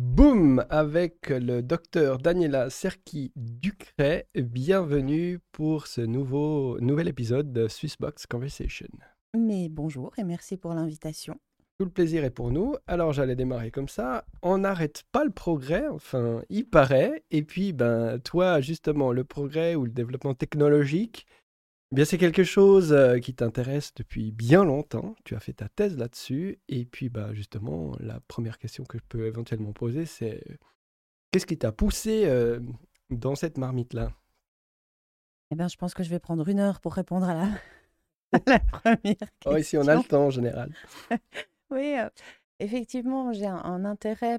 Boum! Avec le docteur Daniela Serki-Ducret. Bienvenue pour ce nouvel épisode de Swissbox Conversation. Mais bonjour et merci pour l'invitation. Tout le plaisir est pour nous. Alors j'allais démarrer comme ça. On n'arrête pas le progrès, enfin il paraît. Et puis toi justement le progrès ou le développement technologique, eh bien c'est quelque chose qui t'intéresse depuis bien longtemps. Tu as fait ta thèse là-dessus. Et puis justement la première question que je peux éventuellement poser c'est qu'est-ce qui t'a poussé dans cette marmite-là? Eh bien, je pense que je vais prendre 1 heure pour répondre à la, à la première Oh ici on a le question. temps en général. Oui, effectivement, j'ai un intérêt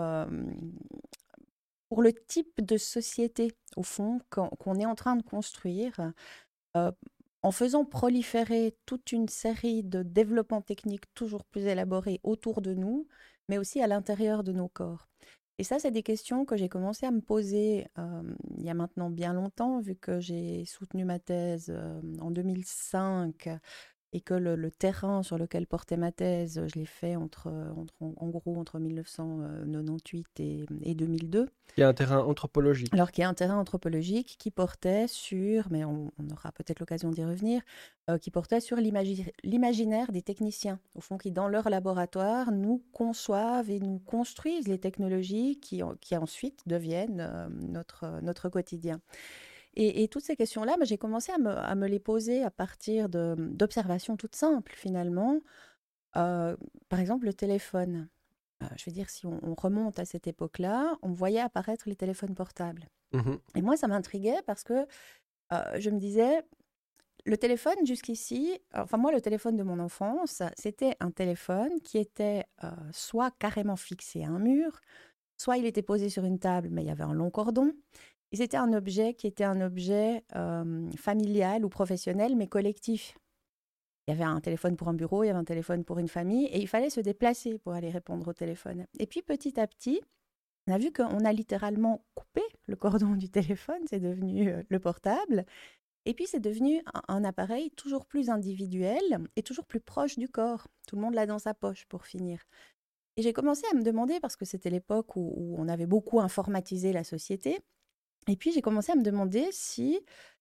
pour le type de société, au fond, qu'on est en train de construire, euh, en faisant proliférer toute une série de développements techniques toujours plus élaborés autour de nous, mais aussi à l'intérieur de nos corps. Et ça, c'est des questions que j'ai commencé à me poser il y a maintenant bien longtemps, vu que j'ai soutenu ma thèse en 2005 et que le terrain sur lequel portait ma thèse, je l'ai fait en gros entre 1998 et 2002. Il y a un terrain anthropologique. Alors qu'il y a un terrain anthropologique qui portait sur, mais on aura peut-être l'occasion d'y revenir, qui portait sur l'imaginaire des techniciens, au fond, qui dans leur laboratoire nous conçoivent et nous construisent les technologies qui ensuite deviennent notre quotidien. Et toutes ces questions-là, j'ai commencé à me les poser à partir d'observations toutes simples, finalement. Par exemple, le téléphone. Je veux dire, si on remonte à cette époque-là, on voyait apparaître les téléphones portables. Mhm. Et moi, ça m'intriguait parce que je me disais, le téléphone jusqu'ici, enfin moi, le téléphone de mon enfance, c'était un téléphone qui était soit carrément fixé à un mur, soit il était posé sur une table, mais il y avait un long cordon. Et c'était un objet qui était un objet familial ou professionnel, mais collectif. Il y avait un téléphone pour un bureau, il y avait un téléphone pour une famille, et il fallait se déplacer pour aller répondre au téléphone. Et puis petit à petit, on a vu qu'on a littéralement coupé le cordon du téléphone, c'est devenu le portable, et puis c'est devenu un appareil toujours plus individuel et toujours plus proche du corps. Tout le monde l'a dans sa poche pour finir. Et j'ai commencé à me demander, parce que c'était l'époque où on avait beaucoup informatisé la société, et puis j'ai commencé à me demander si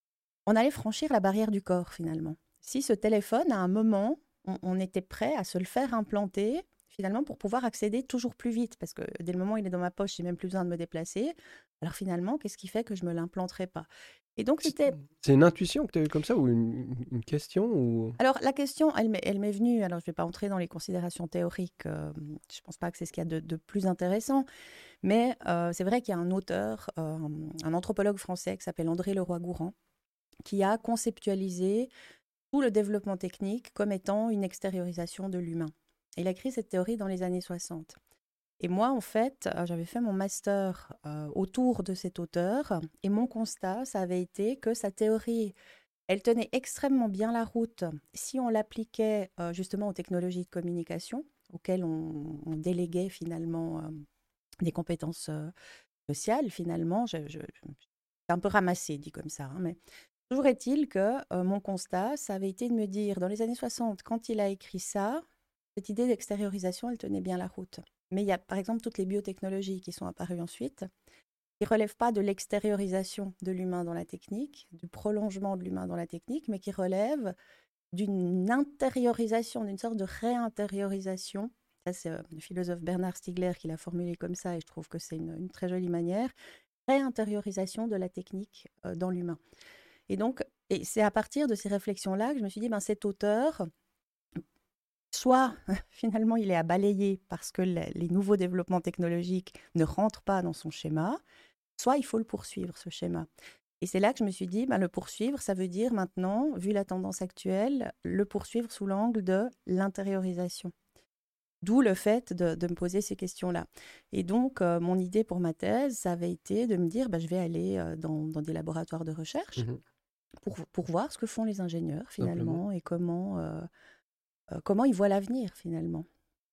on allait franchir la barrière du corps finalement. Si ce téléphone, à un moment, on était prêt à se le faire implanter finalement pour pouvoir accéder toujours plus vite, parce que dès le moment où il est dans ma poche, j'ai même plus besoin de me déplacer. Alors finalement, qu'est-ce qui fait que je me l'implanterai pas? Et donc C'est c'était... c'est une intuition que tu as eue comme ça ou une question ou... Alors la question, elle m'est venue, alors je ne vais pas entrer dans les considérations théoriques, je ne pense pas que c'est ce qu'il y a de plus intéressant, mais c'est vrai qu'il y a un auteur, un anthropologue français qui s'appelle André Leroy-Gourhan, qui a conceptualisé tout le développement technique comme étant une extériorisation de l'humain. Il a écrit cette théorie dans les années 60. Et moi, en fait, j'avais fait mon master autour de cet auteur, et mon constat, ça avait été que sa théorie, elle tenait extrêmement bien la route si on l'appliquait justement aux technologies de communication, auxquelles on déléguait finalement des compétences sociales, finalement. C'est un peu ramassé, dit comme ça, hein, mais toujours est-il que mon constat, ça avait été de me dire, dans les années 60, quand il a écrit ça, cette idée d'extériorisation, elle tenait bien la route. Mais il y a par exemple toutes les biotechnologies qui sont apparues ensuite, qui ne relèvent pas de l'extériorisation de l'humain dans la technique, du prolongement de l'humain dans la technique, mais qui relèvent d'une intériorisation, d'une sorte de réintériorisation. Ça, c'est le philosophe Bernard Stiegler qui l'a formulé comme ça, et je trouve que c'est une très jolie manière. Réintériorisation de la technique dans l'humain. Et donc, et c'est à partir de ces réflexions-là que je me suis dit, cet auteur, soit finalement il est à balayer parce que les nouveaux développements technologiques ne rentrent pas dans son schéma, soit il faut le poursuivre, ce schéma. Et c'est là que je me suis dit, le poursuivre, ça veut dire maintenant, vu la tendance actuelle, le poursuivre sous l'angle de l'intériorisation. D'où le fait de me poser ces questions-là. Et donc, mon idée pour ma thèse, ça avait été de me dire, je vais aller dans des laboratoires de recherche Mhm. pour voir ce que font les ingénieurs Simplement. finalement et comment ils voient l'avenir finalement.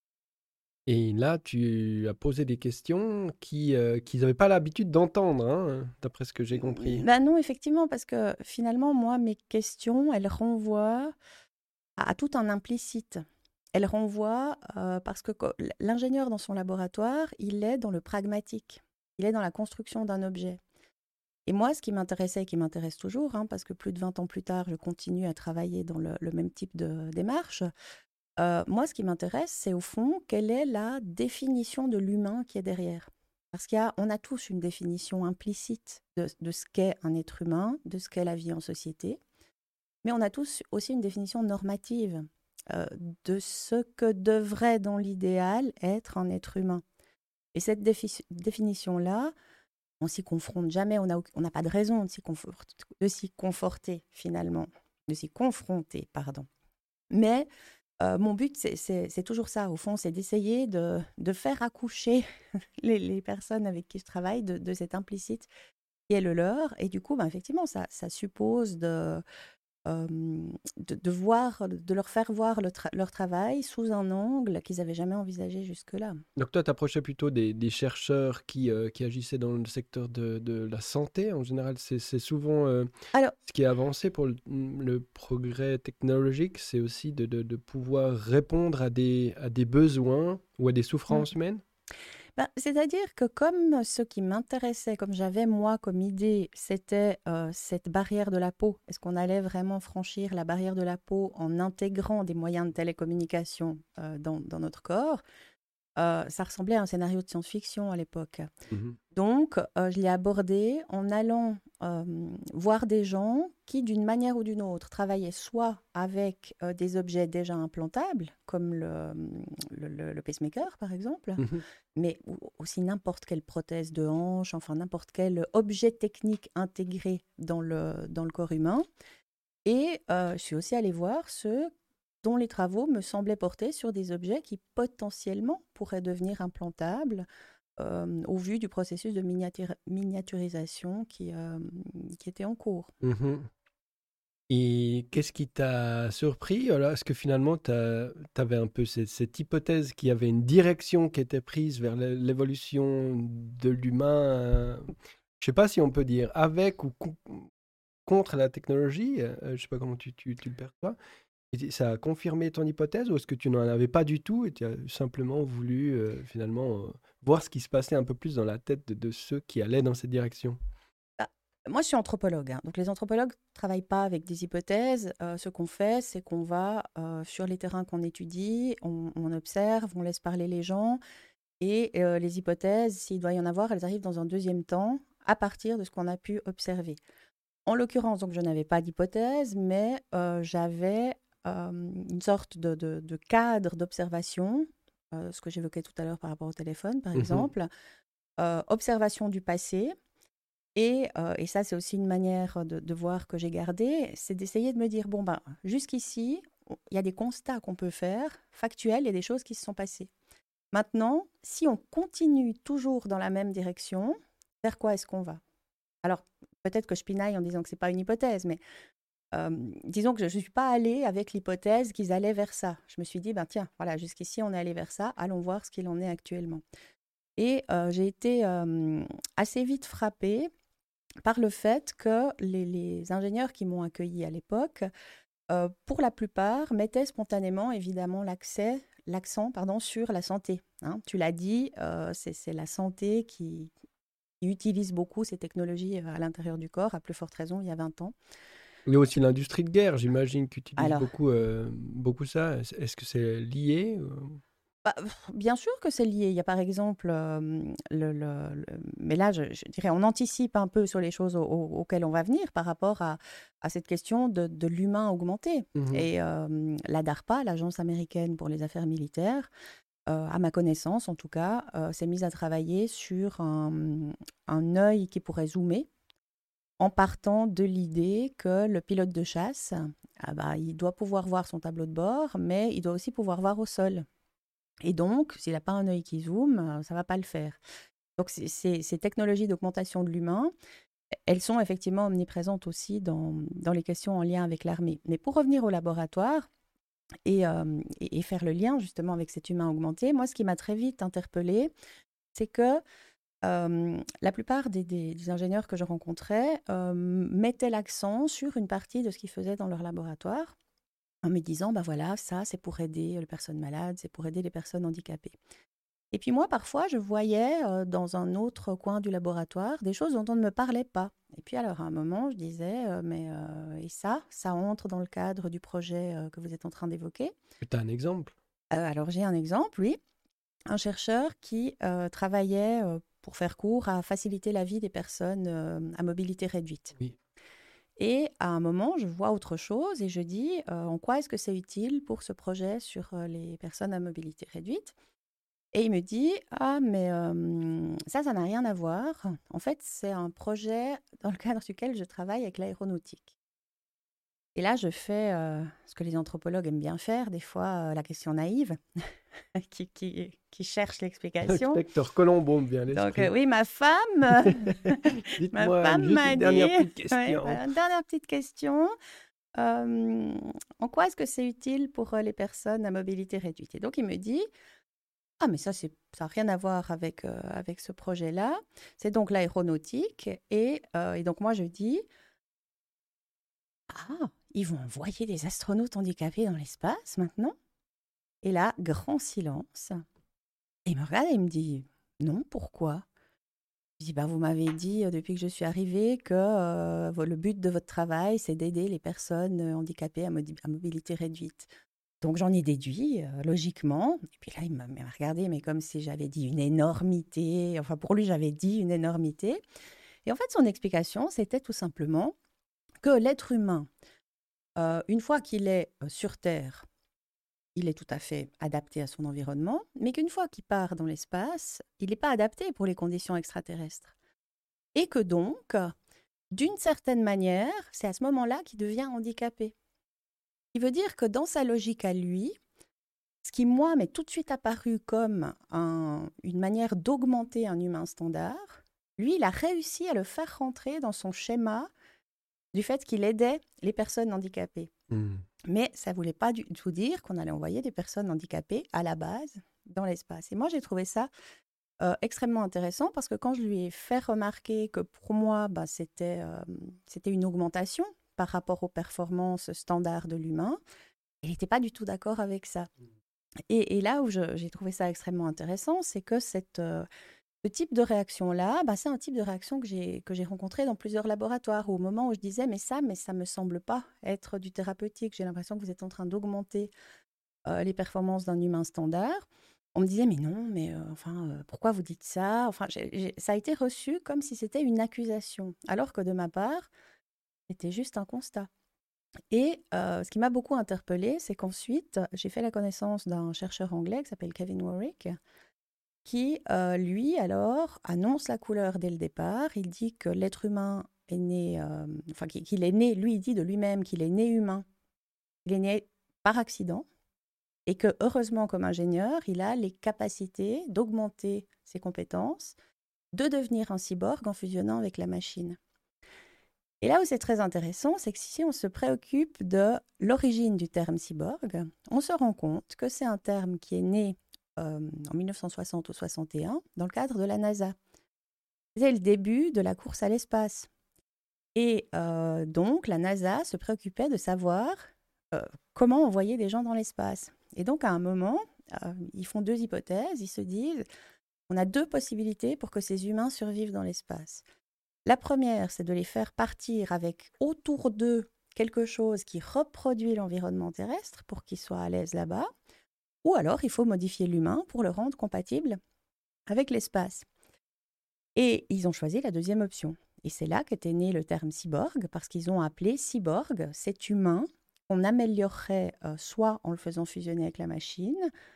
Et là, tu as posé des questions qu'ils n'avaient pas l'habitude d'entendre, hein, d'après ce que j'ai compris. Non, effectivement, parce que finalement, moi, mes questions, elles renvoient à tout un implicite. elle renvoie, parce que l'ingénieur dans son laboratoire, il est dans le pragmatique, il est dans la construction d'un objet. Et moi, ce qui m'intéressait et qui m'intéresse toujours, hein, parce que plus de 20 ans plus tard, je continue à travailler dans le même type de démarche, moi, ce qui m'intéresse, c'est au fond, quelle est la définition de l'humain qui est derrière. Parce on a tous une définition implicite de ce qu'est un être humain, de ce qu'est la vie en société, mais on a tous aussi une définition normative euh, de ce que devrait, dans l'idéal, être un être humain. Et cette définition-là, on s'y confronte jamais, on n'a pas de raison de s'y conforter finalement, de s'y confronter, pardon. Mais mon but, c'est toujours ça, au fond, c'est d'essayer de faire accoucher les personnes avec qui je travaille de cet implicite qui est le leur. Et du coup, ben, effectivement, ça suppose de leur faire voir leur travail sous un angle qu'ils n'avaient jamais envisagé jusque-là. Donc toi, t'approchais plutôt des chercheurs qui agissaient dans le secteur de la santé. En général, c'est souvent Alors, ce qui est avancé pour le progrès technologique, c'est aussi de pouvoir répondre à des besoins ou à des mm. souffrances humaines. Ben, c'est-à-dire que comme ce qui m'intéressait, comme j'avais moi comme idée, c'était cette barrière de la peau. Est-ce qu'on allait vraiment franchir la barrière de la peau en intégrant des moyens de télécommunication dans notre corps? Ça ressemblait à un scénario de science-fiction à l'époque. Mhm. Donc, je l'ai abordé en allant voir des gens qui, d'une manière ou d'une autre, travaillaient soit avec des objets déjà implantables, comme le pacemaker, par exemple, Mhm. mais aussi n'importe quelle prothèse de hanche, enfin n'importe quel objet technique intégré dans le corps humain. Et je suis aussi allée voir ceux dont les travaux me semblaient porter sur des objets qui potentiellement pourraient devenir implantables au vu du processus de miniaturisation qui était en cours. Mhm. Et qu'est-ce qui t'a surpris? Alors, est-ce que finalement, tu avais un peu cette hypothèse qu'il y avait une direction qui était prise vers l'évolution de l'humain, je sais pas si on peut dire avec ou contre la technologie, je sais pas comment tu le perçois. Et ça a confirmé ton hypothèse ou est-ce que tu n'en avais pas du tout et tu as simplement voulu finalement voir ce qui se passait un peu plus dans la tête de ceux qui allaient dans cette direction? Bah, moi, je suis anthropologue, hein. Donc les anthropologues ne travaillent pas avec des hypothèses. Ce qu'on fait, c'est qu'on va sur les terrains qu'on étudie, on observe, on laisse parler les gens. Et les hypothèses, s'il doit y en avoir, elles arrivent dans un deuxième temps, à partir de ce qu'on a pu observer. En l'occurrence, donc, je n'avais pas d'hypothèse, mais j'avais une sorte de cadre d'observation, ce que j'évoquais tout à l'heure par rapport au téléphone, par Mhm. exemple, observation du passé. Et ça, c'est aussi une manière de voir que j'ai gardé, c'est d'essayer de me dire, bon, ben, jusqu'ici, il y a des constats qu'on peut faire, factuels, il y a des choses qui se sont passées. Maintenant, si on continue toujours dans la même direction, vers quoi est-ce qu'on va? Alors, peut-être que je pinaille en disant que c'est pas une hypothèse, mais disons que je ne suis pas allée avec l'hypothèse qu'ils allaient vers ça. Je me suis dit, ben tiens, voilà, jusqu'ici on est allé vers ça, allons voir ce qu'il en est actuellement. Et j'ai été assez vite frappée par le fait que les ingénieurs qui m'ont accueillie à l'époque, pour la plupart, mettaient spontanément, évidemment, l'accent pardon, sur la santé, hein. Tu l'as dit, c'est la santé qui utilise beaucoup ces technologies à l'intérieur du corps, à plus forte raison il y a 20 ans. Il y a aussi l'industrie de guerre, j'imagine, qui utilise Alors, beaucoup ça. Est-ce que c'est lié? bah, bien sûr que c'est lié. Il y a par exemple, mais là, je dirais, on anticipe un peu sur les choses auxquelles on va venir par rapport à cette question de l'humain augmenté. Mhm. Et la DARPA, l'Agence américaine pour les affaires militaires, à ma connaissance en tout cas, s'est mise à travailler sur un œil qui pourrait zoomer en partant de l'idée que le pilote de chasse, ah bah, il doit pouvoir voir son tableau de bord, mais il doit aussi pouvoir voir au sol. Et donc, s'il n'a pas un œil qui zoome, ça ne va pas le faire. Donc, ces technologies d'augmentation de l'humain, elles sont effectivement omniprésentes aussi dans les questions en lien avec l'armée. Mais pour revenir au laboratoire et faire le lien justement avec cet humain augmenté, moi, ce qui m'a très vite interpellée, c'est que la plupart des ingénieurs que je rencontrais mettaient l'accent sur une partie de ce qu'ils faisaient dans leur laboratoire en me disant, bah voilà, ça, c'est pour aider les personnes malades, c'est pour aider les personnes handicapées. Et puis moi, parfois, je voyais dans un autre coin du laboratoire des choses dont on ne me parlait pas. Et puis alors, à un moment, je disais, et ça entre dans le cadre du projet que vous êtes en train d'évoquer. Tu as un exemple? Alors, j'ai un exemple, oui. Un chercheur qui travaillait, pour faire court, à faciliter la vie des personnes à mobilité réduite. Oui. Et à un moment, je vois autre chose et je dis, en quoi est-ce que c'est utile pour ce projet sur les personnes à mobilité réduite? Et il me dit: «Ah mais ça n'a rien à voir. En fait, c'est un projet dans le cadre duquel je travaille avec l'aéronautique». Et là, je fais, ce que les anthropologues aiment bien faire, des fois, la question naïve, qui cherche l'explication. Inspecteur Colombo me vient à Donc l'esprit. oui, ma femme, ma Dites-moi femme juste m'a une dit dernière petite ouais, question. voilà, une dernière petite question, en quoi est-ce que c'est utile pour, les personnes à mobilité réduite? Et donc il me dit: «Ah mais ça a rien à voir avec ce projet-là, c'est donc l'aéronautique» et donc moi je dis: «Ah, ils vont envoyer des astronautes handicapés dans l'espace maintenant?» Et là, grand silence. Et il me regarde et il me dit: «Non, pourquoi?» Je dis: «Bah, vous m'avez dit, depuis que je suis arrivée que, le but de votre travail, c'est d'aider les personnes, handicapées à mobilité réduite». Donc j'en ai déduit, logiquement et puis là, il m'a regardée, mais comme si j'avais dit une énormité, enfin pour lui, j'avais dit une énormité et en fait, son explication, c'était tout simplement que l'être humain, une fois qu'il est, sur terre, il est tout à fait adapté à son environnement, mais qu'une fois qu'il part dans l'espace, il n'est pas adapté pour les conditions extraterrestres et que donc, d'une certaine manière, c'est à ce moment-là qu'il devient handicapé. Ce qui veut dire que dans sa logique à lui, ce qui, moi, m'est tout de suite apparu comme une manière d'augmenter un humain standard, lui, il a réussi à le faire rentrer dans son schéma du fait qu'il aidait les personnes handicapées. Hmm. Mais ça ne voulait pas du tout dire qu'on allait envoyer des personnes handicapées à la base dans l'espace. Et moi, j'ai trouvé ça extrêmement intéressant parce que quand je lui ai fait remarquer que pour moi, bah, c'était une augmentation par rapport aux performances standards de l'humain, il n'était pas du tout d'accord avec ça. Et là où j'ai trouvé ça extrêmement intéressant, c'est que ce type de réaction-là, bah, c'est un type de réaction que j'ai rencontré dans plusieurs laboratoires, où au moment où je disais, mais ça me semble pas être du thérapeutique, j'ai l'impression que vous êtes en train d'augmenter les performances d'un humain standard. On me disait, mais non, mais pourquoi vous dites ça? Enfin, ça a été reçu comme si c'était une accusation, alors que de ma part, c'était juste un constat. Et ce qui m'a beaucoup interpellée, c'est qu'ensuite, j'ai fait la connaissance d'un chercheur anglais qui s'appelle Kevin Warwick, qui, lui, alors, annonce la couleur dès le départ. Il dit que l'être humain est né, qu'il est né, lui, il dit de lui-même qu'il est né humain. Il est né par accident et que, heureusement, comme ingénieur, il a les capacités d'augmenter ses compétences, de devenir un cyborg en fusionnant avec la machine. Et là où c'est très intéressant, c'est que si on se préoccupe de l'origine du terme cyborg, on se rend compte que c'est un terme qui est né en 1960 ou 61 dans le cadre de la NASA. C'était le début de la course à l'espace. Et donc, la NASA se préoccupait de savoir comment envoyer des gens dans l'espace. Et donc, à un moment, ils font deux hypothèses. Ils se disent, on a deux possibilités pour que ces humains survivent dans l'espace. La première, c'est de les faire partir avec autour d'eux quelque chose qui reproduit l'environnement terrestre pour qu'ils soient à l'aise là-bas. Ou alors, il faut modifier l'humain pour le rendre compatible avec l'espace. Et ils ont choisi la deuxième option. Et c'est là qu'était né le terme cyborg, parce qu'ils ont appelé cyborg cet humain qu'on améliorerait soit en le faisant fusionner avec la machine,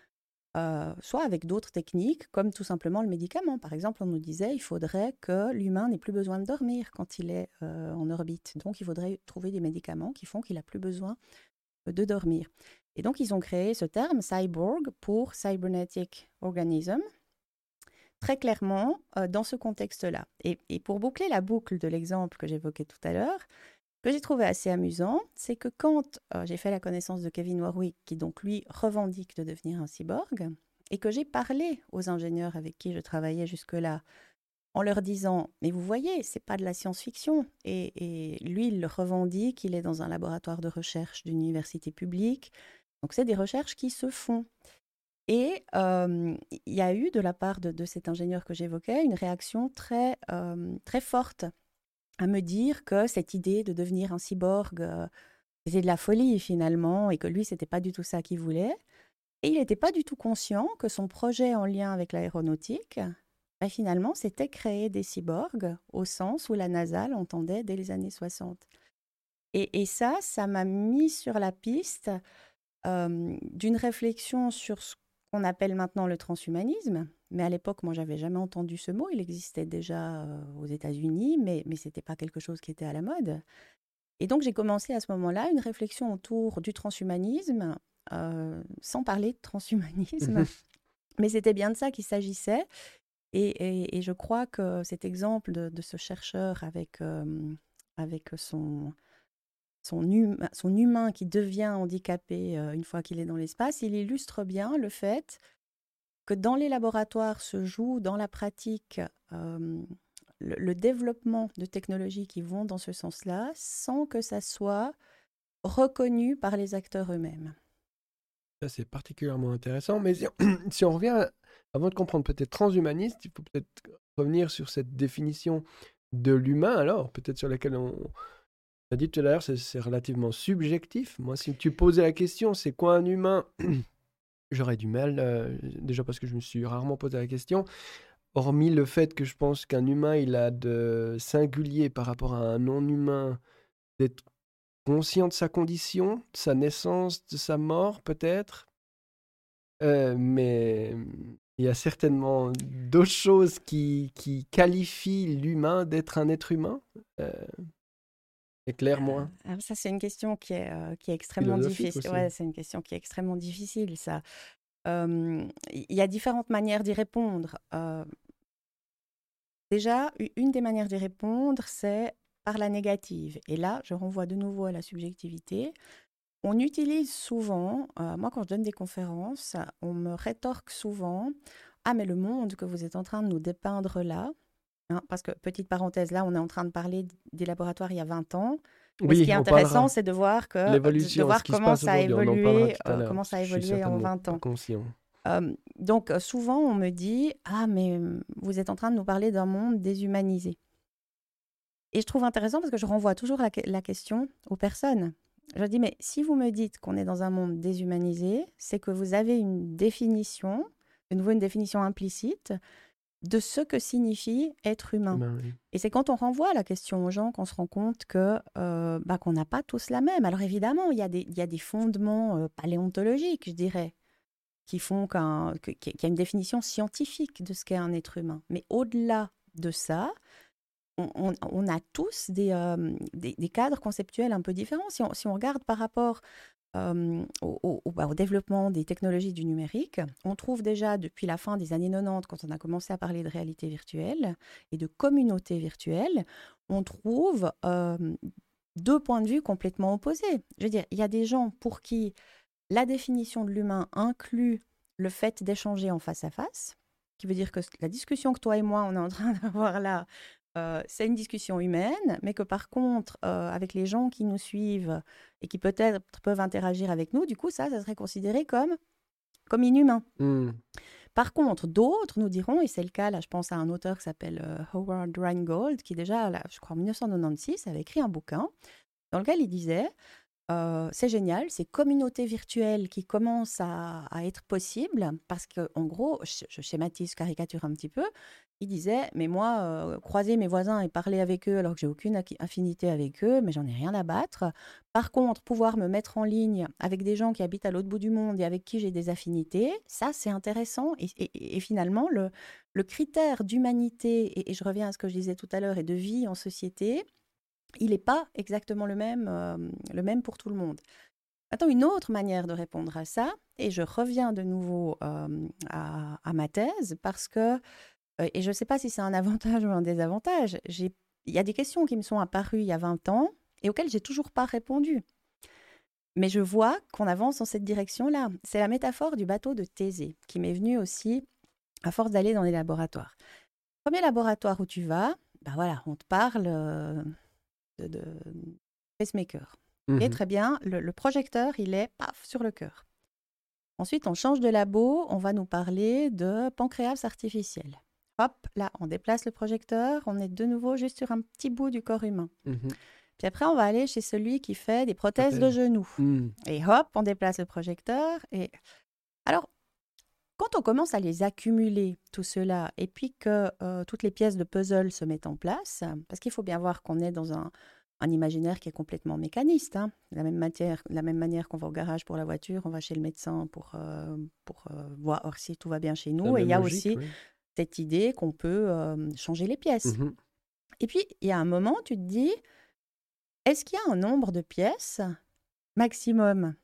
soit avec d'autres techniques, comme tout simplement le médicament. Par exemple, on nous disait il faudrait que l'humain n'ait plus besoin de dormir quand il est en orbite. Donc, il faudrait trouver des médicaments qui font qu'il n'a plus besoin de dormir. Et donc, ils ont créé ce terme cyborg pour cybernetic organism, très clairement dans ce contexte-là. Et pour boucler la boucle de l'exemple que j'évoquais tout à l'heure, ce que j'ai trouvé assez amusant, c'est que quand j'ai fait la connaissance de Kevin Warwick, qui donc lui revendique de devenir un cyborg, et que j'ai parlé aux ingénieurs avec qui je travaillais jusque-là en leur disant, mais vous voyez, c'est pas de la science-fiction. Et lui, il le revendique, il est dans un laboratoire de recherche d'une université publique. Donc, c'est des recherches qui se font. Et il y a eu, de la part de cet ingénieur que j'évoquais, une réaction très forte à me dire que cette idée de devenir un cyborg, c'était de la folie finalement, et que lui, c'était pas du tout ça qu'il voulait. Et il n'était pas du tout conscient que son projet en lien avec l'aéronautique, finalement, c'était créer des cyborgs au sens où la NASA l'entendait dès les années 60. Et ça m'a mis sur la piste d'une réflexion sur ce qu'on appelle maintenant le transhumanisme. Mais à l'époque, moi, j'avais jamais entendu ce mot. Il existait déjà aux États-Unis, mais ce n'était pas quelque chose qui était à la mode. Et donc, j'ai commencé à ce moment-là une réflexion autour du transhumanisme, sans parler de transhumanisme. Mais c'était bien de ça qu'il s'agissait. Et je crois que cet exemple de ce chercheur avec son humain qui devient handicapé une fois qu'il est dans l'espace, il illustre bien le fait que dans les laboratoires se joue dans la pratique le développement de technologies qui vont dans ce sens-là, sans que ça soit reconnu par les acteurs eux-mêmes. Ça, c'est particulièrement intéressant. Mais si on revient, avant de comprendre peut-être transhumaniste, il faut peut-être revenir sur cette définition de l'humain, alors, peut-être sur laquelle on a dit tout à l'heure, c'est relativement subjectif. Moi, si tu posais la question, c'est quoi un humain? J'aurais du mal, déjà parce que je me suis rarement posé la question. Hormis le fait que je pense qu'un humain, il a de singulier par rapport à un non-humain, d'être conscient de sa condition, de sa naissance, de sa mort, peut-être. Mais il y a certainement d'autres choses qui qualifient l'humain d'être un être humain. Éclaire-moi. Ça, c'est une question qui est extrêmement Philosophique difficile. aussi. Ouais, c'est une question qui est extrêmement difficile, ça. Il y a différentes manières d'y répondre. Déjà, une des manières d'y répondre, c'est par la négative. Et là, je renvoie de nouveau à la subjectivité. On utilise souvent, moi quand je donne des conférences, on me rétorque souvent, ah mais le monde que vous êtes en train de nous dépeindre là, hein, parce que, petite parenthèse, là on est en train de parler des laboratoires il y a 20 ans, mais ce qui Oui, est on intéressant, parlera. c'est de voir, L'évolution, ce qui se passe aujourd'hui, on en parlera tout à l'heure, comment parce ça que a je suis évolué en certainement 20 pas ans. conscient. Donc souvent on me dit, ah mais vous êtes en train de nous parler d'un monde déshumanisé. Et je trouve intéressant parce que je renvoie toujours la question aux personnes. Je dis, mais si vous me dites qu'on est dans un monde déshumanisé, c'est que vous avez une définition, de nouveau une définition implicite, de ce que signifie être humain. Ben oui. Et c'est quand on renvoie la question aux gens qu'on se rend compte que qu'on n'a pas tous la même. Alors évidemment, il y a des fondements paléontologiques, je dirais, qui font qu'il y a une définition scientifique de ce qu'est un être humain. Mais au-delà de ça, on a tous des cadres conceptuels un peu différents. Si on regarde par rapport au développement des technologies du numérique, on trouve déjà depuis la fin des années 90, quand on a commencé à parler de réalité virtuelle et de communauté virtuelle, on trouve deux points de vue complètement opposés. Je veux dire, il y a des gens pour qui la définition de l'humain inclut le fait d'échanger en face à face, qui veut dire que la discussion que toi et moi, on est en train d'avoir là, c'est une discussion humaine, mais que par contre, avec les gens qui nous suivent et qui peut-être peuvent interagir avec nous, du coup, ça serait considéré comme inhumain. Par contre, d'autres nous diront, et c'est le cas, là, je pense à un auteur qui s'appelle Howard Rheingold, qui déjà, là, je crois en 1996, avait écrit un bouquin dans lequel il disait c'est génial, ces communautés virtuelles qui commencent à être possibles, parce qu'en gros, je schématise, je caricature un petit peu, il disait, mais moi, croiser mes voisins et parler avec eux alors que j'ai aucune affinité avec eux, mais j'en ai rien à battre. Par contre, pouvoir me mettre en ligne avec des gens qui habitent à l'autre bout du monde et avec qui j'ai des affinités, ça, c'est intéressant. Et finalement, le critère d'humanité, et je reviens à ce que je disais tout à l'heure, et de vie en société, il n'est pas exactement le même pour tout le monde. Maintenant, une autre manière de répondre à ça, et je reviens de nouveau à ma thèse, parce que, et je ne sais pas si c'est un avantage ou un désavantage, il y a des questions qui me sont apparues il y a 20 ans et auxquelles j'ai toujours pas répondu. Mais je vois qu'on avance dans cette direction-là. C'est la métaphore du bateau de Thésée qui m'est venue aussi à force d'aller dans les laboratoires. Premier laboratoire où tu vas, bah voilà, on te parle de pacemaker. Et Mhm. très bien, le projecteur, il est paf, sur le cœur. Ensuite, on change de labo, on va nous parler de pancréas artificiel. Hop, là, on déplace le projecteur, on est de nouveau juste sur un petit bout du corps humain. Mhm. Puis après, on va aller chez celui qui fait des prothèses de Prothèse. genoux. Hmm. Et hop, on déplace le projecteur. Et alors, quand on commence à les accumuler, tout cela, et puis que toutes les pièces de puzzle se mettent en place, parce qu'il faut bien voir qu'on est dans un imaginaire qui est complètement mécaniste. Hein. De la même manière qu'on va au garage pour la voiture, on va chez le médecin pour voir si tout va bien chez La nous. Et il même y a logique, aussi oui. cette idée qu'on peut changer les pièces. Mhm. Et puis, il y a un moment, tu te dis, est-ce qu'il y a un nombre de pièces maximum?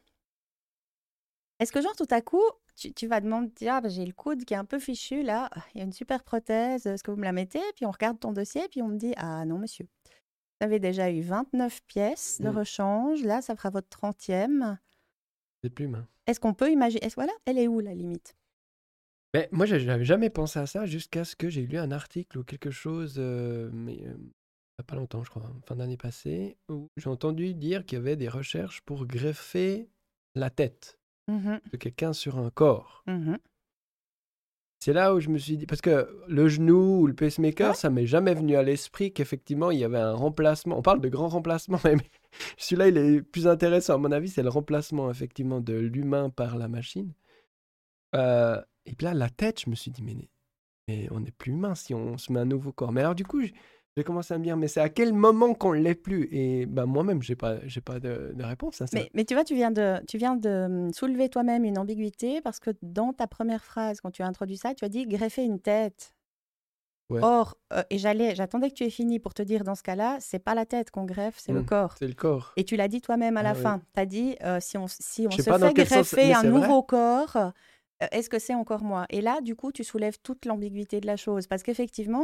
Est-ce que genre tout à coup, tu vas demander, ah, bah, j'ai le coude qui est un peu fichu là, il y a une super prothèse, est-ce que vous me la mettez? Puis on regarde ton dossier, puis on me dit, ah non monsieur, vous avez déjà eu 29 pièces de Mhm. rechange, là ça fera votre 30e. C'est plus mince. Est-ce qu'on peut imaginer, voilà, elle est où la limite? Mais moi, j'avais jamais pensé à ça jusqu'à ce que j'ai lu un article ou quelque chose, il y a pas longtemps, je crois, fin d'année passée, où j'ai entendu dire qu'il y avait des recherches pour greffer la tête Mhm, de quelqu'un sur un corps. mhm. C'est là où je me suis dit, parce que le genou ou le pacemaker, Ouais. ça m'est jamais venu à l'esprit qu'effectivement il y avait un remplacement. On parle de grand remplacement, mais celui-là il est plus intéressant. À mon avis, c'est le remplacement effectivement de l'humain par la machine. Et puis là, la tête, je me suis dit, mais on n'est plus humain si on se met un nouveau corps. Mais alors du coup, j'ai commencé à me dire, mais c'est à quel moment qu'on ne l'est plus? Et ben, moi-même, j'ai pas de réponse à ça. Mais tu vois, tu viens de soulever toi-même une ambiguïté parce que dans ta première phrase, quand tu as introduit ça, tu as dit greffer une tête. Ouais. Or, et j'attendais que tu aies fini pour te dire, dans ce cas-là, c'est pas la tête qu'on greffe, c'est le Hmm, corps. c'est le corps. Et tu l'as dit toi-même à la Ah oui. fin. Tu as dit, si on Je sais se pas dans fait quel sens, greffer mais un c'est vrai. nouveau corps, est-ce que c'est encore moi? Et là, du coup, tu soulèves toute l'ambiguïté de la chose. Parce qu'effectivement,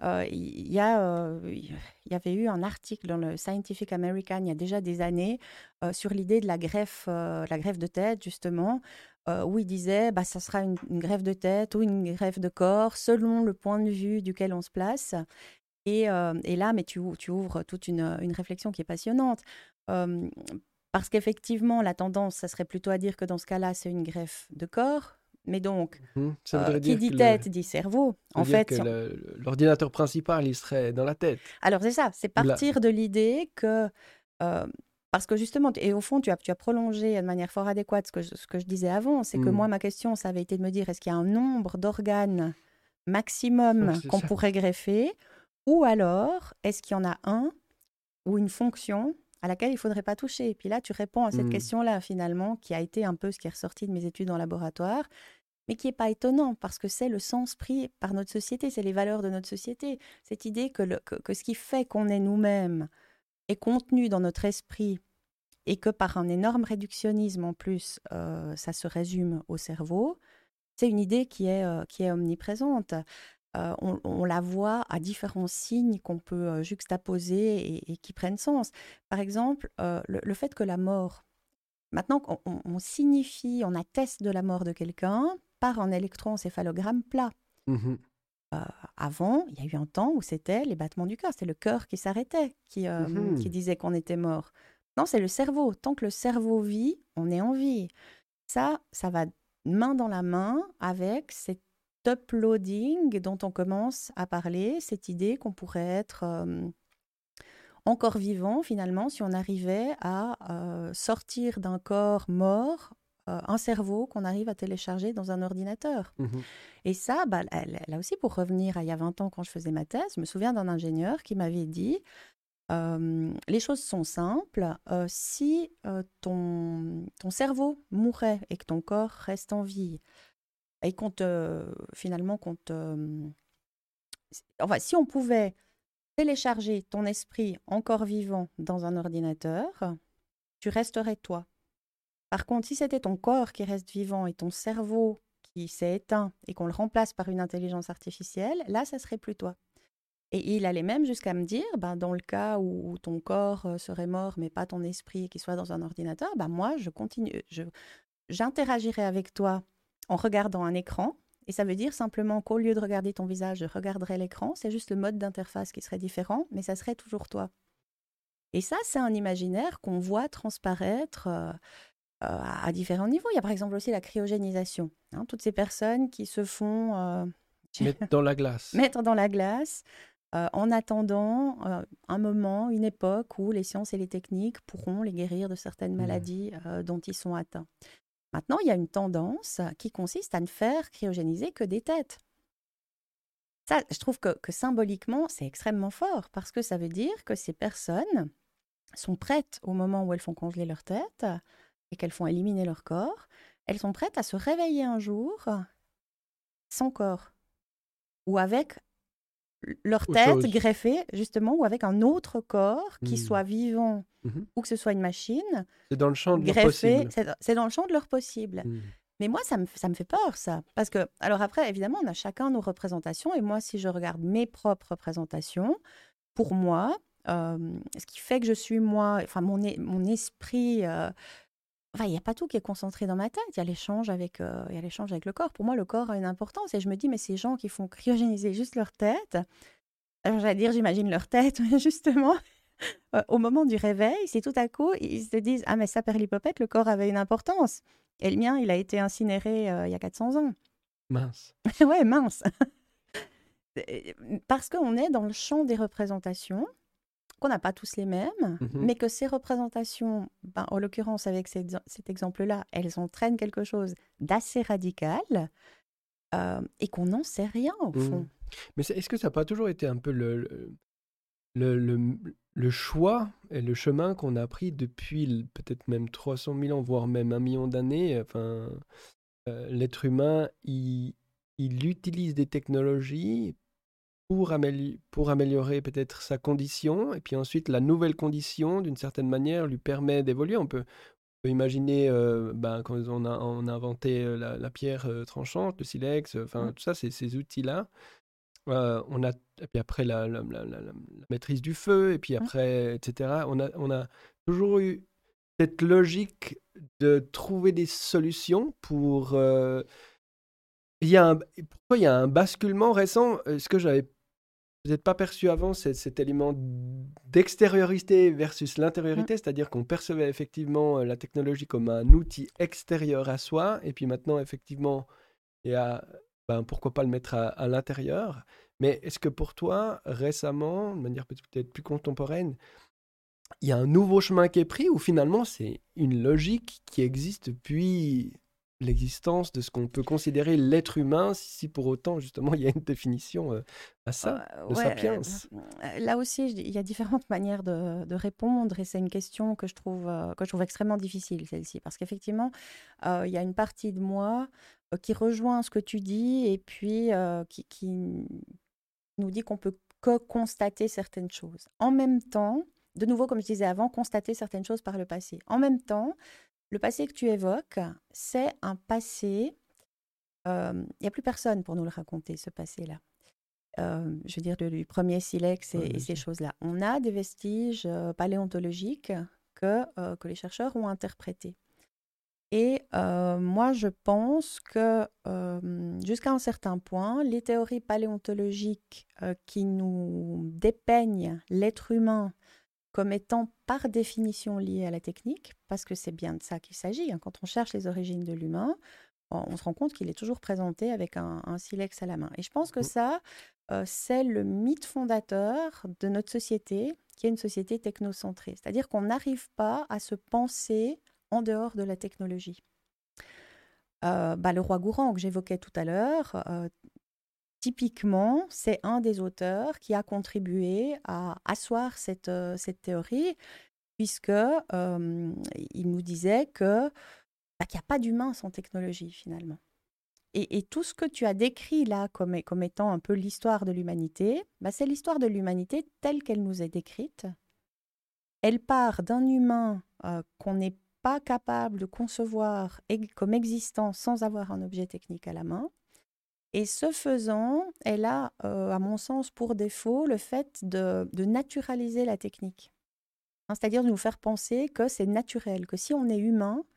il y avait eu un article dans le Scientific American il y a déjà des années sur l'idée de la greffe de tête, justement, où il disait, bah, ça sera une greffe de tête ou une greffe de corps, selon le point de vue duquel on se place. Et là, mais tu ouvres toute une réflexion qui est passionnante. Euh, Parce qu'effectivement, la tendance, ça serait plutôt à dire que dans ce cas-là, c'est une greffe de corps. Mais donc, Ça voudrait qui dire dit que tête dit cerveau. ça En veut dire fait, que l'ordinateur principal, il serait dans la tête. alors c'est ça, c'est Ou là. partir de l'idée que, euh, parce que justement, et au fond, tu as prolongé de manière fort adéquate ce que je disais avant, c'est que Hmm. moi, ma question, ça avait été de me dire, est-ce qu'il y a un nombre d'organes Ouais, maximum c'est qu'on ça. pourrait greffer, ou alors, est-ce qu'il y en a un ou une fonction à laquelle il ne faudrait pas toucher. Et puis là, tu réponds à cette Hmm. question-là, finalement, qui a été un peu ce qui est ressorti de mes études en laboratoire, mais qui n'est pas étonnant, parce que c'est le sens pris par notre société, c'est les valeurs de notre société. Cette idée que ce qui fait qu'on est nous-mêmes est contenu dans notre esprit, et que par un énorme réductionnisme en plus, ça se résume au cerveau, c'est une idée qui est omniprésente. On la voit à différents signes qu'on peut juxtaposer et qui prennent sens. Par exemple, le fait que la mort, maintenant on signifie, on atteste de la mort de quelqu'un par un électroencéphalogramme plat. Mhm. Euh, Avant, il y a eu un temps où c'était les battements du cœur, c'était le cœur qui s'arrêtait, qui Mhm. disait qu'on était mort. Non, c'est le cerveau. Tant que le cerveau vit, on est en vie. Ça va main dans la main avec cet uploading dont on commence à parler, cette idée qu'on pourrait être encore vivant finalement si on arrivait à sortir d'un corps mort un cerveau qu'on arrive à télécharger dans un ordinateur. Mhm. Et ça, bah, là aussi, pour revenir à il y a 20 ans quand je faisais ma thèse, je me souviens d'un ingénieur qui m'avait dit les choses sont simples. Si ton cerveau mourait et que ton corps reste en vie, et finalement, enfin, si on pouvait télécharger ton esprit encore vivant dans un ordinateur, tu resterais toi. Par contre, si c'était ton corps qui reste vivant et ton cerveau qui s'est éteint et qu'on le remplace par une intelligence artificielle, là, ça serait plus toi. Et il allait même jusqu'à me dire, ben, dans le cas où ton corps serait mort, mais pas ton esprit et qu'il soit dans un ordinateur, ben, moi, j'interagirais avec toi en regardant un écran Et ça veut dire simplement qu'au lieu de regarder ton visage, je regarderais l'écran. C'est juste le mode d'interface qui serait différent, mais ça serait toujours toi. Et ça, c'est un imaginaire qu'on voit transparaître à différents niveaux. Il y a par exemple aussi la cryogénisation. Hein, toutes ces personnes qui se font Mettre dans la glace. mettre dans la glace en attendant un moment, une époque où les sciences et les techniques pourront les guérir de certaines maladies dont ils sont atteints. Maintenant, il y a une tendance qui consiste à ne faire cryogéniser que des têtes. Ça, je trouve que symboliquement, c'est extrêmement fort parce que ça veut dire que ces personnes sont prêtes au moment où elles font congeler leur tête et qu'elles font éliminer leur corps. Elles sont prêtes à se réveiller un jour sans corps ou avec leur Autre tête chose. greffée, justement, ou avec un autre corps qui Hmm. soit vivant Mhm. ou que ce soit une machine C'est dans le champ de leur greffée. possible. C'est dans le champ de leur possible. Hmm. Mais moi, ça me fait peur, ça. Parce que, alors après, évidemment, on a chacun nos représentations. Et moi, si je regarde mes propres représentations, pour moi, ce qui fait que je suis moi, enfin, mon esprit. Enfin, il n'y a pas tout qui est concentré dans ma tête. Il y a l'échange il y a l'échange avec le corps. Pour moi, le corps a une importance. Et je me dis, mais ces gens qui font cryogéniser juste leur tête, alors j'allais dire, j'imagine leur tête, mais justement, au moment du réveil, si tout à coup, ils se disent, ah, mais ça, Perlipopette, le corps avait une importance. Et le mien, il a été incinéré il y a 400 ans. Mince. Ouais, mince. Parce qu'on est dans le champ des représentations, qu'on n'a pas tous les mêmes, Mhm. mais que ces représentations, ben, en l'occurrence avec cet exemple-là, elles entraînent quelque chose d'assez radical et qu'on n'en sait rien au Hmm. fond. Mais est-ce que ça n'a pas toujours été un peu le choix et le chemin qu'on a pris depuis peut-être même 300 000 ans, voire même 1 million d'années? Enfin, l'être humain, il utilise des technologies pour améliorer peut-être sa condition, et puis ensuite la nouvelle condition, d'une certaine manière, lui permet d'évoluer. On peut imaginer, quand on a inventé la pierre tranchante, le silex, Mm. enfin tout ça, c'est ces outils-là. Et puis après la maîtrise du feu, et puis Mm. après, etc. On a toujours eu cette logique de trouver des solutions pour. Pourquoi il y a un basculement récent? Ce que j'avais peut-être pas perçu avant, c'est cet élément d'extériorité versus Mm. l'intériorité, c'est-à-dire qu'on percevait effectivement la technologie comme un outil extérieur à soi, et puis maintenant, effectivement, il y a, pourquoi pas le mettre à l'intérieur. Mais est-ce que pour toi, récemment, de manière peut-être plus contemporaine, il y a un nouveau chemin qui est pris, ou finalement c'est une logique qui existe depuis l'existence de ce qu'on peut considérer l'être humain, si pour autant justement il y a une définition à ça, le Ouais, sapiens? là aussi, il y a différentes manières de répondre et c'est une question que je trouve extrêmement difficile, celle-ci, parce qu'effectivement, il y a une partie de moi qui rejoint ce que tu dis et puis qui nous dit qu'on peut que constater certaines choses. En même temps, de nouveau, comme je disais avant, constater certaines choses par le passé. En même temps, le passé que tu évoques, c'est un passé, il n'y a plus personne pour nous le raconter, ce passé-là. Je veux dire, du premier silex Ouais, et bien ces sûr. choses-là. On a des vestiges paléontologiques que les chercheurs ont interprétés. Et moi, je pense que jusqu'à un certain point, les théories paléontologiques qui nous dépeignent l'être humain comme étant par définition lié à la technique, parce que c'est bien de ça qu'il s'agit. Hein. Quand on cherche les origines de l'humain, on se rend compte qu'il est toujours présenté avec un silex à la main. Et je pense que Mhm. ça, c'est le mythe fondateur de notre société, qui est une société technocentrée. C'est-à-dire qu'on n'arrive pas à se penser en dehors de la technologie. Le roi Gourang que j'évoquais tout à l'heure, typiquement, c'est un des auteurs qui a contribué à asseoir cette théorie, puisque il nous disait qu'il n'y a pas d'humain sans technologie finalement. Et tout ce que tu as décrit là comme étant un peu l'histoire de l'humanité, c'est l'histoire de l'humanité telle qu'elle nous est décrite. Elle part d'un humain qu'on n'est pas capable de concevoir comme existant sans avoir un objet technique à la main. Et ce faisant, elle a, à mon sens, pour défaut, le fait de naturaliser la technique. Hein, c'est-à-dire de nous faire penser que c'est naturel, que si on est humain,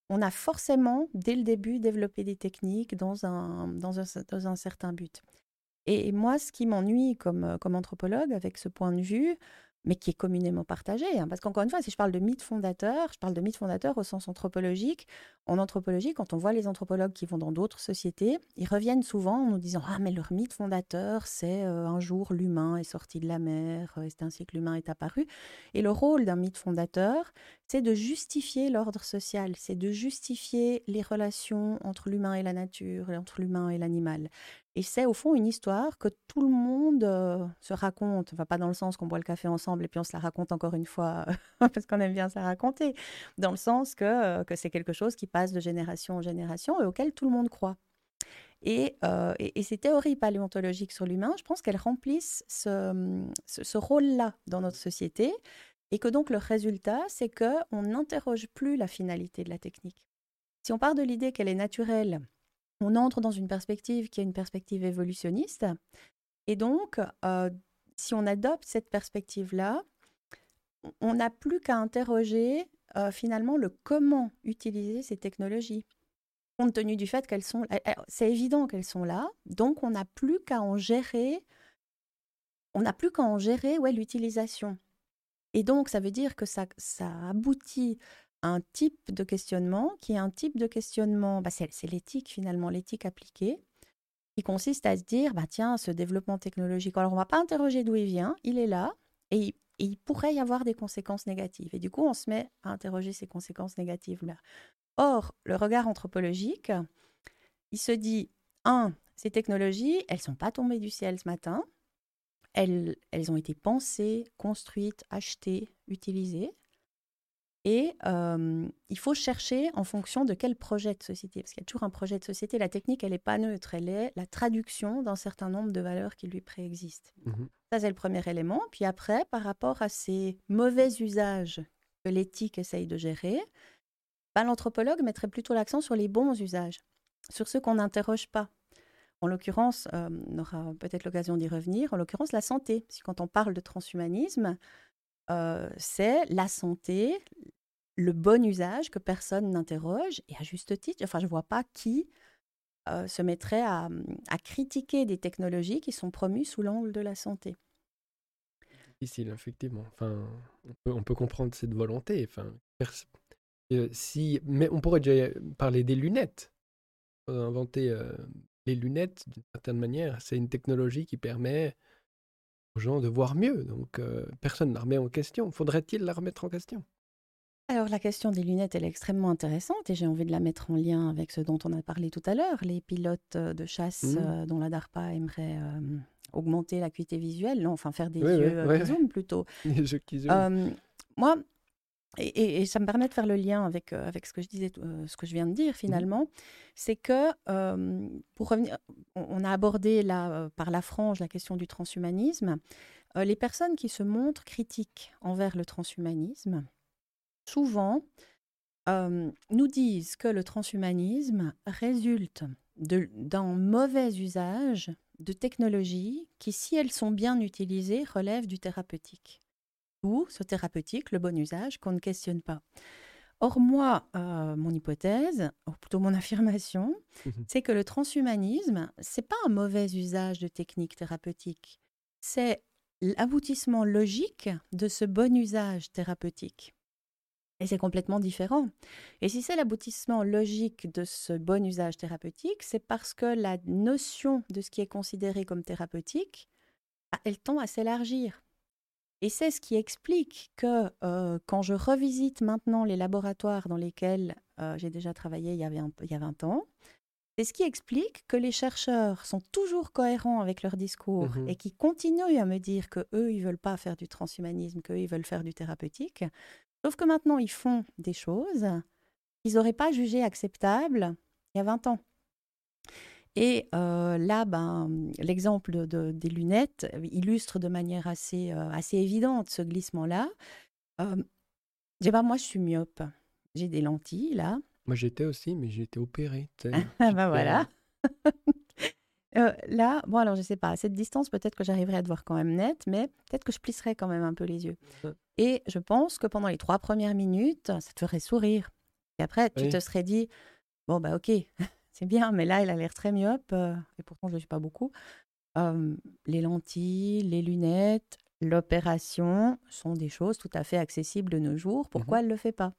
on a forcément, dès le début, développé des techniques dans un certain but. Et moi, ce qui m'ennuie comme anthropologue avec ce point de vue, mais qui est communément partagé, hein, parce qu'encore une fois, si je parle de mythe fondateur, je parle de mythe fondateur au sens anthropologique. En anthropologie, quand on voit les anthropologues qui vont dans d'autres sociétés, ils reviennent souvent en nous disant: Ah, mais leur mythe fondateur, c'est un jour l'humain est sorti de la mer, et c'est ainsi que l'humain est apparu. Et le rôle d'un mythe fondateur, c'est de justifier l'ordre social, c'est de justifier les relations entre l'humain et la nature, et entre l'humain et l'animal. Et c'est au fond une histoire que tout le monde se raconte, enfin pas dans le sens qu'on boit le café ensemble et puis on se la raconte encore une fois parce qu'on aime bien se la raconter, dans le sens que c'est quelque chose qui passe de génération en génération et auquel tout le monde croit. Et ces théories paléontologiques sur l'humain, je pense qu'elles remplissent ce rôle-là dans notre société et que donc le résultat, c'est qu'on n'interroge plus la finalité de la technique. Si on part de l'idée qu'elle est naturelle, on entre dans une perspective qui est une perspective évolutionniste. Et donc, si on adopte cette perspective-là, on n'a plus qu'à interroger finalement le comment utiliser ces technologies. Compte tenu du fait qu'elles sont... C'est évident qu'elles sont là, donc on n'a plus qu'à en gérer, l'utilisation. Et donc, ça veut dire que ça aboutit à un type de questionnement qui est un type de questionnement, c'est l'éthique finalement, l'éthique appliquée, qui consiste à se dire, tiens, ce développement technologique, alors on ne va pas interroger d'où il vient, il est là, et il pourrait y avoir des conséquences négatives. Et du coup, on se met à interroger ces conséquences négatives-là. Or, le regard anthropologique, il se dit, ces technologies, elles ne sont pas tombées du ciel ce matin, elles ont été pensées, construites, achetées, utilisées. Et il faut chercher en fonction de quel projet de société. Parce qu'il y a toujours un projet de société. La technique, elle n'est pas neutre. Elle est la traduction d'un certain nombre de valeurs qui lui préexistent. Ça, c'est le premier élément. Puis après, par rapport à ces mauvais usages que l'éthique essaye de gérer, l'anthropologue mettrait plutôt l'accent sur les bons usages, sur ceux qu'on n'interroge pas. En l'occurrence, on aura peut-être l'occasion d'y revenir, en l'occurrence la santé. Parce que quand on parle de transhumanisme, c'est la santé, le bon usage que personne n'interroge, et à juste titre. Enfin, je ne vois pas qui se mettrait à critiquer des technologies qui sont promues sous l'angle de la santé. Difficile, effectivement. Enfin, on peut comprendre cette volonté. Enfin, mais on pourrait déjà parler des lunettes. Inventer les lunettes, d'une certaine manière, c'est une technologie qui permet aux gens de voir mieux. Donc, personne ne la remet en question. Faudrait-il la remettre en question? Alors, la question des lunettes, elle est extrêmement intéressante et j'ai envie de la mettre en lien avec ce dont on a parlé tout à l'heure, les pilotes de chasse dont la DARPA aimerait augmenter l'acuité visuelle, non, enfin faire des yeux qui zooment plutôt. Des yeux qui zooment. Moi, et ça me permet de faire le lien avec ce que je disais, ce que je viens de dire finalement, c'est que, pour revenir, on a abordé là, par la frange, la question du transhumanisme. Les personnes qui se montrent critiques envers le transhumanisme, souvent, nous disent que le transhumanisme résulte d'un mauvais usage de technologies qui, si elles sont bien utilisées, relèvent du thérapeutique. Ou ce thérapeutique, le bon usage, qu'on ne questionne pas. Or, moi, mon hypothèse, ou plutôt mon affirmation, c'est que le transhumanisme, c'est pas un mauvais usage de techniques thérapeutiques. C'est l'aboutissement logique de ce bon usage thérapeutique. Et c'est complètement différent. Et si c'est l'aboutissement logique de ce bon usage thérapeutique, c'est parce que la notion de ce qui est considéré comme thérapeutique, elle tend à s'élargir. Et c'est ce qui explique que quand je revisite maintenant les laboratoires dans lesquels j'ai déjà travaillé il y a 20 ans, c'est ce qui explique que les chercheurs sont toujours cohérents avec leur discours et qui continuent à me dire qu'eux, ils ne veulent pas faire du transhumanisme, qu'eux, ils veulent faire du thérapeutique. Sauf que maintenant, ils font des choses qu'ils n'auraient pas jugées acceptables il y a 20 ans. Et là, l'exemple des lunettes illustre de manière assez évidente ce glissement-là. Moi, je suis myope. J'ai des lentilles, là. Moi, j'étais aussi, mais j'ai été opérée. Voilà. Là, bon, alors, je ne sais pas. À cette distance, peut-être que j'arriverai à te voir quand même net, mais peut-être que je plisserai quand même un peu les yeux. Et je pense que pendant les 3 premières minutes, ça te ferait sourire. Et après, tu Oui. te serais dit, bon, bah ok, c'est bien, mais là, il a l'air très myope, et pourtant, je ne le suis pas beaucoup. Les lentilles, les lunettes, l'opération sont des choses tout à fait accessibles de nos jours. Mhm. Pourquoi elle ne le fait pas?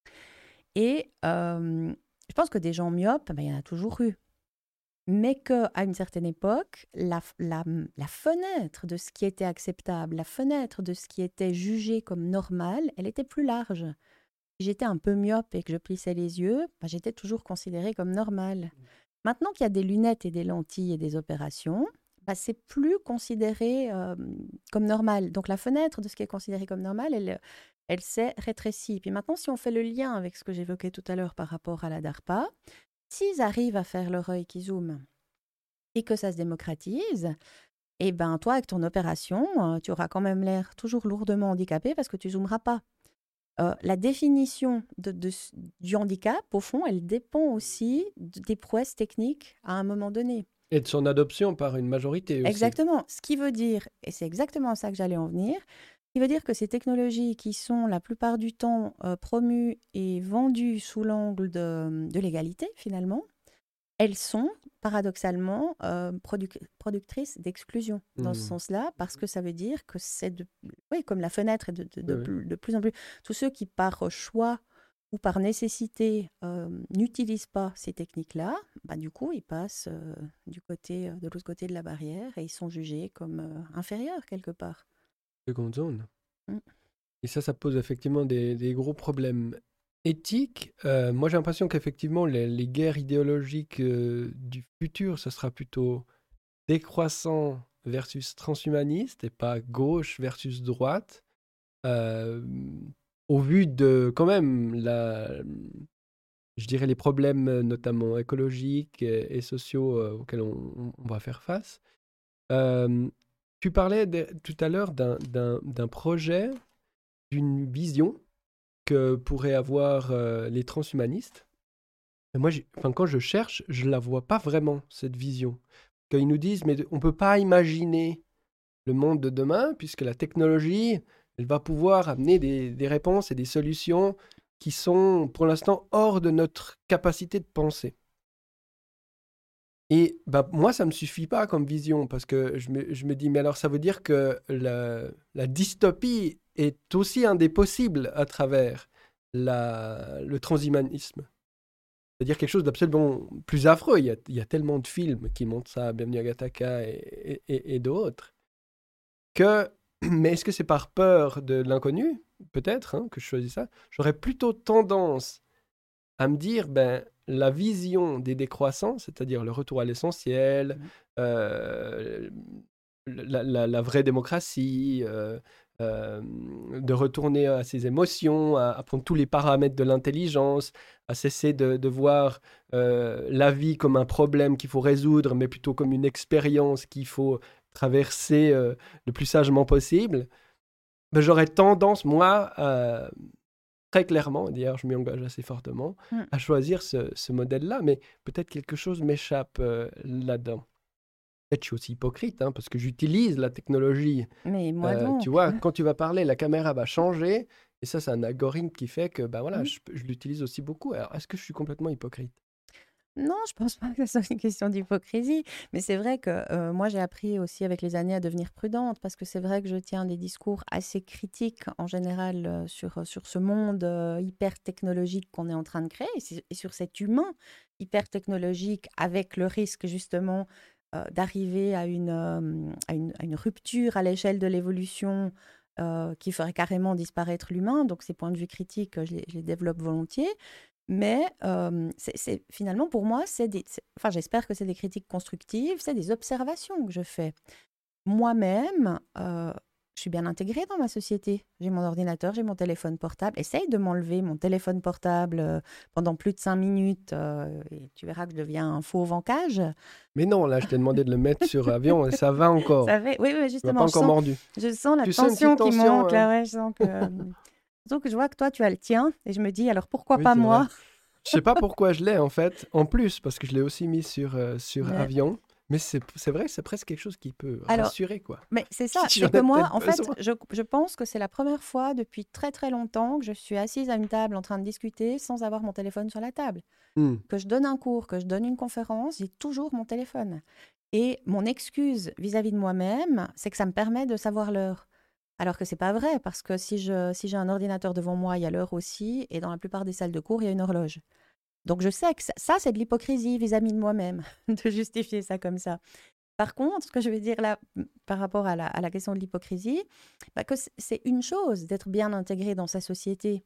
Et je pense que des gens myopes, ben, il y en a toujours eu. Mais qu'à une certaine époque, la fenêtre de ce qui était acceptable, la fenêtre de ce qui était jugé comme normal, elle était plus large. Si j'étais un peu myope et que je plissais les yeux, ben, j'étais toujours considérée comme normale. Maintenant qu'il y a des lunettes et des lentilles et des opérations, ben, c'est plus considéré comme normal. Donc la fenêtre de ce qui est considéré comme normal, elle s'est rétrécie. Puis maintenant, si on fait le lien avec ce que j'évoquais tout à l'heure par rapport à la DARPA, s'ils arrivent à faire leur œil qui zoome et que ça se démocratise, et ben toi, avec ton opération, tu auras quand même l'air toujours lourdement handicapé parce que tu zoomeras pas. La définition du handicap, au fond, elle dépend aussi des prouesses techniques à un moment donné. Et de son adoption par une majorité aussi. Exactement. Ce qui veut dire, et c'est exactement à ça que j'allais en venir, ce qui veut dire que ces technologies qui sont la plupart du temps promues et vendues sous l'angle de l'égalité, finalement, elles sont paradoxalement productrices d'exclusion dans ce sens-là, parce que ça veut dire que oui, comme la fenêtre est Oui. de plus en plus, tous ceux qui par choix ou par nécessité n'utilisent pas ces techniques-là, bah, du coup, ils passent de l'autre côté de la barrière et ils sont jugés comme inférieurs quelque part. Seconde zone. Mm. Et ça pose effectivement des gros problèmes éthiques. Moi, j'ai l'impression qu'effectivement, les guerres idéologiques du futur, ce sera plutôt décroissant versus transhumaniste et pas gauche versus droite. Euh, Au vu de, quand même, je dirais les problèmes notamment écologiques et sociaux auxquels on va faire face. Euh, Tu parlais tout à l'heure d'un projet, d'une vision que pourraient avoir les transhumanistes. Et moi, enfin, quand je cherche, je ne la vois pas vraiment, cette vision. Qu'ils nous disent, mais on ne peut pas imaginer le monde de demain, puisque la technologie, elle va pouvoir amener des réponses et des solutions qui sont pour l'instant hors de notre capacité de penser. Et bah, moi, ça ne me suffit pas comme vision, parce que je me dis, mais alors ça veut dire que la dystopie est aussi un des possibles à travers le transhumanisme. C'est-à-dire quelque chose d'absolument plus affreux. Il y a tellement de films qui montrent ça, Bienvenue à Gattaca et d'autres, que, mais est-ce que c'est par peur de l'inconnu, peut-être, hein, que je choisis ça? J'aurais plutôt tendance à me dire, ben, la vision des décroissants, c'est-à-dire le retour à l'essentiel, euh, la vraie démocratie, de retourner à ses émotions, à prendre tous les paramètres de l'intelligence, à cesser de voir la vie comme un problème qu'il faut résoudre, mais plutôt comme une expérience qu'il faut traverser le plus sagement possible, ben, j'aurais tendance, moi, très clairement, d'ailleurs je m'y engage assez fortement, Mm. à choisir ce modèle-là, mais peut-être quelque chose m'échappe là-dedans. Peut-être je suis aussi hypocrite, hein, parce que j'utilise la technologie. Mais moi Tu donc. vois, quand tu vas parler, la caméra va changer, et ça, c'est un algorithme qui fait que bah, voilà, Mm. je l'utilise aussi beaucoup. Alors, est-ce que je suis complètement hypocrite? Non, je pense pas que ce soit une question d'hypocrisie, mais c'est vrai que moi j'ai appris aussi avec les années à devenir prudente parce que c'est vrai que je tiens des discours assez critiques en général sur ce monde hyper technologique qu'on est en train de créer et sur cet humain hyper technologique avec le risque justement d'arriver à une rupture à l'échelle de l'évolution qui ferait carrément disparaître l'humain. Donc ces points de vue critiques, je les développe volontiers. Mais finalement, pour moi, enfin, j'espère que c'est des critiques constructives, c'est des observations que je fais. Moi-même, je suis bien intégrée dans ma société. J'ai mon ordinateur, j'ai mon téléphone portable. Essaye de m'enlever mon téléphone portable pendant plus de 5 minutes et tu verras que je deviens un fauve en cage. Mais non, là, je t'ai demandé de le mettre sur avion et ça va encore. Ça fait... Oui, oui, Tu m'as pas justement, encore mordu. je sens la Tu sens une tension petite qui tension, monte. hein? Là, ouais, je sens que... Surtout que je vois que toi, tu as le tien. Et je me dis, alors pourquoi Oui, pas c'est vrai. moi? Je sais pas pourquoi je l'ai en fait, en plus, parce que je l'ai aussi mis sur Mais avion. Mais c'est vrai que c'est presque quelque chose qui peut Alors, rassurer, quoi. mais c'est ça, Si c'est j'en que ai moi, peut-être en fait, besoin. je pense que c'est la première fois depuis très très longtemps que je suis assise à une table en train de discuter sans avoir mon téléphone sur la table. Hmm. Que je donne un cours, que je donne une conférence, j'ai toujours mon téléphone. Et mon excuse vis-à-vis de moi-même, c'est que ça me permet de savoir l'heure. Alors que c'est pas vrai, parce que si j'ai un ordinateur devant moi, il y a l'heure aussi, et dans la plupart des salles de cours, il y a une horloge. Donc je sais que ça c'est de l'hypocrisie vis-à-vis de moi-même, de justifier ça comme ça. Par contre, ce que je veux dire là, par rapport à la question de l'hypocrisie, bah, que c'est une chose d'être bien intégré dans sa société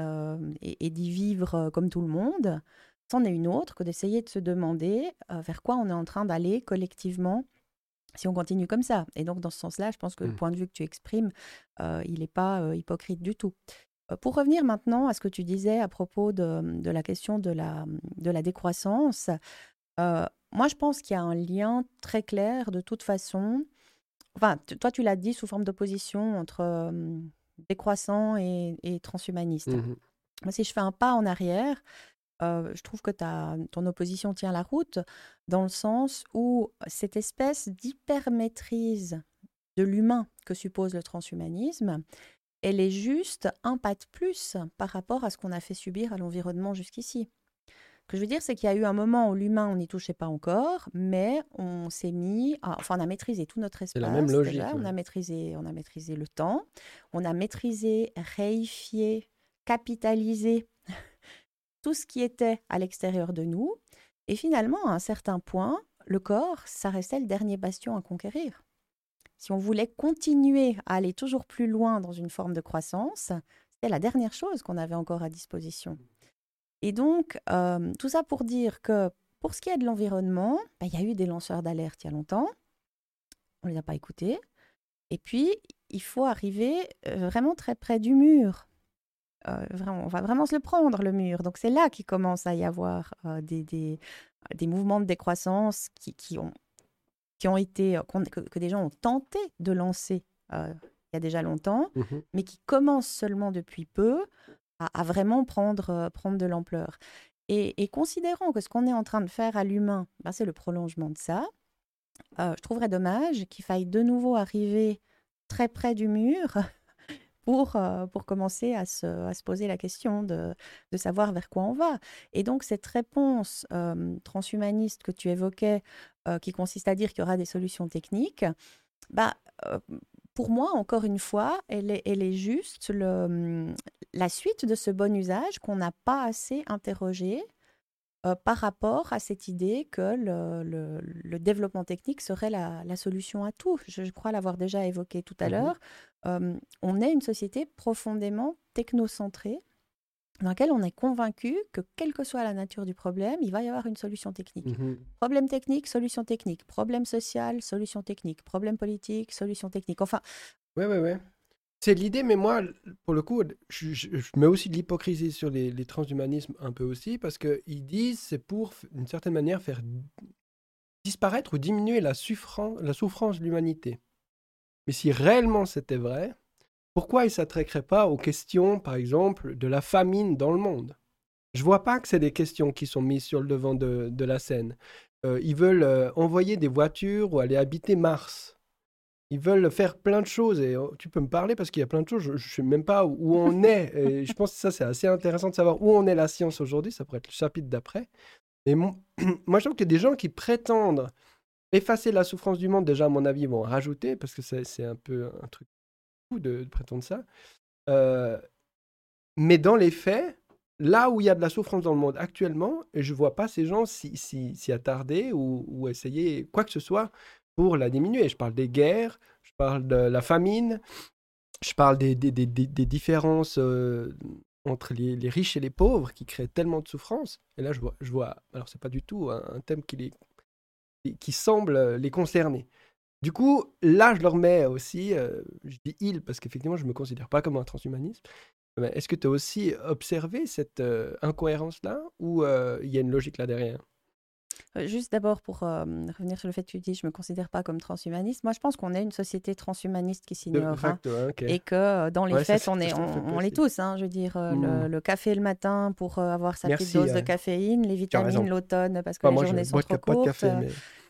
et d'y vivre comme tout le monde. C'en est une autre que d'essayer de se demander vers quoi on est en train d'aller collectivement si on continue comme ça. Et donc, dans ce sens-là, je pense que le point de vue que tu exprimes, il n'est pas hypocrite du tout. Pour revenir maintenant à ce que tu disais à propos de la question de la décroissance, moi, je pense qu'il y a un lien très clair, de toute façon. Enfin, toi, tu l'as dit sous forme d'opposition entre décroissant et transhumaniste. Mhm. Moi, si je fais un pas en arrière, je trouve que ton opposition tient la route dans le sens où cette espèce d'hypermaîtrise de l'humain que suppose le transhumanisme, elle est juste un pas de plus par rapport à ce qu'on a fait subir à l'environnement jusqu'ici. Ce que je veux dire, c'est qu'il y a eu un moment où l'humain, on n'y touchait pas encore, mais on s'est enfin, on a maîtrisé tout notre C'est la même espace logique, déjà, ouais. on a maîtrisé le temps, on a maîtrisé, réifié, capitalisé tout ce qui était à l'extérieur de nous. Et finalement, à un certain point, le corps, ça restait le dernier bastion à conquérir. Si on voulait continuer à aller toujours plus loin dans une forme de croissance, c'était la dernière chose qu'on avait encore à disposition. Et donc, tout ça pour dire que pour ce qui est de l'environnement, il y a eu des lanceurs d'alerte il y a longtemps, on ne les a pas écoutés. Et puis, il faut arriver vraiment très près du mur. Vraiment, on va vraiment se le prendre, le mur. Donc, c'est là qu'il commence à y avoir des mouvements de décroissance qui ont été, que des gens ont tenté de lancer il y a déjà longtemps, Mhm. mais qui commencent seulement depuis peu à vraiment prendre de l'ampleur. Et considérant que ce qu'on est en train de faire à l'humain, c'est le prolongement de ça, je trouverais dommage qu'il faille de nouveau arriver très près du mur pour commencer à se poser la question de savoir vers quoi on va. Et donc cette réponse transhumaniste que tu évoquais, qui consiste à dire qu'il y aura des solutions techniques, bah, euh, pour moi, encore une fois, elle est juste la suite de ce bon usage qu'on n'a pas assez interrogé par rapport à cette idée que le développement technique serait la solution à tout. Je crois l'avoir déjà évoqué tout à Mhm. l'heure. On est une société profondément technocentrée dans laquelle on est convaincu que quelle que soit la nature du problème, il va y avoir une solution technique. Mhm. Problème technique, solution technique. Problème social, solution technique. Problème politique, solution technique. Enfin, Ouais, ouais, ouais. C'est l'idée, mais moi, pour le coup, je mets aussi de l'hypocrisie sur les transhumanismes un peu aussi, parce qu'ils disent c'est pour, d'une certaine manière, faire disparaître ou diminuer la souffrance de l'humanité. Mais si réellement c'était vrai, pourquoi ils ne s'attaqueraient pas aux questions, par exemple, de la famine dans le monde? Je vois pas que c'est des questions qui sont mises sur le devant de la scène. Ils veulent envoyer des voitures ou aller habiter Mars. Ils veulent faire plein de choses et tu peux me parler parce qu'il y a plein de choses, je ne sais même pas où on est. Et je pense que ça, c'est assez intéressant de savoir où on est la science aujourd'hui. Ça pourrait être le chapitre d'après. Mais moi, je trouve qu'il y a des gens qui prétendent effacer la souffrance du monde. Déjà, à mon avis, ils vont en rajouter parce que c'est un peu un truc fou de prétendre ça. Euh, mais dans les faits, là où il y a de la souffrance dans le monde actuellement, je ne vois pas ces gens s'y attarder ou essayer quoi que ce soit pour la diminuer. Je parle des guerres, je parle de la famine, je parle des différences entre les riches et les pauvres qui créent tellement de souffrance. Et là, je vois alors c'est pas du tout un thème qui semble les concerner. Du coup, là, je leur mets aussi, je dis il parce qu'effectivement, je ne me considère pas comme un transhumaniste. Mais est-ce que tu as aussi observé cette incohérence-là ou il y a une logique là derrière? juste d'abord pour revenir sur le fait que tu dis je ne me considère pas comme transhumaniste. Moi, je pense qu'on est une société transhumaniste qui De s'ignore, hein, facto, hein, ok. et que dans les Ouais, ça, faits, ça me fait on l'est possible. tous. Hein, je veux dire, Hmm. le café le matin pour avoir sa petite Merci, dose de caféine, les tu as vitamines raison. l'automne parce que Enfin, les moi, je journées sont bois trop pas de courtes. café, mais...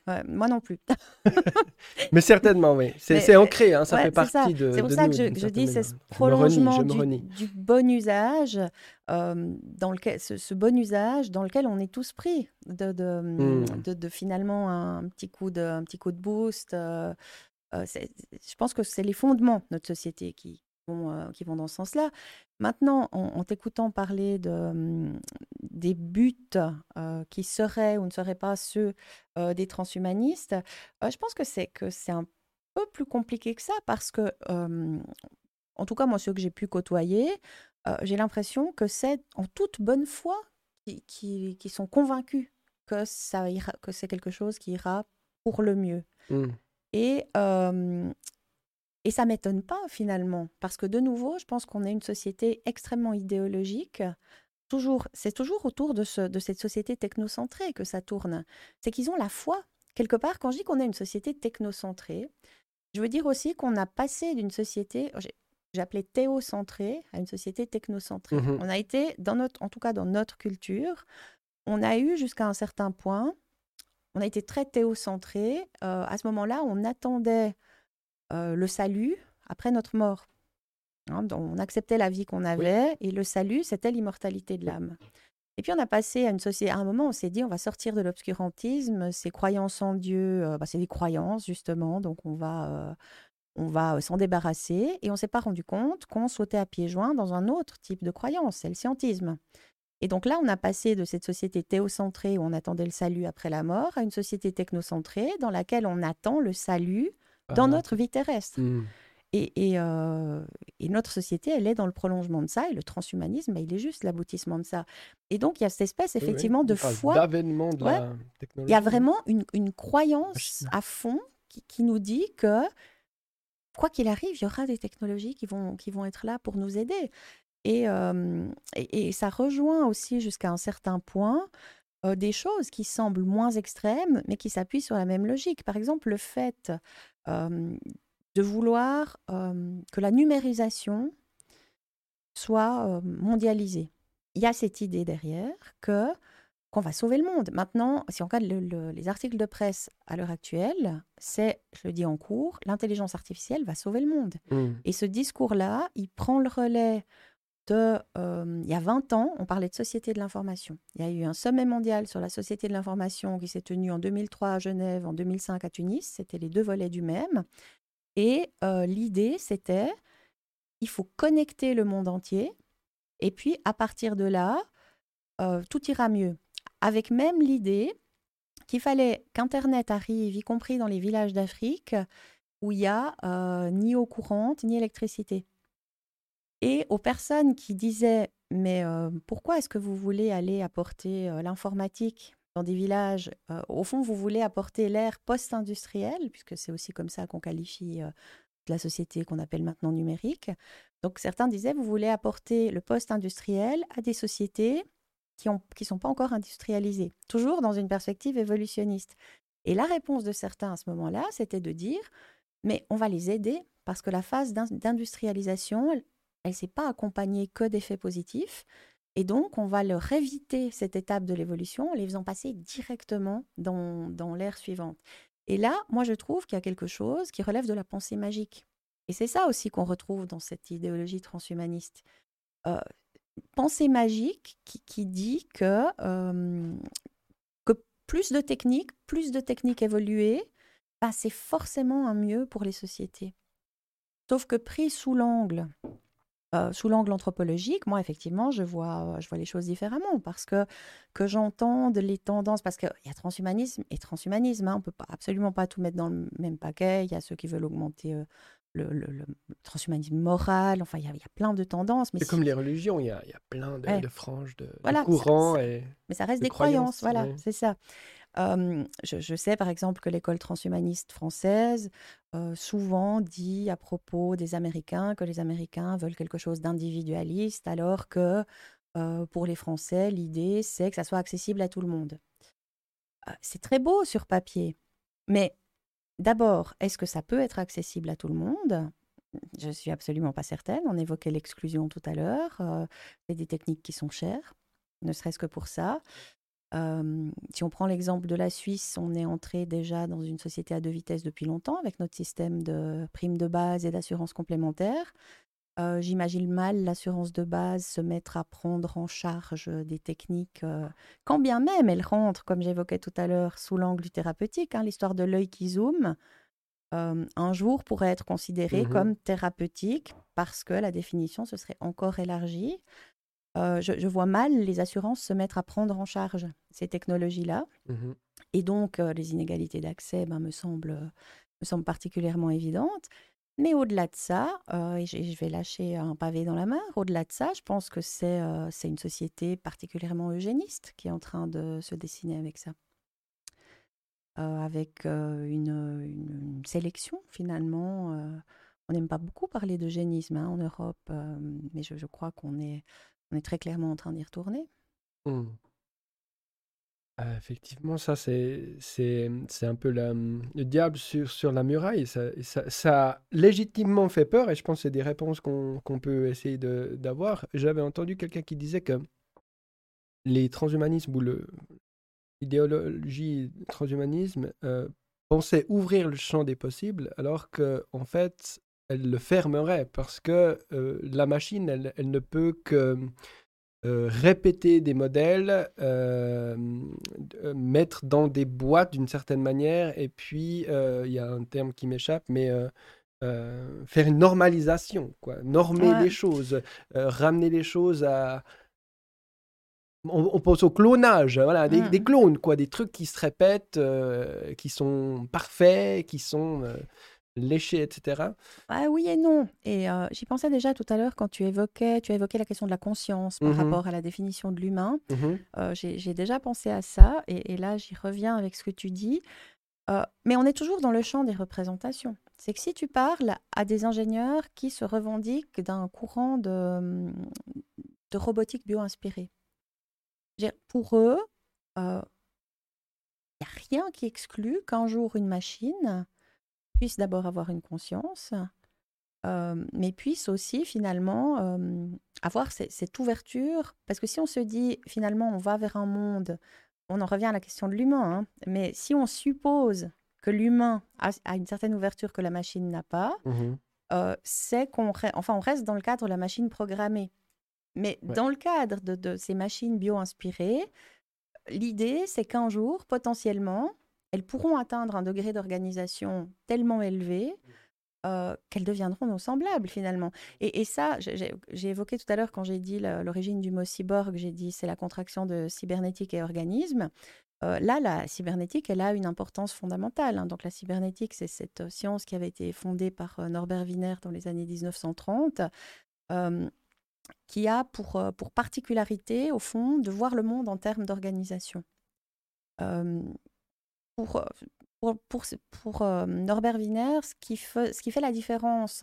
Ouais, moi non plus. Mais certainement, oui. Mais C'est ancré, hein, ça ouais, fait c'est ça. partie C'est pour de ça que nous d'une je certaine dis c'est manière. ce Je me renie, je prolongement me renie. du bon usage, dans lequel, ce bon usage dans lequel on est tous pris, Hmm. de finalement un petit coup de boost. Je pense que c'est les fondements de notre société qui vont dans ce sens-là. Maintenant, en t'écoutant parler des buts qui seraient ou ne seraient pas ceux des transhumanistes, je pense que c'est un peu plus compliqué que ça parce que, en tout cas, moi, ceux que j'ai pu côtoyer, j'ai l'impression que c'est en toute bonne foi qui sont convaincus que que c'est quelque chose qui ira pour le mieux. Hmm. Et, euh, et ça m'étonne pas finalement, parce que de nouveau, je pense qu'on est une société extrêmement idéologique. C'est toujours autour de cette société technocentrée que ça tourne. C'est qu'ils ont la foi. Quelque part, quand je dis qu'on est une société technocentrée, je veux dire aussi qu'on a passé d'une société, j'appelais théocentrée, à une société technocentrée. Mhm. On a été, en tout cas dans notre culture, on a eu jusqu'à un certain point, on a été très théocentré. À ce moment-là, on attendait le salut après notre mort. Hein, on acceptait la vie qu'on Oui. avait et le salut, c'était l'immortalité de l'âme. Et puis on a passé à une société. À un moment, on s'est dit, on va sortir de l'obscurantisme. Ces croyances en Dieu, c'est des croyances justement, donc on va s'en débarrasser. Et on s'est pas rendu compte qu'on sautait à pieds joints dans un autre type de croyance, c'est le scientisme. Et donc là, on a passé de cette société théocentrée où on attendait le salut après la mort à une société technocentrée dans laquelle on attend le salut dans Voilà. notre vie terrestre. Hmm. Et notre société, elle est dans le prolongement de ça, et le transhumanisme, il est juste l'aboutissement de ça. Et donc, il y a cette espèce, Oui, oui. effectivement, de Il parle foi. d'avènement de Ouais, la il y a technologie, oui. vraiment une croyance Machine. à fond qui nous dit que, quoi qu'il arrive, il y aura des technologies qui vont être là pour nous aider. Et ça rejoint aussi jusqu'à un certain point des choses qui semblent moins extrêmes, mais qui s'appuient sur la même logique. Par exemple, le fait euh, de vouloir que la numérisation soit mondialisée. Il y a cette idée derrière qu'on va sauver le monde. Maintenant, si on regarde les articles de presse à l'heure actuelle, c'est, je le dis en cours, l'intelligence artificielle va sauver le monde. Hmm. Et ce discours-là, il prend le relais il y a 20 ans, on parlait de société de l'information. Il y a eu un sommet mondial sur la société de l'information qui s'est tenu en 2003 à Genève, en 2005 à Tunis. C'était les deux volets du même. Et l'idée, c'était, il faut connecter le monde entier. Et puis, à partir de là, tout ira mieux. Avec même l'idée qu'il fallait qu'Internet arrive, y compris dans les villages d'Afrique, où il n'y a ni eau courante, ni électricité. Et aux personnes qui disaient, mais pourquoi est-ce que vous voulez aller apporter l'informatique dans des villages? Au fond, vous voulez apporter l'ère post-industrielle, puisque c'est aussi comme ça qu'on qualifie de la société qu'on appelle maintenant numérique. Donc certains disaient, vous voulez apporter le post-industriel à des sociétés qui sont pas encore industrialisées, toujours dans une perspective évolutionniste. Et la réponse de certains à ce moment-là, c'était de dire, mais on va les aider parce que la phase d'industrialisation, elle ne s'est pas accompagnée que d'effets positifs. Et donc, on va leur éviter cette étape de l'évolution en les faisant passer directement dans l'ère suivante. Et là, moi, je trouve qu'il y a quelque chose qui relève de la pensée magique. Et c'est ça aussi qu'on retrouve dans cette idéologie transhumaniste. Euh, Pensée magique qui dit que plus de techniques évoluées, bah, c'est forcément un mieux pour les sociétés. Sauf que pris sous l'angle anthropologique, moi, effectivement, je vois les choses différemment parce que j'entende les tendances, parce qu'il y a transhumanisme et transhumanisme, hein, on ne peut absolument pas tout mettre dans le même paquet. Il y a ceux qui veulent augmenter le transhumanisme moral, enfin, il y a plein de tendances. Mais C'est comme les religions, il y a plein ouais, de franges, de voilà, courants et mais ça reste de des croyances, croyances. voilà, Ouais. c'est ça. Je sais par exemple que l'école transhumaniste française souvent dit à propos des Américains que les Américains veulent quelque chose d'individualiste, alors que pour les Français, l'idée c'est que ça soit accessible à tout le monde. C'est très beau sur papier, mais d'abord, est-ce que ça peut être accessible à tout le monde? Je suis absolument pas certaine. On évoquait l'exclusion tout à l'heure. C'est des techniques qui sont chères, ne serait-ce que pour ça. Si on prend l'exemple de la Suisse, on est entré déjà dans une société à deux vitesses depuis longtemps avec notre système de primes de base et d'assurance complémentaire. J'imagine mal l'assurance de base se mettre à prendre en charge des techniques, quand bien même elles rentrent, comme j'évoquais tout à l'heure, sous l'angle du thérapeutique. Hein, l'histoire de l'œil qui zoome, un jour pourrait être considérée Mhm, comme thérapeutique parce que la définition se serait encore élargie. Je vois mal les assurances se mettre à prendre en charge ces technologies-là. mhm. Et donc, les inégalités d'accès me semblent particulièrement évidentes. Mais au-delà de ça, et je vais lâcher un pavé dans la mare, au-delà de ça, je pense que c'est une société particulièrement eugéniste qui est en train de se dessiner avec ça. Avec une sélection finalement. On n'aime pas beaucoup parler d'eugénisme en Europe, mais je crois on est très clairement en train d'y retourner. Mm. Effectivement, ça, c'est un peu le diable sur la muraille. Ça a légitimement fait peur et je pense que c'est des réponses qu'on peut essayer d'avoir. J'avais entendu quelqu'un qui disait que les transhumanismes ou l'idéologie transhumanisme pensait ouvrir le champ des possibles alors que en fait, elle le fermerait parce que la machine, elle ne peut que répéter des modèles, mettre dans des boîtes d'une certaine manière, et puis il y a un terme qui m'échappe, mais faire une normalisation, quoi. Normer Ouais, les choses, ramener les choses à... On pense au clonage, voilà, des mm. clones, quoi, des trucs qui se répètent, qui sont parfaits, qui sont léchés, etc. Ah oui et non. Et j'y pensais déjà tout à l'heure quand tu as évoqué la question de la conscience par Mhm, rapport à la définition de l'humain. mhm, J'ai déjà pensé à ça et là j'y reviens avec ce que tu dis. Mais on est toujours dans le champ des représentations. C'est que si tu parles à des ingénieurs qui se revendiquent d'un courant de robotique bio-inspirée, je veux dire, pour eux, il n'y a rien qui exclut qu'un jour une machine puisse d'abord avoir une conscience, mais puisse aussi finalement avoir cette ouverture. Parce que si on se dit finalement on va vers un monde, on en revient à la question de l'humain, hein, mais si on suppose que l'humain a une certaine ouverture que la machine n'a pas, mhm. c'est enfin, on reste dans le cadre de la machine programmée. Mais Ouais. dans le cadre de ces machines bio-inspirées, l'idée, c'est qu'un jour, potentiellement, elles pourront atteindre un degré d'organisation tellement élevé qu'elles deviendront nos semblables finalement. Et ça, j'ai évoqué tout à l'heure quand j'ai dit l'origine du mot cyborg, j'ai dit c'est la contraction de cybernétique et organisme. Là, la cybernétique, elle a une importance fondamentale, hein. Donc la cybernétique, c'est cette science qui avait été fondée par Norbert Wiener dans les années 1930, euh, qui a pour particularité, au fond, de voir le monde en termes d'organisation. Euh, pour, Norbert Wiener, ce qui fait la différence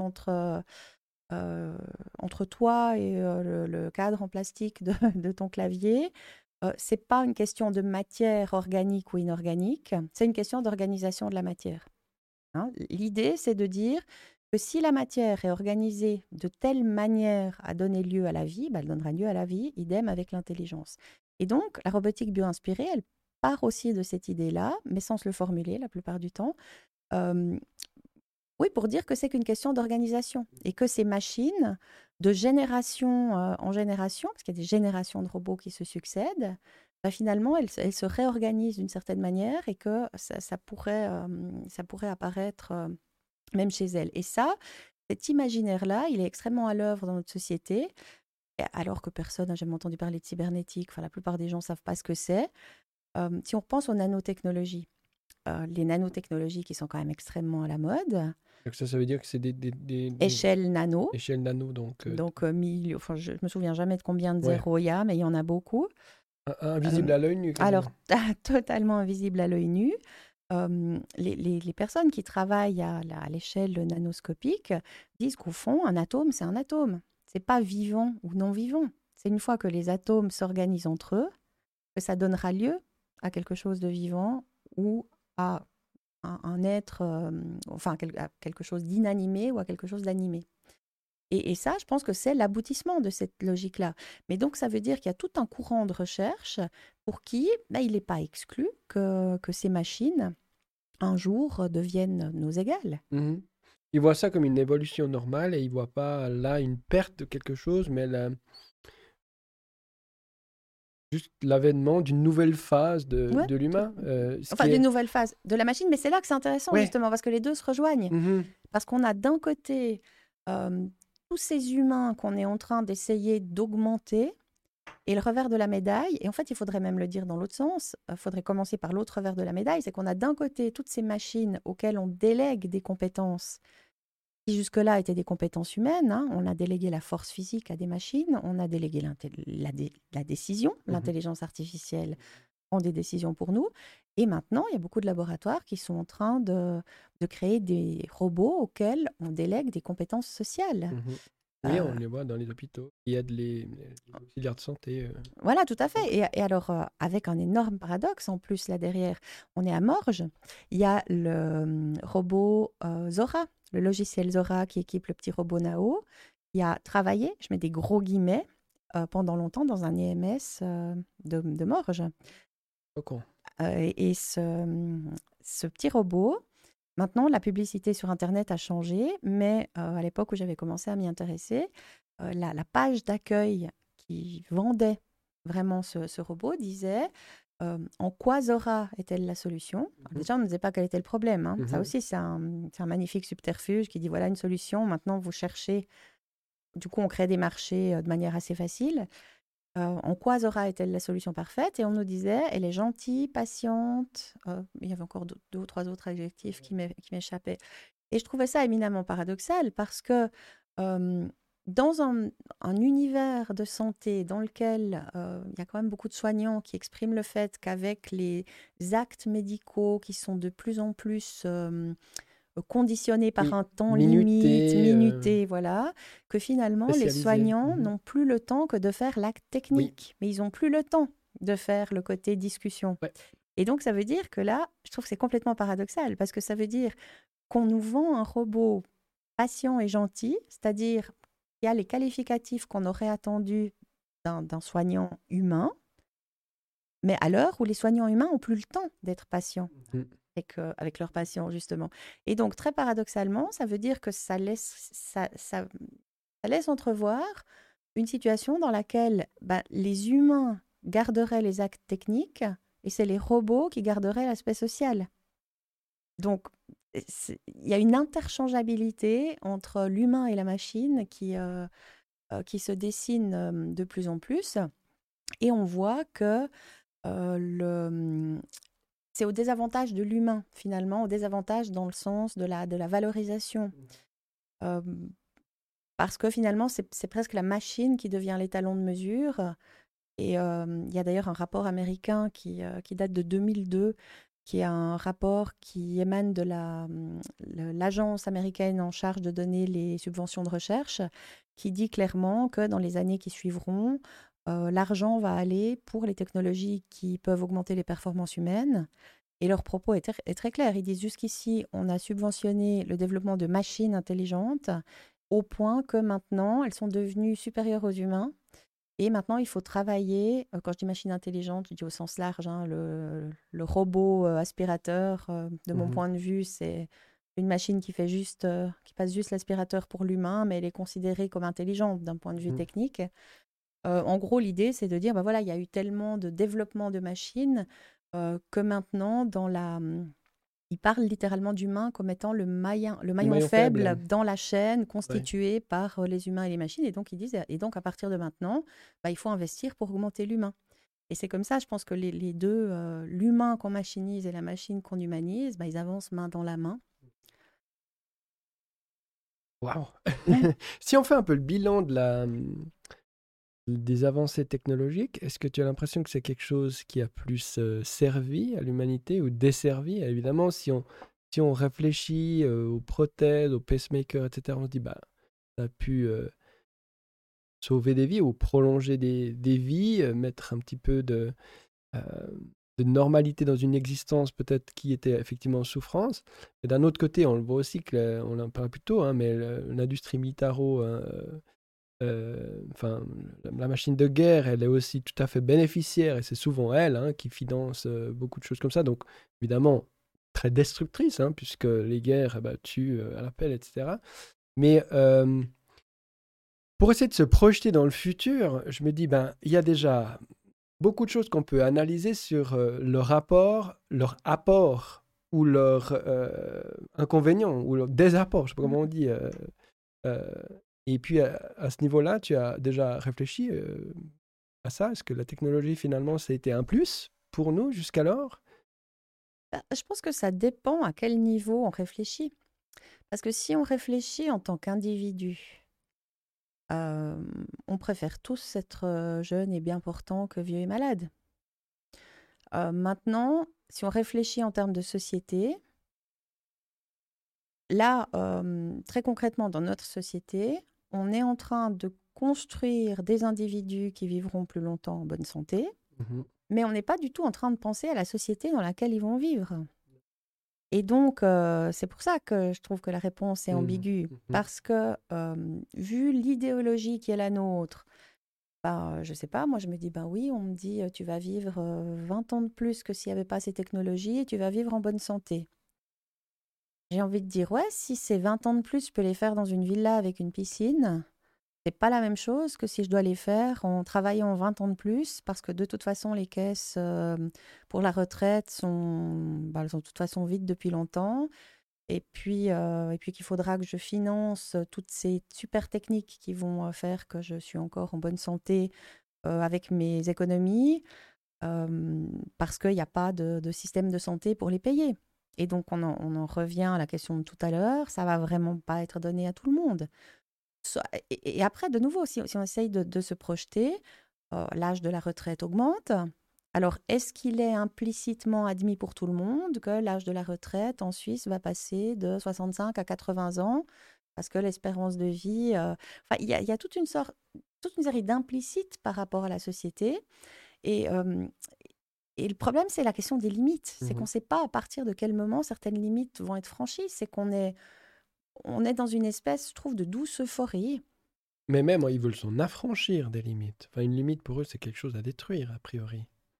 entre toi et le cadre en plastique de ton clavier, c'est pas une question de matière organique ou inorganique, c'est une question d'organisation de la matière. Hein. L'idée, c'est de dire que si la matière est organisée de telle manière à donner lieu à la vie, bah, elle donnera lieu à la vie, idem avec l'intelligence. Et donc, la robotique bio-inspirée, elle part aussi de cette idée-là, mais sans se le formuler la plupart du temps. Euh, oui, pour dire que c'est qu'une question d'organisation et que ces machines, de génération en génération, parce qu'il y a des générations de robots qui se succèdent, bah, finalement, elles se réorganisent d'une certaine manière et que ça pourrait apparaître même chez elles. Et ça, cet imaginaire-là, il est extrêmement à l'œuvre dans notre société, alors que personne n'a jamais entendu parler de cybernétique. Enfin, la plupart des gens ne savent pas ce que c'est. Si on pense aux nanotechnologies, les nanotechnologies qui sont quand même extrêmement à la mode, Donc ça veut dire que c'est des échelle nano, échelles nano, donc donc enfin, je me souviens jamais de combien de ouais, zéros il y a, mais il y en a beaucoup. invisible à l'œil nu Alors, quasiment. totalement invisible à l'œil nu. Les personnes qui travaillent à l'échelle nanoscopique disent qu'au fond, un atome, c'est un atome. C'est pas vivant ou non vivant. C'est une fois que les atomes s'organisent entre eux que ça donnera lieu à quelque chose de vivant ou à un être, enfin, à quelque chose d'inanimé ou à quelque chose d'animé. Et ça, je pense que c'est l'aboutissement de cette logique-là. Mais donc, ça veut dire qu'il y a tout un courant de recherche pour qui il n'est pas exclu que ces machines, un jour, deviennent nos égales. Mhm. Ils voient ça comme une évolution normale et ils voient pas là une perte de quelque chose, mais juste l'avènement d'une nouvelle phase Ouais. de l'humain. Ce Enfin, qui d'une est... nouvelle phase de la machine, mais c'est là que c'est intéressant, Ouais. justement, parce que les deux se rejoignent. Mhm. Parce qu'on a d'un côté euh, tous ces humains qu'on est en train d'essayer d'augmenter, et le revers de la médaille, et en fait, il faudrait même le dire dans l'autre sens, il faudrait commencer par l'autre revers de la médaille, c'est qu'on a d'un côté toutes ces machines auxquelles on délègue des compétences qui jusque-là étaient des compétences humaines. Hein. On a délégué la force physique à des machines, on a délégué la décision, Mhm. l'intelligence artificielle prend des décisions pour nous. Et maintenant, il y a beaucoup de laboratoires qui sont en train de créer des robots auxquels on délègue des compétences sociales. Mhm. Oui, on les voit dans les hôpitaux. Il y a les auxiliaires de santé. Voilà, tout à fait. Et alors, avec un énorme paradoxe en plus là derrière, on est à Morges, il y a le robot Zora, le logiciel Zora qui équipe le petit robot Nao, qui a travaillé, je mets des gros guillemets, pendant longtemps dans un EMS de Morges. D'accord. Et ce petit robot, maintenant, la publicité sur Internet a changé, mais à l'époque où j'avais commencé à m'y intéresser, la page d'accueil qui vendait vraiment ce robot disait en quoi Zora est-elle la solution. Alors Mhm. déjà, on ne disait pas quel était le problème. Hein. Ça Mhm. aussi, c'est un magnifique subterfuge qui dit voilà une solution. Maintenant, vous cherchez. Du coup, on crée des marchés de manière assez facile. En quoi Zora est-elle la solution parfaite? Et on nous disait, elle est gentille, patiente. Il y avait encore deux ou trois autres adjectifs qui m'échappaient. Et je trouvais ça éminemment paradoxal parce que dans un univers de santé dans lequel il y a quand même beaucoup de soignants qui expriment le fait qu'avec les actes médicaux qui sont de plus en plus conditionnés par Oui, un temps limite, minuté, minuté, voilà, que finalement les spécialisé. soignants Mhm. n'ont plus le temps que de faire l'acte Oui, technique, mais ils n'ont plus le temps de faire le côté discussion. ouais. Et donc ça veut dire que là, je trouve que c'est complètement paradoxal parce que ça veut dire qu'on nous vend un robot patient et gentil, c'est-à-dire qui a les qualificatifs qu'on aurait attendus d'un soignant humain, mais à l'heure où les soignants humains n'ont plus le temps d'être patients Mhm. avec leurs patients, justement. Et donc, très paradoxalement, ça veut dire que ça laisse entrevoir une situation dans laquelle les humains garderaient les actes techniques et c'est les robots qui garderaient l'aspect social. Donc, il y a une interchangeabilité entre l'humain et la machine qui se dessine de plus en plus. Et on voit que c'est au désavantage de l'humain, finalement, au désavantage dans le sens de la valorisation. Euh, Parce que finalement, c'est presque la machine qui devient l'étalon de mesure. Et il y a d'ailleurs un rapport américain qui date de 2002, qui est un rapport qui émane de l'agence américaine en charge de donner les subventions de recherche, qui dit clairement que dans les années qui suivront, l'argent va aller pour les technologies qui peuvent augmenter les performances humaines. Et leur propos est très clair. Ils disent jusqu'ici, on a subventionné le développement de machines intelligentes au point que maintenant, elles sont devenues supérieures aux humains. Et maintenant, il faut travailler, quand je dis machine intelligente, je dis au sens large, hein, le robot aspirateur, de mon Mhm. point de vue, c'est une machine qui passe juste l'aspirateur pour l'humain, mais elle est considérée comme intelligente d'un point de vue Mhm. technique. En gros, l'idée, c'est de dire, voilà, il y a eu tellement de développement de machines que maintenant, il parle littéralement d'humain comme étant le Le maillon maillon faible. faible dans la chaîne Ouais. constituée par les humains et les machines. Et donc, ils disent, et donc à partir de maintenant, il faut investir pour augmenter l'humain. Et c'est comme ça, je pense que les deux, l'humain qu'on machinise et la machine qu'on humanise, ils avancent main dans la main. Waouh. Ouais. Si on fait un peu le bilan des avancées technologiques, est-ce que tu as l'impression que c'est quelque chose qui a plus servi à l'humanité ou desservi? Évidemment, si on réfléchit aux prothèses, aux pacemakers, etc., on se dit, ça a pu sauver des vies ou prolonger des vies, mettre un petit peu de, euh, de normalité dans une existence peut-être qui était effectivement en souffrance. Et d'un autre côté, on le voit aussi, on en parle plus tôt, hein, mais l'industrie militaro, enfin, la machine de guerre, elle est aussi tout à fait bénéficiaire, et c'est souvent elle, hein, qui finance beaucoup de choses comme ça. Donc, évidemment, très destructrice, hein, puisque les guerres tuent à la pelle, etc. Mais pour essayer de se projeter dans le futur, je me dis, il y a déjà beaucoup de choses qu'on peut analyser sur leur rapport, leur apport ou leur inconvénient ou leur désapport, je ne sais pas comment on dit. Euh, et puis à ce niveau-là, tu as déjà réfléchi à ça? Est-ce que la technologie, finalement, ça a été un plus pour nous jusqu'alors? Je pense que ça dépend à quel niveau on réfléchit. Parce que si on réfléchit en tant qu'individu, on préfère tous être jeune et bien portant que vieux et malade. Maintenant, si on réfléchit en termes de société, là, très concrètement, dans notre société, on est en train de construire des individus qui vivront plus longtemps en bonne santé, mais on n'est pas du tout en train de penser à la société dans laquelle ils vont vivre. Et donc, c'est pour ça que je trouve que la réponse est ambiguë, parce que vu l'idéologie qui est la nôtre, je sais pas, moi je me dis, oui, on me dit, tu vas vivre 20 ans de plus que s'il n'y avait pas ces technologies et tu vas vivre en bonne santé. J'ai envie de dire, ouais, si c'est 20 ans de plus, je peux les faire dans une villa avec une piscine. C'est pas la même chose que si je dois les faire en travaillant 20 ans de plus, parce que de toute façon, les caisses pour la retraite elles sont de toute façon vides depuis longtemps. Et puis qu'il faudra que je finance toutes ces super techniques qui vont faire que je suis encore en bonne santé avec mes économies, parce qu'il n'y a pas de système de santé pour les payer. Et donc, on en revient à la question de tout à l'heure, ça va vraiment pas être donné à tout le monde. Et après, de nouveau, si on essaye de se projeter, l'âge de la retraite augmente. Alors, est-ce qu'il est implicitement admis pour tout le monde que l'âge de la retraite en Suisse va passer de 65 à 80 ans? Parce que l'espérance de vie... il y a toute une série d'implicites par rapport à la société. Et le problème, c'est la question des limites. C'est qu'on ne sait pas à partir de quel moment certaines limites vont être franchies. C'est qu'on est dans une espèce, je trouve, de douce euphorie. Mais même, ils veulent s'en affranchir des limites. Enfin, une limite, pour eux, c'est quelque chose à détruire, a priori.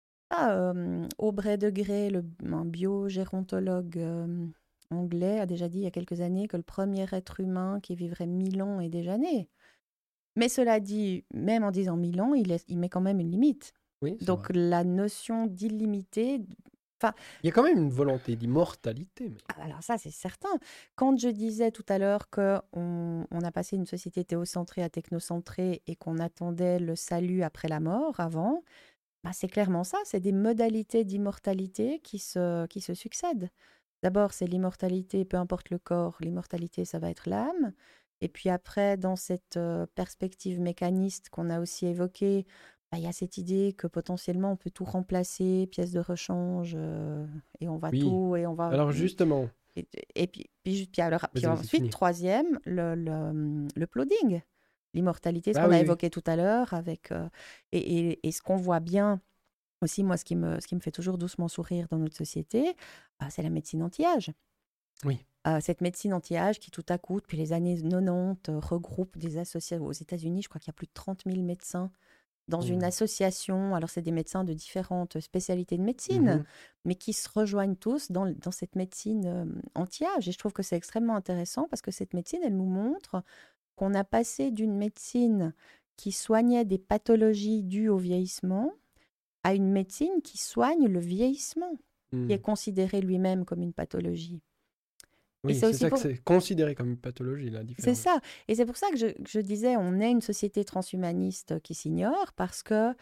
Aubrey de Grey, un biogérontologue anglais, a déjà dit il y a quelques années que le premier être humain qui vivrait 1000 ans est déjà né. Mais cela dit, même en disant 1000 ans, il met quand même une limite. Oui, donc vrai. La notion d'illimité... Il y a quand même une volonté d'immortalité. Mais... Alors ça, c'est certain. Quand je disais tout à l'heure qu'on a passé une société théocentrée à technocentrée et qu'on attendait le salut après la mort, avant... c'est clairement ça, c'est des modalités d'immortalité qui se succèdent. D'abord, c'est l'immortalité, peu importe le corps, l'immortalité, ça va être l'âme. Et puis après, dans cette perspective mécaniste qu'on a aussi évoquée, il y a cette idée que potentiellement on peut tout remplacer, pièce de rechange, et on va tout, et on va... Alors justement... Et puis ensuite, troisième, le ploding. L'immortalité, ce qu'on a évoqué tout à l'heure, avec et ce qu'on voit bien aussi, moi, ce qui me fait toujours doucement sourire dans notre société, c'est la médecine anti-âge. Oui. Cette médecine anti-âge qui, tout à coup, depuis les années 90, regroupe des associations. Aux États-Unis, je crois qu'il y a plus de 30 000 médecins dans une association. Alors, c'est des médecins de différentes spécialités de médecine, mais qui se rejoignent tous dans cette médecine anti-âge. Et je trouve que c'est extrêmement intéressant parce que cette médecine, elle nous montre qu'on a passé d'une médecine qui soignait des pathologies dues au vieillissement à une médecine qui soigne le vieillissement, qui est considéré lui-même comme une pathologie. Oui, c'est ça que c'est considéré comme une pathologie, la différence. C'est ça. Et c'est pour ça que je disais, on est une société transhumaniste qui s'ignore parce que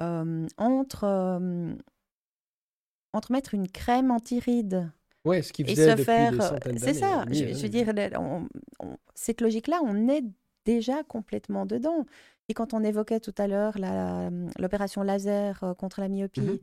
entre mettre une crème anti-rides ce qui faisait depuis des centaines d'années. C'est ça. Je veux dire, cette logique-là, on est déjà complètement dedans. Et quand on évoquait tout à l'heure l'opération laser contre la myopie,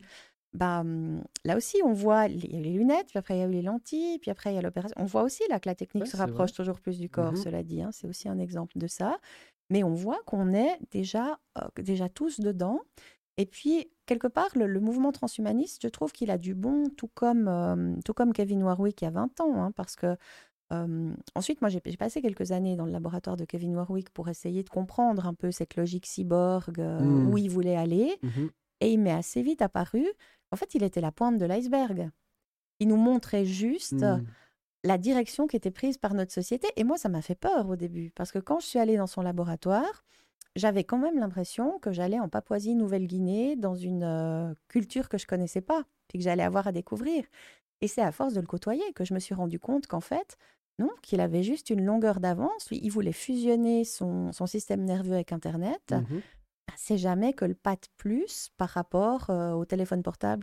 là aussi, on voit il y a les lunettes, puis après il y a eu les lentilles, puis après il y a l'opération. On voit aussi là que la technique se rapproche toujours plus du corps, cela dit. C'est aussi un exemple de ça. Mais on voit qu'on est déjà tous dedans. Et puis, quelque part, le mouvement transhumaniste, je trouve qu'il a du bon, tout comme Kevin Warwick il y a 20 ans, hein, parce que ensuite, moi, j'ai passé quelques années dans le laboratoire de Kevin Warwick pour essayer de comprendre un peu cette logique cyborg, où Hmm. il voulait aller. Mhm. Et il m'est assez vite apparu qu'en fait, il était la pointe de l'iceberg. Il nous montrait juste Hmm. la direction qui était prise par notre société. Et moi, ça m'a fait peur au début, parce que quand je suis allée dans son laboratoire, j'avais quand même l'impression que j'allais en Papouasie-Nouvelle-Guinée dans une culture que je connaissais pas, puis que j'allais avoir à découvrir. Et c'est à force de le côtoyer que je me suis rendu compte qu'en fait, non, qu'il avait juste une longueur d'avance. Lui, il voulait fusionner son système nerveux avec Internet. Mhm. C'est jamais que le pas de plus par rapport au téléphone portable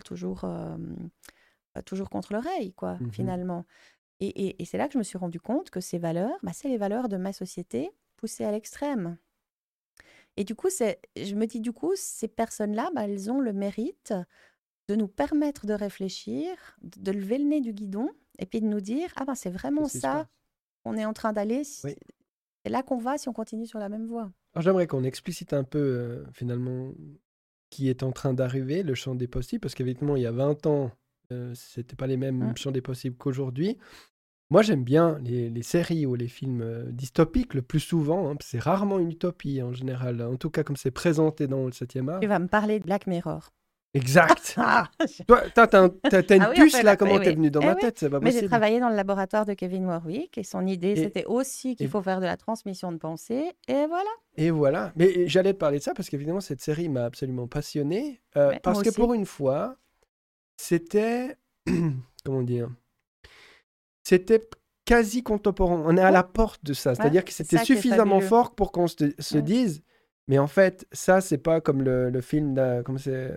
toujours contre l'oreille, quoi, Mhm. finalement. Et c'est là que je me suis rendu compte que ces valeurs, bah, c'est les valeurs de ma société poussées à l'extrême. Et du coup, je me dis, du coup, ces personnes-là, bah, elles ont le mérite de nous permettre de réfléchir, de lever le nez du guidon, et puis de nous dire, ah ben c'est vraiment Qu'est-ce qui se ça passe? qu'on est en train d'aller, Oui. c'est là qu'on va si on continue sur la même voie. Alors, j'aimerais qu'on explicite un peu, finalement, qui est en train d'arriver, le champ des possibles, parce qu'évidemment, il y a 20 ans, c'était pas les mêmes Mm. champs des possibles qu'aujourd'hui. Moi, j'aime bien les séries ou les films dystopiques le plus souvent. Hein, c'est rarement une utopie en général. En tout cas, comme c'est présenté dans le 7e Tu art. vas me parler de Black Mirror. Exact. Ah, Toi, t'as une ah oui, puce enfin, là, oui, comment t'es oui. venu dans Eh ma oui. tête? C'est pas Mais j'ai possible. travaillé dans le laboratoire de Kevin Warwick et son idée, Et, c'était aussi qu'il et, faut faire de la transmission de pensée. Et voilà. et voilà. Mais j'allais te parler de ça parce qu'évidemment, cette série m'a absolument passionné. Ouais, moi Parce que aussi. pour une fois, c'était. Comment dire? C'était quasi contemporain. On est à Ouais, la porte de ça. ouais, C'est-à-dire que c'est c'était ça qui est suffisamment fabuleux. fort pour qu'on se Ouais. dise, mais en fait, ça, c'est pas comme le film, comment c'est,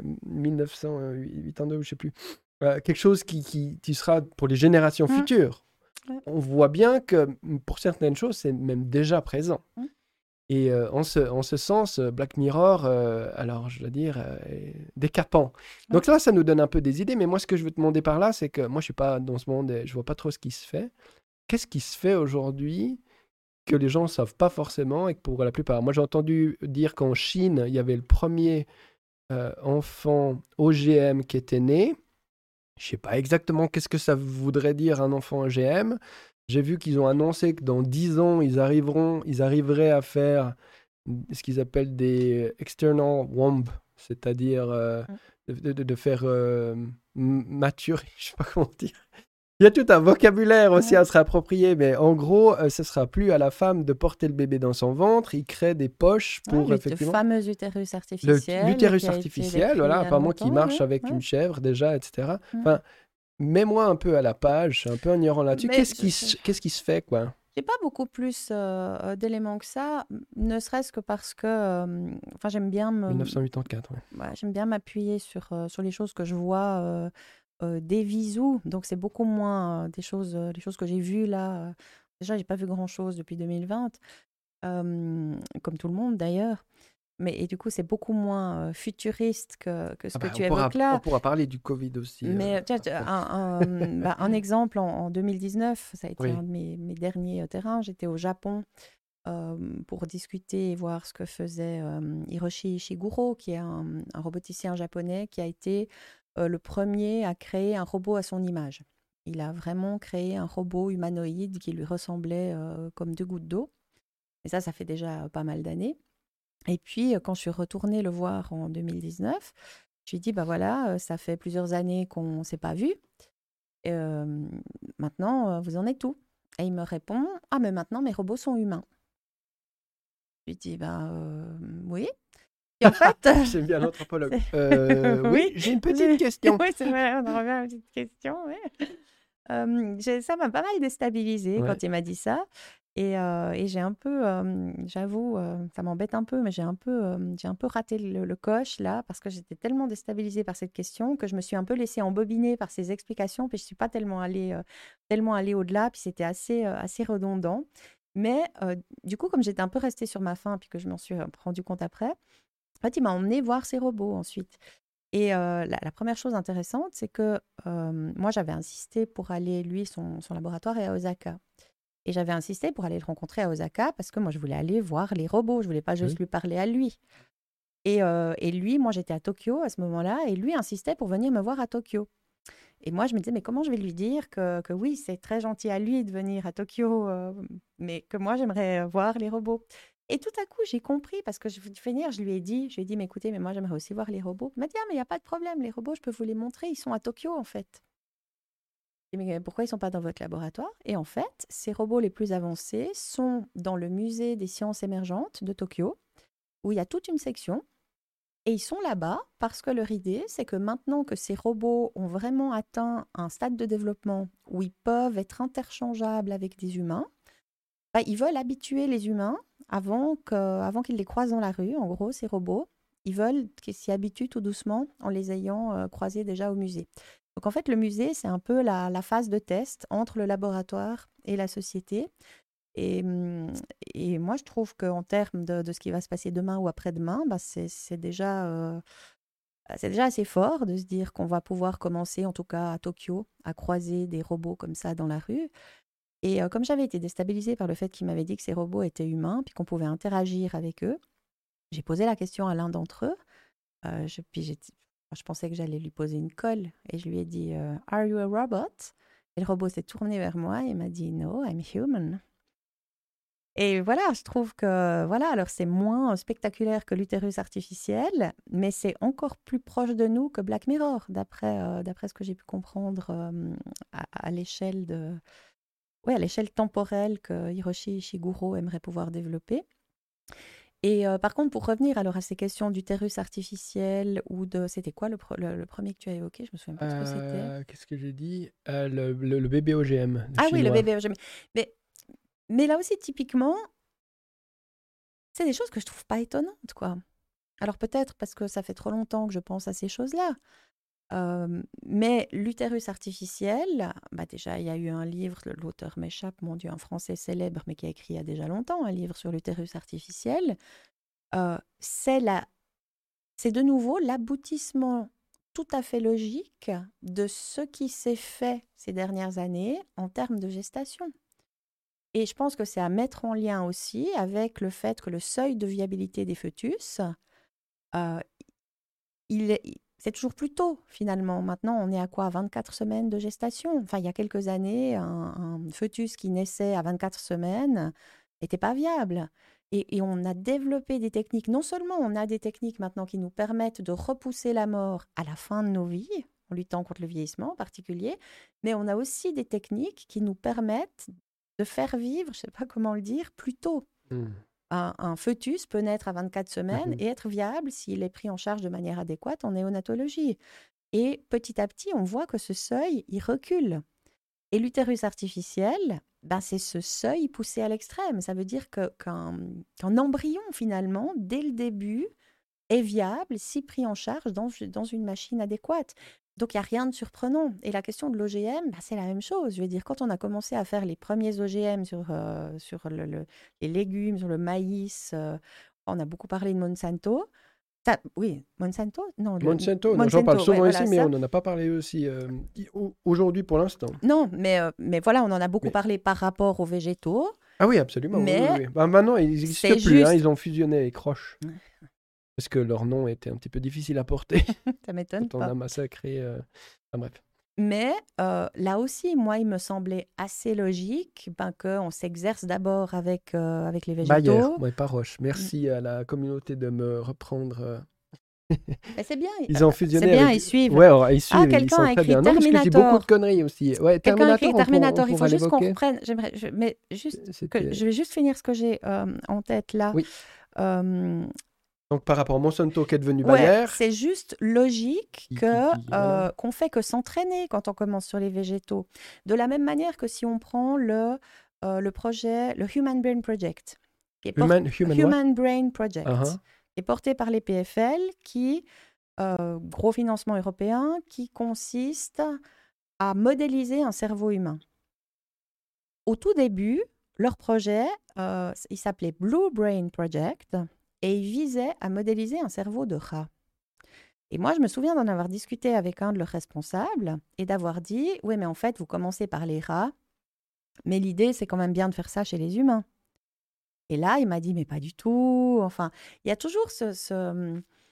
1982, je sais plus. Quelque chose qui sera pour les générations Mm, futures. ouais, On voit bien que pour certaines choses, c'est même déjà présent. mm. Et en ce sens, Black Mirror, alors je dois dire, est décapant. Ouais. Donc ça nous donne un peu des idées. Mais moi, ce que je veux te demander par là, c'est que moi, je suis pas dans ce monde et je vois pas trop ce qui se fait. Qu'est-ce qui se fait aujourd'hui que les gens ne savent pas forcément et que pour la plupart, moi j'ai entendu dire qu'en Chine, il y avait le premier enfant OGM qui était né. Je sais pas exactement qu'est-ce que ça voudrait dire un enfant OGM. J'ai vu qu'ils ont annoncé que dans 10 ans, ils arriveraient à faire ce qu'ils appellent des external womb, c'est-à-dire Mm. de faire maturer, je sais pas comment dire. Il y a tout un vocabulaire aussi Ouais. à se réapproprier, mais en gros, ce sera plus à la femme de porter le bébé dans son ventre. Il crée des poches Ouais, pour le effectivement fameux utérus artificiel l'utérus qui a été artificiel, décrit il voilà, y a apparemment qui longtemps. marche Ouais, avec ouais. une chèvre déjà, etc. Mm. Enfin, mets-moi un peu à la page, je suis un peu ignorant là-dessus. Mais Qu'est-ce qui se fait, quoi? j'ai pas beaucoup plus d'éléments que ça, ne serait-ce que parce que enfin, 1984, ouais. ouais, j'aime bien m'appuyer sur les choses que je vois des visous. Donc, c'est beaucoup moins les choses que j'ai vues là. Déjà, j'ai pas vu grand-chose depuis 2020, comme tout le monde d'ailleurs. Et du coup, c'est beaucoup moins futuriste que ce Ah que bah, tu évoques on là. pourra parler du Covid aussi Mais tiens, après. un exemple, en 2019, ça a été Oui. un de mes derniers terrains. J'étais au Japon pour discuter et voir ce que faisait Hiroshi Ishiguro, qui est un roboticien japonais qui a été le premier à créer un robot à son image. Il a vraiment créé un robot humanoïde qui lui ressemblait comme deux gouttes d'eau. Et ça fait déjà pas mal d'années. Et puis, quand je suis retournée le voir en 2019, je lui ai dit, bah voilà, ça fait plusieurs années qu'on ne s'est pas vu. Euh, Maintenant, vous en êtes où? Et il me répond, ah, mais maintenant, mes robots sont humains. Je lui dis, ben oui. Et en fait, J'aime bien l'anthropologue. c'est- Oui, oui, j'ai une petite question. oui, c'est vrai, on en revient à la petite question. Oui. Ça m'a pas mal déstabilisée Ouais. quand il m'a dit ça. Et j'ai un peu, j'avoue, ça m'embête un peu, mais j'ai un peu raté le coche là, parce que j'étais tellement déstabilisée par cette question que je me suis un peu laissée embobiner par ses explications, puis je suis pas tellement allée au-delà, puis c'était assez redondant. Mais du coup, comme j'étais un peu restée sur ma faim, puis que je m'en suis rendu compte après, en fait, il m'a emmené voir ses robots ensuite. Et la première chose intéressante, c'est que moi, j'avais insisté pour aller, lui, son laboratoire est à Osaka. Et j'avais insisté pour aller le rencontrer à Osaka parce que moi, je voulais aller voir les robots. Je voulais pas juste Oui. lui parler à lui. Et lui, moi, j'étais à Tokyo à ce moment-là, et lui insistait pour venir me voir à Tokyo. Et moi, je me disais, mais comment je vais lui dire que oui, c'est très gentil à lui de venir à Tokyo, mais que moi, j'aimerais voir les robots. Et tout à coup, j'ai compris, parce que je vais finir, je lui ai dit, mais écoutez, mais moi, j'aimerais aussi voir les robots. Il m'a dit, ah, mais il n'y a pas de problème, les robots, je peux vous les montrer, ils sont à Tokyo, en fait. J'ai dit, mais pourquoi ils ne sont pas dans votre laboratoire? Et en fait, ces robots les plus avancés sont dans le musée des sciences émergentes de Tokyo, où il y a toute une section. Et ils sont là-bas parce que leur idée, c'est que maintenant que ces robots ont vraiment atteint un stade de développement où ils peuvent être interchangeables avec des humains, bah, ils veulent habituer les humains avant qu'ils les croisent dans la rue. En gros, ces robots, ils veulent qu'ils s'y habituent tout doucement en les ayant croisés déjà au musée. Donc en fait, le musée, c'est un peu la phase de test entre le laboratoire et la société. Et, et moi, je trouve qu'en termes de ce qui va se passer demain ou après-demain, bah, c'est déjà assez fort de se dire qu'on va pouvoir commencer, en tout cas à Tokyo, à croiser des robots comme ça dans la rue. Et comme j'avais été déstabilisée par le fait qu'il m'avait dit que ces robots étaient humains, puis qu'on pouvait interagir avec eux, j'ai posé la question à l'un d'entre eux. Je pensais que j'allais lui poser une colle. Et je lui ai dit, Are you a robot? Et le robot s'est tourné vers moi et m'a dit, No, I'm human. Et voilà, je trouve que, voilà, alors c'est moins spectaculaire que l'utérus artificiel, mais c'est encore plus proche de nous que Black Mirror, d'après ce que j'ai pu comprendre à l'échelle à l'échelle temporelle que Hiroshi Ishiguro aimerait pouvoir développer. Et par contre, pour revenir alors à ces questions d'utérus artificiel c'était quoi le premier que tu as évoqué? Je me souviens plus de ce que c'était. Qu'est-ce que j'ai dit? Le bébé OGM Ah oui, le chinois. bébé OGM. Mais là aussi, typiquement, c'est des choses que je trouve pas étonnantes, quoi. Alors peut-être parce que ça fait trop longtemps que je pense à ces choses-là. Mais l'utérus artificiel, bah déjà, il y a eu un livre, l'auteur m'échappe, mon Dieu, un Français célèbre, mais qui a écrit il y a déjà longtemps un livre sur l'utérus artificiel. C'est de nouveau l'aboutissement tout à fait logique de ce qui s'est fait ces dernières années en termes de gestation. Et je pense que c'est à mettre en lien aussi avec le fait que le seuil de viabilité des fœtus, euh, c'est toujours plus tôt finalement. Maintenant, on est à quoi? 24 semaines de gestation. Enfin, il y a quelques années, un fœtus qui naissait à 24 semaines n'était pas viable. Et on a développé des techniques. Non seulement on a des techniques maintenant qui nous permettent de repousser la mort à la fin de nos vies, en luttant contre le vieillissement en particulier, mais on a aussi des techniques qui nous permettent de faire vivre, je ne sais pas comment le dire, plus tôt. Un fœtus peut naître à 24 semaines et être viable s'il est pris en charge de manière adéquate en néonatologie. Et petit à petit, on voit que ce seuil, il recule. Et l'utérus artificiel, ben, c'est ce seuil poussé à l'extrême. Ça veut dire qu'un embryon, finalement, dès le début, est viable si pris en charge dans une machine adéquate. Donc, il n'y a rien de surprenant. Et la question de l'OGM, bah, c'est la même chose. Je veux dire, quand on a commencé à faire les premiers OGM sur les légumes, sur le maïs, on a beaucoup parlé de Monsanto. Oui, Monsanto? Non, Monsanto, j'en parle souvent ici, mais on n'en a pas parlé aussi aujourd'hui pour l'instant. Non, mais voilà, on en a beaucoup parlé par rapport aux végétaux. Ah oui, absolument. Mais oui. Bah, maintenant, ils n'existent plus. Juste... ils ont fusionné avec Roche. Parce que leur nom était un petit peu difficile à porter. Ça m'étonne pas. On a massacré. Enfin, bref. Mais là aussi, moi, il me semblait assez logique qu'on s'exerce d'abord avec les végétaux. Bayer, ouais, pas Roche. Merci à la communauté de me reprendre. C'est bien. Ils ont fusionné. C'est bien, ils suivent. Ouais, ils suivent. Quelqu'un a écrit Terminator. Non, parce que je dis beaucoup de conneries aussi. Ouais, quelqu'un a écrit Terminator. Il faut juste qu'on reprenne. Mais juste je vais juste finir ce que j'ai en tête là. Oui. Donc, par rapport à Monsanto qui est devenu Bayer... c'est juste logique qu'on fait que s'entraîner quand on commence sur les végétaux. De la même manière que si on prend le projet, le Human Brain Project, qui est Human Brain Project, qui est porté par les PFL, qui, gros financement européen, qui consiste à modéliser un cerveau humain. Au tout début, leur projet, il s'appelait Blue Brain Project, et il visait à modéliser un cerveau de rat. Et moi, je me souviens d'en avoir discuté avec un de leurs responsables et d'avoir dit « Oui, mais en fait, vous commencez par les rats, mais l'idée, c'est quand même bien de faire ça chez les humains. » Et là, il m'a dit « Mais pas du tout. » Enfin, il y a toujours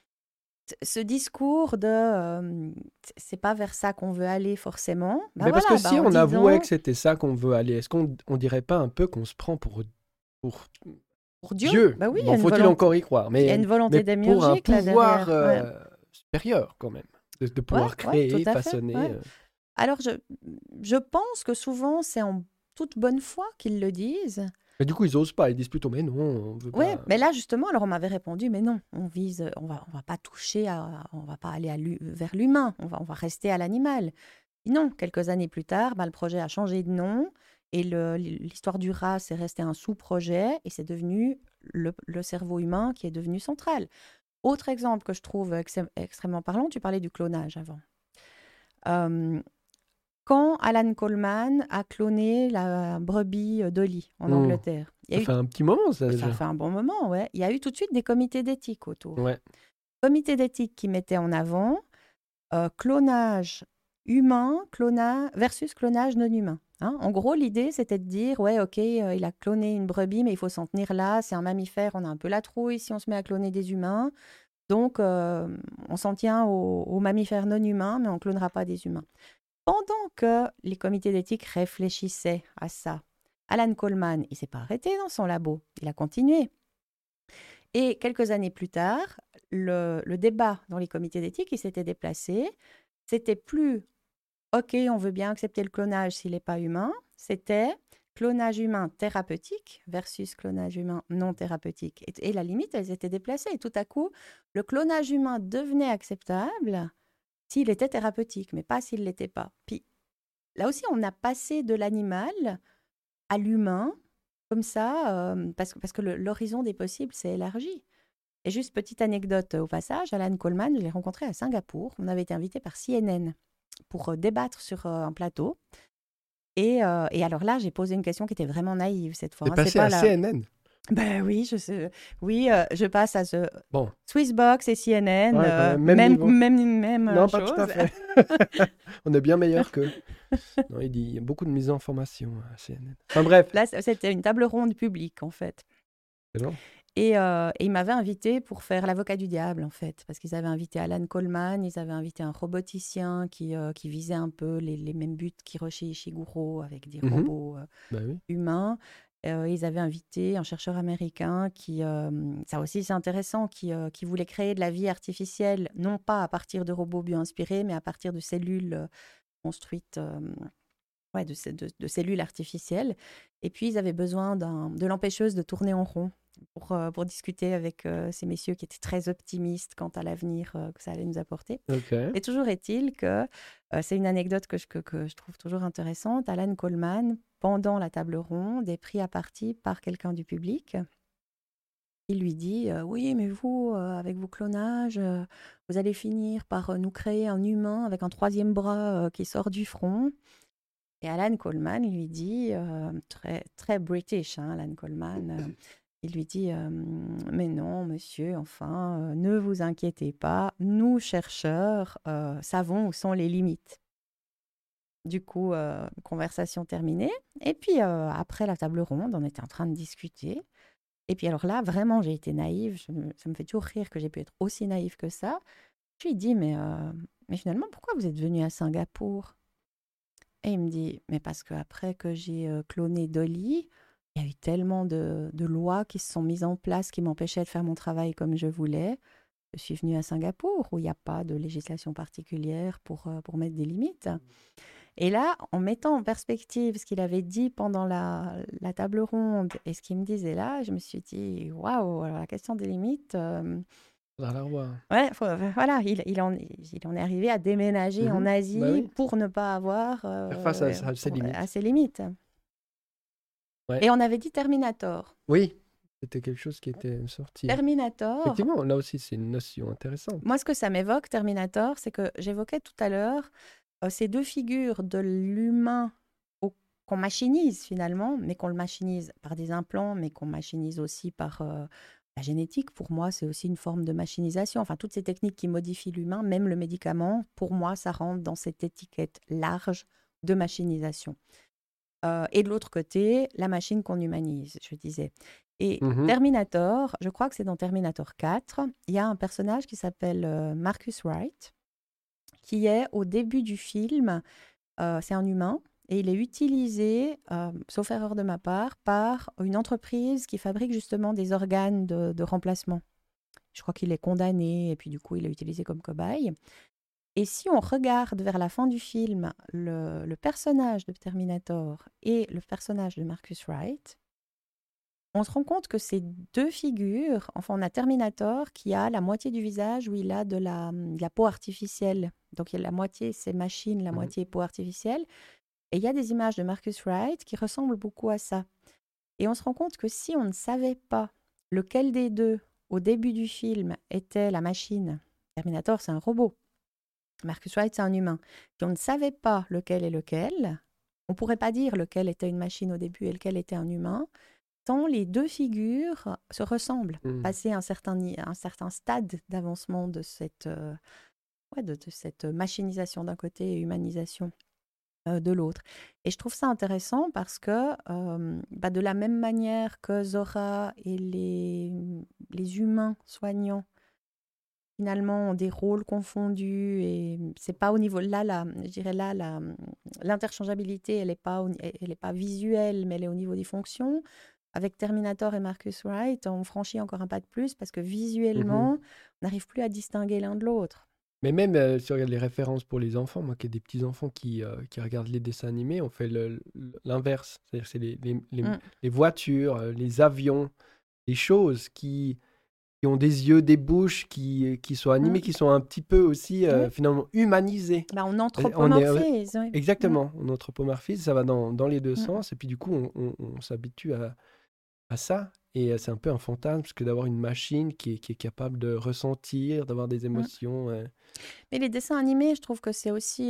ce discours de c'est pas vers ça qu'on veut aller forcément. Ben Mais parce que voilà, ben si en on avouait disant que c'était ça qu'on veut aller, est-ce qu'on on dirait pas un peu qu'on se prend pour pour Dieu, Dieu? ben oui, il y Bon, a une faut-il volonté, encore y croire, il y a une mais volonté pour un démiurgique là pouvoir derrière. Ouais, supérieur quand même, de ouais, pouvoir ouais, tout créer, à fait. façonner. Ouais. Alors je pense que souvent c'est en toute bonne foi qu'ils le disent. Mais du coup, ils osent pas, ils disent plutôt, mais non, on veut Ouais, pas. mais là justement, alors on m'avait répondu, mais non, on va pas toucher on va pas aller vers l'humain, on va rester à l'animal. Et non, quelques années plus tard, bah, le projet a changé de nom et l'histoire du rat, c'est resté un sous-projet et c'est devenu le cerveau humain qui est devenu central. Autre exemple que je trouve extrêmement parlant, tu parlais du clonage avant. Euh, Quand Alan Coleman a cloné la brebis Dolly en Hmm. Angleterre, Ça fait un petit moment, ça ça déjà. fait un bon moment, ouais. Il y a eu tout de suite des comités d'éthique autour. Ouais. Comités d'éthique qui mettaient en avant clonage humain versus clonage non humain. Hein. En gros, l'idée, c'était de dire, ouais, ok, il a cloné une brebis, mais il faut s'en tenir là, c'est un mammifère, on a un peu la trouille si on se met à cloner des humains. Donc, on s'en tient aux mammifères non humains, mais on ne clonera pas des humains. Pendant que les comités d'éthique réfléchissaient à ça, Alan Coleman, il ne s'est pas arrêté dans son labo, il a continué. Et quelques années plus tard, le débat dans les comités d'éthique, il s'était déplacé. C'était plus OK, on veut bien accepter le clonage s'il n'est pas humain. C'était clonage humain thérapeutique versus clonage humain non thérapeutique. Et la limite, elles étaient déplacées. Et tout à coup, le clonage humain devenait acceptable s'il était thérapeutique, mais pas s'il ne l'était pas. Puis là aussi, on a passé de l'animal à l'humain, comme ça, parce que l'horizon des possibles s'est élargi. Et juste petite anecdote au passage, Alan Coleman, je l'ai rencontré à Singapour. On avait été invité par CNN pour débattre sur un plateau. Et alors là, j'ai posé une question qui était vraiment naïve cette fois. C'est Hein. C'est passé pas à la... CNN. Ben oui, je sais. Oui, je passe à The Bon, Swissbox et CNN, ouais, quand même, même niveau. même Non, pas tout chose. à fait. On est bien meilleur qu'eux. Non, il y a beaucoup de mise en formation à CNN. Enfin bref. Là, c'était une table ronde publique, en fait. C'est bon. Et ils m'avaient invité pour faire l'avocat du diable, en fait, parce qu'ils avaient invité Alan Coleman, ils avaient invité un roboticien qui visait un peu les mêmes buts qu'Hiroshi Ishiguro avec des Mhm. robots Bah oui. humains. Ils avaient invité un chercheur américain ça aussi c'est intéressant, qui voulait créer de la vie artificielle, non pas à partir de robots bio-inspirés, mais à partir de cellules construites, ouais, de cellules artificielles. Et puis ils avaient besoin de l'empêcheuse de tourner en rond pour discuter avec ces messieurs qui étaient très optimistes quant à l'avenir que ça allait nous apporter. Ok. Et toujours est-il que c'est une anecdote que je trouve toujours intéressante. Alan Coleman, pendant la table ronde, est pris à partie par quelqu'un du public. Il lui dit oui, mais vous, avec vos clonages, vous allez finir par nous créer un humain avec un troisième bras qui sort du front. Et Alan Coleman lui dit, très, très British, hein, Alan Coleman, il lui dit mais non, monsieur, enfin, ne vous inquiétez pas, nous, chercheurs, savons où sont les limites. Du coup, conversation terminée. Et puis, après la table ronde, on était en train de discuter. Et puis, alors là, vraiment, j'ai été naïve. Ça me fait toujours rire que j'ai pu être aussi naïve que ça. Je lui dis, mais finalement, pourquoi vous êtes venu à Singapour? Et il me dit, mais parce qu'après que j'ai cloné Dolly, il y a eu tellement de lois qui se sont mises en place qui m'empêchaient de faire mon travail comme je voulais. Je suis venue à Singapour où il n'y a pas de législation particulière pour mettre des limites. Et là, en mettant en perspective ce qu'il avait dit pendant la table ronde et ce qu'il me disait là, je me suis dit, waouh, alors la question des limites, Faudra la revoir. ouais, voilà, il en est arrivé à déménager en Mhm. Bah Asie oui. pour ne pas avoir Faire face à ses limites. à ses limites. Ouais. Et on avait dit Terminator. Oui. C'était quelque chose qui était sorti. Terminator, Effectivement, là aussi, c'est une notion intéressante. moi ce que ça m'évoque, Terminator, c'est que j'évoquais tout à l'heure ces deux figures de l'humain qu'on machinise finalement, mais qu'on le machinise par des implants, mais qu'on machinise aussi par la génétique. Pour moi, c'est aussi une forme de machinisation. Enfin, toutes ces techniques qui modifient l'humain, même le médicament, pour moi, ça rentre dans cette étiquette large de machinisation. Et de l'autre côté, la machine qu'on humanise, je disais. Et Mhm. Terminator, je crois que c'est dans Terminator 4, il y a un personnage qui s'appelle Marcus Wright, qui est au début du film, c'est un humain, et il est utilisé, sauf erreur de ma part, par une entreprise qui fabrique justement des organes de remplacement. Je crois qu'il est condamné, et puis du coup, il est utilisé comme cobaye. Et si on regarde vers la fin du film le personnage de Terminator et le personnage de Marcus Wright, on se rend compte que ces deux figures, enfin on a Terminator qui a la moitié du visage où il a de la peau artificielle. Donc il y a la moitié c'est machine, la Mhm. moitié peau artificielle. Et il y a des images de Marcus Wright qui ressemblent beaucoup à ça. Et on se rend compte que si on ne savait pas lequel des deux, au début du film, était la machine, Terminator c'est un robot, Marcus Wright c'est un humain, si on ne savait pas lequel est lequel, on ne pourrait pas dire lequel était une machine au début et lequel était un humain, tant les deux figures se ressemblent, Mhm. passer un certain stade d'avancement de de cette machinisation d'un côté et humanisation de l'autre. Et je trouve ça intéressant parce que de la même manière que Zora et les humains soignants finalement ont des rôles confondus et c'est pas au niveau je dirais l'interchangeabilité elle est pas visuelle mais elle est au niveau des fonctions. Avec Terminator et Marcus Wright, on franchit encore un pas de plus parce que Mhm. visuellement, on n'arrive plus à distinguer l'un de l'autre. Mais même si tu regardes les références pour les enfants, moi qui ai des petits-enfants qui regardent les dessins animés, on fait l'inverse. C'est-à-dire c'est Mm, les voitures, les avions, les choses qui ont des yeux, des bouches, qui sont animées, mm, qui sont un petit peu aussi oui. finalement humanisées. On Et on est anthropomorphise, oui. Mm, exactement, on anthropomorphise, ça va dans les deux mm. sens, et puis du coup on s'habitue à ça. Et c'est un peu un fantasme, parce que d'avoir une machine qui est capable de ressentir, d'avoir des Mm. émotions. Mais les dessins animés, je trouve que c'est aussi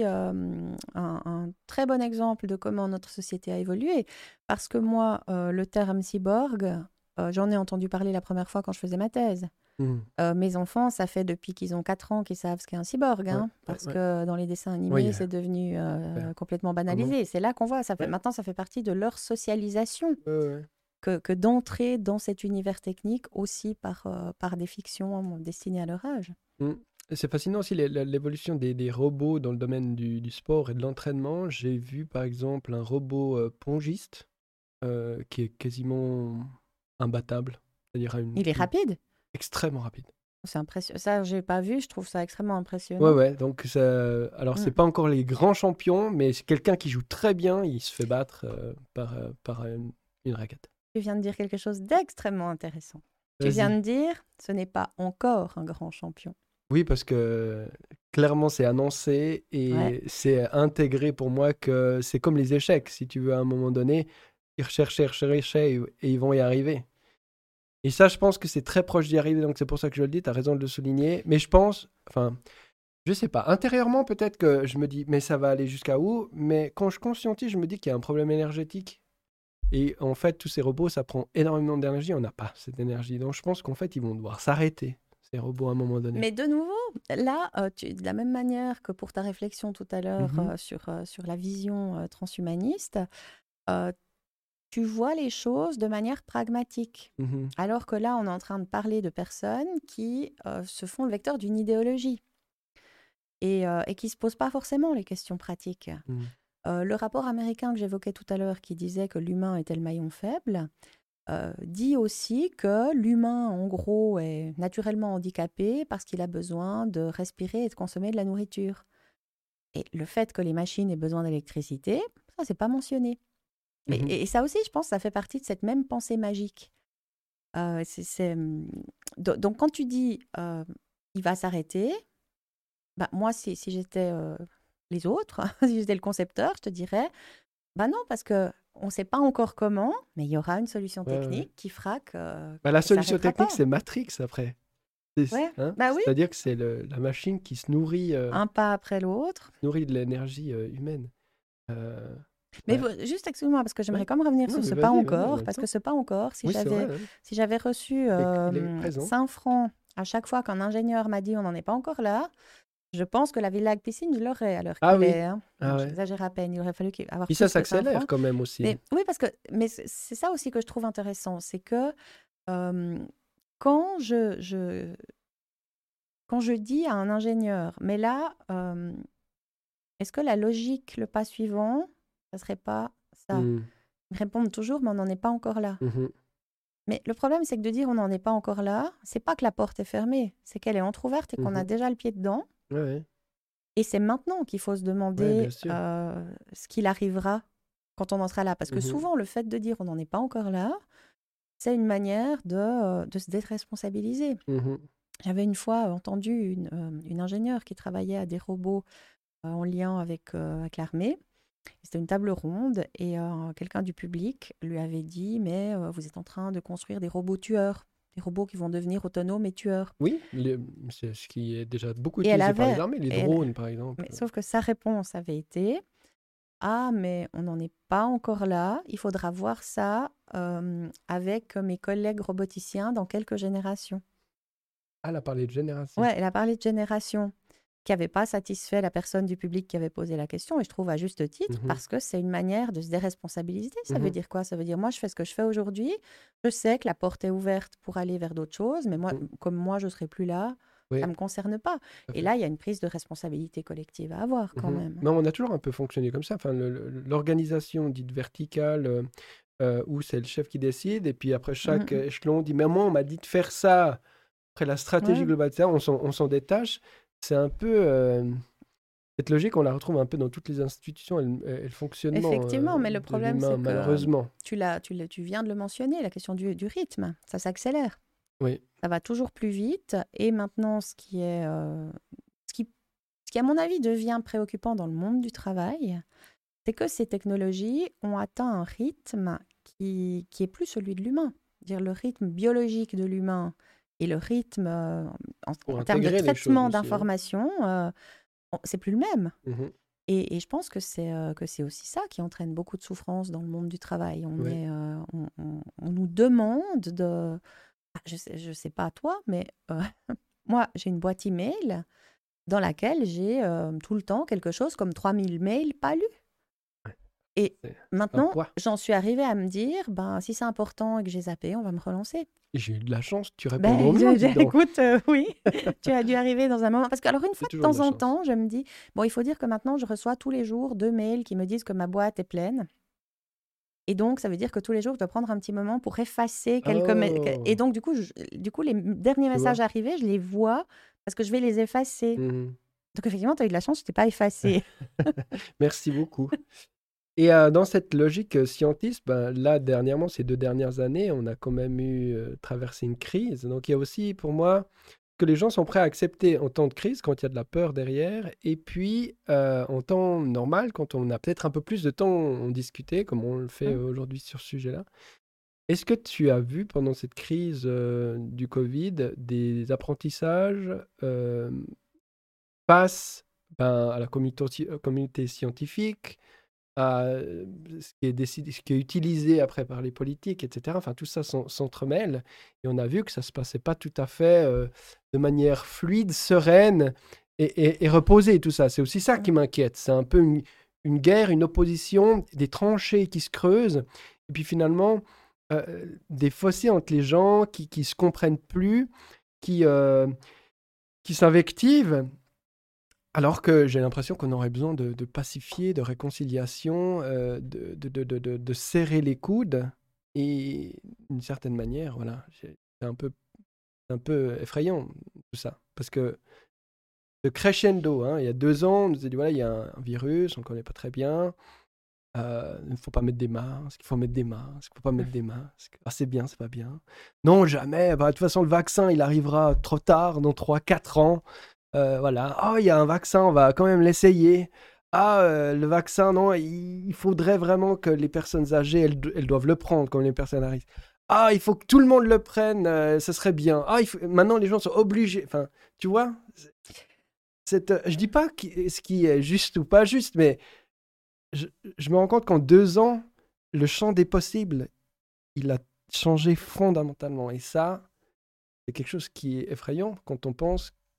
un très bon exemple de comment notre société a évolué. Parce que moi, le terme cyborg, j'en ai entendu parler la première fois quand je faisais ma thèse. Mhm. Mes enfants, ça fait depuis qu'ils ont 4 ans qu'ils savent ce qu'est un cyborg, Ouais, hein, ouais, parce ouais. que dans les dessins Oui, animés, c'est devenu ouais. complètement Vraiment. banalisé. C'est là qu'on voit, Ouais, maintenant ça fait partie de leur socialisation ouais, ouais. que d'entrer dans cet univers technique aussi par des fictions destinées à leur âge. Mm. Et c'est fascinant aussi l'évolution des robots dans le domaine du sport et de l'entraînement. J'ai vu par exemple un robot pongiste qui est quasiment imbattable, c'est-à-dire Il est rapide, extrêmement rapide. c'est impressionnant. Ça, j'ai pas vu, je trouve ça extrêmement Ouais, impressionnant. ouais, donc alors c'est Mm. pas encore les grands champions, mais c'est quelqu'un qui joue très bien, il se fait battre par une raquette. Tu viens de dire quelque chose d'extrêmement intéressant. Tu viens Vas-y. de dire, ce n'est pas encore un grand champion. Oui, parce que clairement c'est annoncé Ouais. et c'est intégré pour moi que c'est comme les échecs, si tu veux, à un moment donné, ils recherchent et ils vont y arriver. Et ça, je pense que c'est très proche d'y arriver, donc c'est pour ça que je le dis, tu as raison de le souligner. Mais je pense, enfin, je sais pas, intérieurement peut-être que je me dis, mais ça va aller jusqu'à où? Mais quand je conscientise, je me dis qu'il y a un problème énergétique. Et en fait, tous ces robots, ça prend énormément d'énergie, on n'a pas cette énergie. Donc je pense qu'en fait, ils vont devoir s'arrêter, ces robots, à un moment donné. Mais de nouveau, là, de la même manière que pour ta réflexion tout à l'heure Mhm, sur la vision transhumaniste, euh, tu vois les choses de manière pragmatique. mhm, Alors que là, on est en train de parler de personnes qui se font le vecteur d'une idéologie et qui ne se posent pas forcément les questions pratiques. mhm. Le rapport américain que j'évoquais tout à l'heure, qui disait que l'humain était le maillon faible, dit aussi que l'humain, en gros, est naturellement handicapé parce qu'il a besoin de respirer et de consommer de la nourriture. Et le fait que les machines aient besoin d'électricité, ça, c'est pas mentionné. Mhm. Et ça aussi, je pense, ça fait partie de cette même pensée magique. Donc, quand tu dis il va s'arrêter, moi, si j'étais les autres, si j'étais le concepteur, je te dirais bah non, parce que on ne sait pas encore comment, mais il y aura une solution Ouais, ouais, ouais. technique qui fera que Bah, la qu'il solution s'arrêtera technique, pas. c'est Matrix après. Ouais, Hein? bah oui, C'est-à-dire que c'est la machine qui un pas après l'autre. se nourrit de l'énergie humaine. Euh, Mais ouais, juste excuse-moi, parce que j'aimerais ouais. quand même revenir Non, sur mais ce pas vas-y, on encore, a le parce que temps. ce pas encore, Oui, c'est vrai, hein. si j'avais reçu Il est présent. 5 francs à chaque fois qu'un ingénieur m'a dit on n'en est pas encore là, Je pense que la villa avec piscine, je l'aurais à l'heure Ah qu'il oui. est. Hein. Ah Non, ouais. j'exagère à peine. Il aurait fallu avoir Puis ça plus que 5 s'accélère francs. quand même aussi. Mais oui, parce que c'est ça aussi que je trouve intéressant. C'est que euh, quand quand je dis à un ingénieur, mais là, est-ce que la logique, le pas suivant, ça serait pas ça? Hmm. Ils me répondent toujours, mais on n'en est pas encore là. Mhm. Mais le problème, c'est que de dire on n'en est pas encore là, c'est pas que la porte est fermée, c'est qu'elle est entrouverte et qu'on a Mhm. déjà le pied dedans. Ouais, ouais. Et c'est maintenant qu'il faut se Ouais, demander bien sûr. ce qu'il arrivera quand on en sera là. Parce que Mhm. souvent, le fait de dire on n'en est pas encore là, c'est une manière de se déresponsabiliser. Mhm. J'avais une fois entendu une ingénieure qui travaillait à des robots en lien avec l'armée. C'était une table ronde et quelqu'un du public lui avait dit, mais vous êtes en train de construire des robots tueurs, des robots qui vont devenir autonomes et tueurs. Oui, c'est ce qui est déjà beaucoup Et elle utilisé par les avait, armées, les et elle- drones par exemple. mais sauf que sa réponse avait été, ah, mais on n'en est pas encore là, il faudra voir ça avec mes collègues roboticiens dans quelques générations. Ah, elle a parlé de génération. Ouais, elle a parlé de génération qui n'avait pas satisfait la personne du public qui avait posé la question, et je trouve à juste titre, Mhm. parce que c'est une manière de se déresponsabiliser. Ça veut Mhm. dire quoi? Ça veut dire, moi, je fais ce que je fais aujourd'hui, je sais que la porte est ouverte pour aller vers d'autres choses, mais moi, Mhm. comme moi, je ne serai plus là, Oui, ça ne me concerne pas. tout à Et fait. là, il y a une prise de responsabilité collective à avoir quand Mhm. même. Mais on a toujours un peu fonctionné comme ça. Enfin, l'organisation dite verticale, où c'est le chef qui décide, et puis après chaque Mhm. échelon dit, mais moi, on m'a dit de faire ça. Après la stratégie Ouais, globale, ça, on s'en détache. C'est un peu cette logique, on la retrouve un peu dans toutes les institutions et le fonctionnement effectivement, mais le de problème, c'est l'humain, que malheureusement. tu viens de le mentionner, la question du rythme, ça s'accélère. Oui. Ça va toujours plus vite. Et maintenant, ce qui, ce qui, à mon avis, devient préoccupant dans le monde du travail, c'est que ces technologies ont atteint un rythme qui est plus celui de l'humain. Dire le rythme biologique de l'humain et le rythme Pour termes de intégrer les choses traitement aussi. Hein. d'informations, c'est plus le même. Mhm. Et je pense que c'est aussi ça qui entraîne beaucoup de souffrance dans le monde du travail. Oui. On nous demande de... je sais pas toi, mais moi, j'ai une boîte email dans laquelle j'ai tout le temps quelque chose comme 3000 mails pas lus. Et C'est un maintenant, poids. j'en suis arrivée à me dire, ben, si c'est important et que j'ai zappé, on va me relancer. Et j'ai eu de la chance, tu réponds au Ben, mien, dis donc. écoute, oui, tu as dû arriver dans un moment. Parce que, alors, une C'est fois de toujours de temps la en chance. temps, je me dis, bon, il faut dire que maintenant, je reçois tous les jours 2 mails qui me disent que ma boîte est pleine. Et donc, ça veut dire que tous les jours, je dois prendre un petit moment pour effacer quelques... Et Oh, donc, du coup, les derniers tu vois. messages arrivés, je les vois parce que je vais les effacer. Mhm. Donc, effectivement, tu as eu de la chance, je t'ai pas effacé. Merci beaucoup. Et dans cette logique scientiste, ben, là, dernièrement, ces 2 dernières années, on a quand même traversé une crise. Donc, il y a aussi, pour moi, que les gens sont prêts à accepter en temps de crise, quand il y a de la peur derrière, et puis en temps normal, quand on a peut-être un peu plus de temps, on discutait, comme on le fait aujourd'hui sur ce sujet-là. Est-ce que tu as vu pendant cette crise du Covid des apprentissages face à la communauté scientifique, à ce qui est décidé, ce qui est utilisé après par les politiques, etc. Enfin, tout ça s'entremêle. Et on a vu que ça ne se passait pas tout à fait de manière fluide, sereine et reposée, tout ça. C'est aussi ça qui m'inquiète. C'est un peu une guerre, une opposition, des tranchées qui se creusent. Et puis finalement, des fossés entre les gens qui ne se comprennent plus, qui s'invectivent. Alors que j'ai l'impression qu'on aurait besoin de pacifier, de réconciliation, de serrer les coudes. Et d'une certaine manière, voilà, c'est un peu effrayant tout ça. Parce que le crescendo, hein, il y a 2 ans, on nous a dit, voilà, il y a un virus, on ne connaît pas très bien. Il ne faut pas mettre des masques, il faut mettre des masques, il ne faut pas mettre des masques. Ah, c'est bien, c'est pas bien. Non, jamais. Bah, de toute façon, le vaccin, il arrivera trop tard, dans 3 4 ans. Voilà. Oh, il y a un vaccin, on va quand même l'essayer. Ah, le vaccin, non, il faudrait vraiment que les personnes âgées, elles doivent le prendre comme les personnes à risque. Ah, il faut que tout le monde le prenne, ce serait bien. Ah, maintenant, les gens sont obligés. Enfin, tu vois, je dis pas ce qui est juste ou pas juste, mais je, je me rends compte qu'en 2 ans, le champ des possibles, il a changé fondamentalement. Et ça, c'est quelque chose qui est effrayant quand on pense